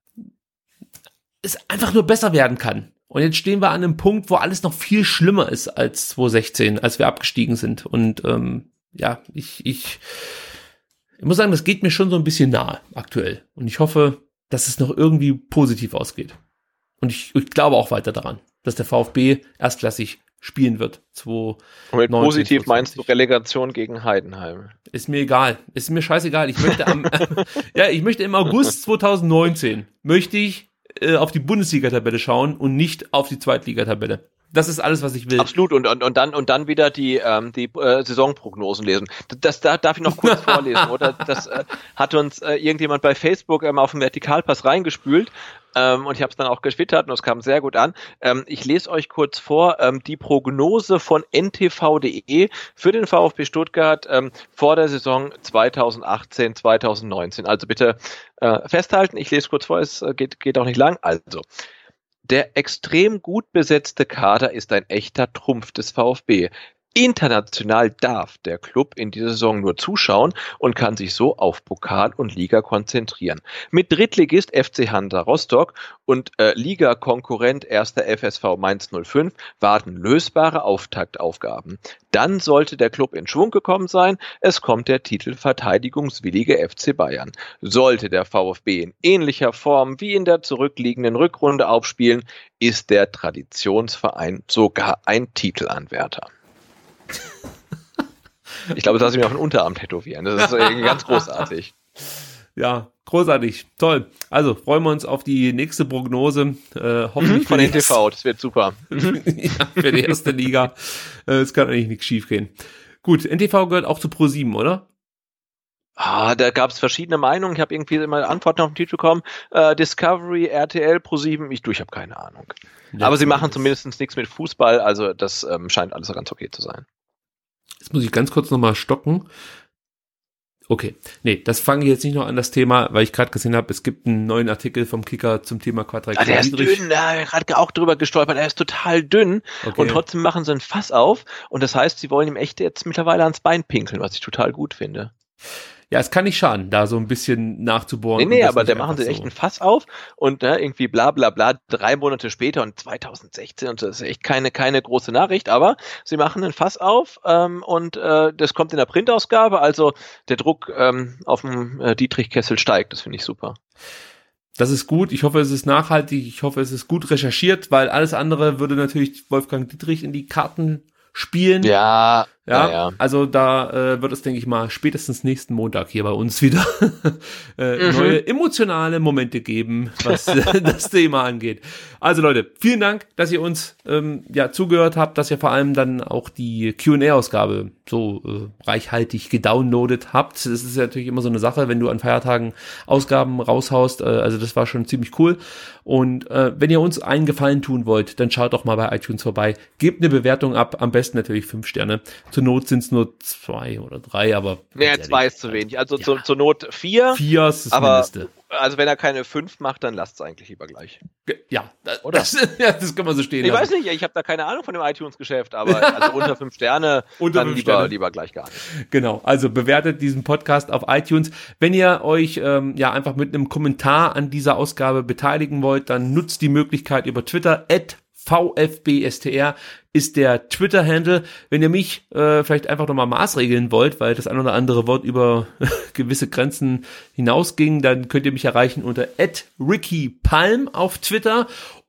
Speaker 5: es einfach nur besser werden kann. Und jetzt stehen wir an einem Punkt, wo alles noch viel schlimmer ist als zwanzig sechzehn, als wir abgestiegen sind. Und ähm, ja, ich, ich, ich muss sagen, das geht mir schon so ein bisschen nahe aktuell. Und ich hoffe, dass es noch irgendwie positiv ausgeht. Und ich, ich glaube auch weiter daran, dass der VfB erstklassig spielen wird.
Speaker 7: Und mit positiv meinst du Relegation gegen Heidenheim?
Speaker 5: Ist mir egal. Ist mir scheißegal. Ich möchte am, ja, ich möchte im August zwanzig neunzehn möchte ich äh, auf die Bundesliga-Tabelle schauen und nicht auf die Zweitliga-Tabelle. Das ist alles, was ich will.
Speaker 7: Absolut. Und, und, und dann, und dann wieder die, ähm, die äh, Saisonprognosen lesen. Das, das darf ich noch kurz vorlesen, oder? Das äh, hat uns äh, irgendjemand bei Facebook ähm, auf dem Vertikalpass reingespült. Ähm, und ich habe es dann auch getwittert und es kam sehr gut an. Ähm, ich lese euch kurz vor ähm, die Prognose von N T V Punkt de für den VfB Stuttgart ähm, vor der Saison zwanzig achtzehn, zwanzig neunzehn. Also bitte äh, festhalten. Ich lese kurz vor, es äh, geht, geht auch nicht lang. Also, der extrem gut besetzte Kader ist ein echter Trumpf des VfB. International darf der Club in dieser Saison nur zuschauen und kann sich so auf Pokal und Liga konzentrieren. Mit Drittligist F C Hansa Rostock und äh, Liga-Konkurrent erster F S V Mainz null fünf warten lösbare Auftaktaufgaben. Dann sollte der Club in Schwung gekommen sein, es kommt der titelverteidigungswillige F C Bayern. Sollte der VfB in ähnlicher Form wie in der zurückliegenden Rückrunde aufspielen, ist der Traditionsverein sogar ein Titelanwärter. Ich glaube, das lasse ich mir auf den Unterarm tätowieren. Das ist irgendwie ganz großartig.
Speaker 5: Ja, großartig. Toll. Also freuen wir uns auf die nächste Prognose. Äh, hoffentlich
Speaker 7: mhm, von N T V. Das wird super.
Speaker 5: Ja, für die erste Liga. Äh, es kann eigentlich nichts schief gehen. Gut, N T V gehört auch zu ProSieben, oder?
Speaker 7: Ah, da gab es verschiedene Meinungen. Ich habe irgendwie immer Antworten auf den Titel bekommen. Äh, Discovery, R T L, ProSieben. Ich, ich habe keine Ahnung. Ja, aber sie machen zumindest nichts mit Fußball. Also das ähm, scheint alles ganz okay zu sein.
Speaker 5: Jetzt muss ich ganz kurz nochmal stocken. Okay, nee, das fange ich jetzt nicht noch an, das Thema, weil ich gerade gesehen habe, es gibt einen neuen Artikel vom Kicker zum Thema Quadratmeter.
Speaker 7: Ah, der ist dünn, da habe ich gerade auch drüber gestolpert, er ist total dünn okay. Und trotzdem machen sie ein Fass auf und das heißt, sie wollen ihm echt jetzt mittlerweile ans Bein pinkeln, was ich total gut finde.
Speaker 5: Ja, es kann nicht schaden, da so ein bisschen nachzubohren.
Speaker 7: Nee, nee, aber da machen sie echt so ein Fass auf und ne, irgendwie bla bla bla, drei Monate später und zwanzig sechzehn und das ist echt keine keine große Nachricht, aber sie machen ein Fass auf ähm, und äh, das kommt in der Printausgabe, also der Druck ähm, auf dem äh, Dietrich-Kessel steigt, das finde ich super.
Speaker 5: Das ist gut, ich hoffe, es ist nachhaltig, ich hoffe, es ist gut recherchiert, weil alles andere würde natürlich Wolfgang Dietrich in die Karten spielen.
Speaker 7: Ja,
Speaker 5: ja,
Speaker 7: ja, ja.
Speaker 5: Also da äh, wird es, denke ich mal, spätestens nächsten Montag hier bei uns wieder äh, mhm. neue emotionale Momente geben, was äh, das Thema angeht. Also Leute, vielen Dank, dass ihr uns ähm, ja zugehört habt, dass ihr vor allem dann auch die Q und A-Ausgabe so äh, reichhaltig gedownloadet habt. Das ist ja natürlich immer so eine Sache, wenn du an Feiertagen Ausgaben raushaust. Äh, also das war schon ziemlich cool. Und äh, wenn ihr uns einen Gefallen tun wollt, dann schaut doch mal bei iTunes vorbei. Gebt eine Bewertung ab, am besten natürlich fünf Sterne. Zur Not sind es nur zwei oder drei, aber...
Speaker 7: Ja, zwei ist zu wenig. Also ja. zur, zur Not vier.
Speaker 5: Vier ist das
Speaker 7: aber,
Speaker 5: Mindeste.
Speaker 7: Also wenn er keine fünf macht, dann lasst es eigentlich lieber gleich.
Speaker 5: Ja, das, oder? Das, ja, das kann man so stehen
Speaker 7: Ich
Speaker 5: lassen.
Speaker 7: weiß nicht, ich habe da keine Ahnung von dem iTunes-Geschäft, aber also unter fünf Sterne, unter dann fünf lieber, Sterne. lieber gleich gar nicht.
Speaker 5: Genau, also bewertet diesen Podcast auf iTunes. Wenn ihr euch ähm, ja einfach mit einem Kommentar an dieser Ausgabe beteiligen wollt, dann nutzt die Möglichkeit über Twitter, at V F B S T R ist der Twitter-Handle. Wenn ihr mich äh, vielleicht einfach nochmal maßregeln wollt, weil das ein oder andere Wort über gewisse Grenzen hinausging, dann könnt ihr mich erreichen unter at Ricky Palm auf Twitter.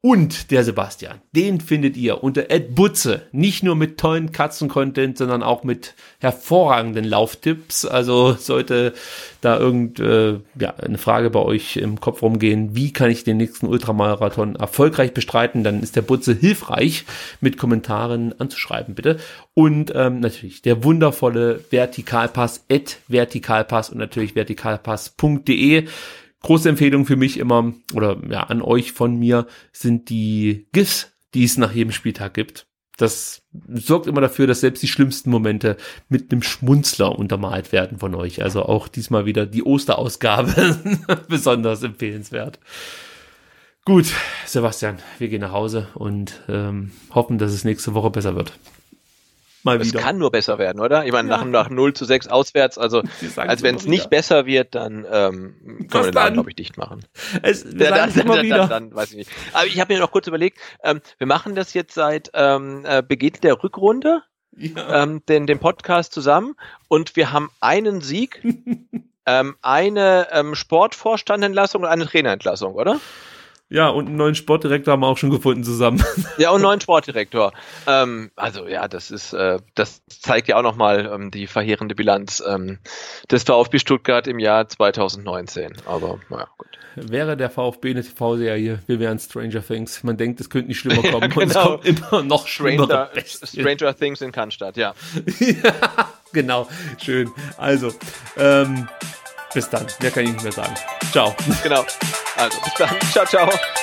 Speaker 5: Und der Sebastian, den findet ihr unter at butze, nicht nur mit tollen Katzen-Content, sondern auch mit hervorragenden Lauftipps. Also sollte da irgend äh, ja, eine Frage bei euch im Kopf rumgehen, wie kann ich den nächsten Ultramarathon erfolgreich bestreiten, dann ist der Butze hilfreich, mit Kommentaren anzuschreiben, bitte. Und ähm, natürlich der wundervolle Vertikalpass, at Vertikalpass und natürlich vertikalpass punkt de. Große Empfehlung für mich immer, oder ja, an euch von mir, sind die GIFs, die es nach jedem Spieltag gibt. Das sorgt immer dafür, dass selbst die schlimmsten Momente mit einem Schmunzler untermalt werden von euch. Also auch diesmal wieder die Osterausgabe besonders empfehlenswert. Gut, Sebastian, wir gehen nach Hause und ähm, hoffen, dass es nächste Woche besser wird. Mal
Speaker 7: es
Speaker 5: wieder.
Speaker 7: kann nur besser werden, oder? Ich meine,
Speaker 5: Ja.
Speaker 7: nach, nach null zu sechs auswärts, also als wenn es nicht besser wird, dann ähm, können wir den Laden, glaube ich, dicht machen.
Speaker 5: Es, wir
Speaker 7: Ja,
Speaker 5: sagen es immer
Speaker 7: dann,
Speaker 5: wieder.
Speaker 7: dann, dann weiß ich nicht. Aber ich habe mir noch kurz überlegt, ähm, wir machen das jetzt seit ähm, äh, Beginn der Rückrunde,
Speaker 5: Ja.
Speaker 7: ähm, den, den Podcast zusammen und wir haben einen Sieg, ähm, eine ähm, Sportvorstandentlassung und eine Trainerentlassung, oder?
Speaker 5: Ja, und einen neuen Sportdirektor haben wir auch schon gefunden zusammen.
Speaker 7: Ja, und einen neuen Sportdirektor. Ähm, also ja, das ist, äh, das zeigt ja auch nochmal ähm, die verheerende Bilanz ähm, des VfB Stuttgart im Jahr zwanzig neunzehn. Aber naja, gut.
Speaker 5: Wäre der VfB eine T V-Serie, wir wären Stranger Things. Man denkt, es könnte nicht schlimmer kommen.
Speaker 7: Ja,
Speaker 5: Und es
Speaker 7: genau.
Speaker 5: kommt immer noch schlimmere
Speaker 7: Stranger,
Speaker 5: Bestien.
Speaker 7: Stranger Things in Cannstatt, ja.
Speaker 5: Ja, genau, schön. Also, ähm, bis dann. Mehr kann ich nicht mehr sagen. Ciao.
Speaker 7: Genau. Also bis dann. Ciao, ciao.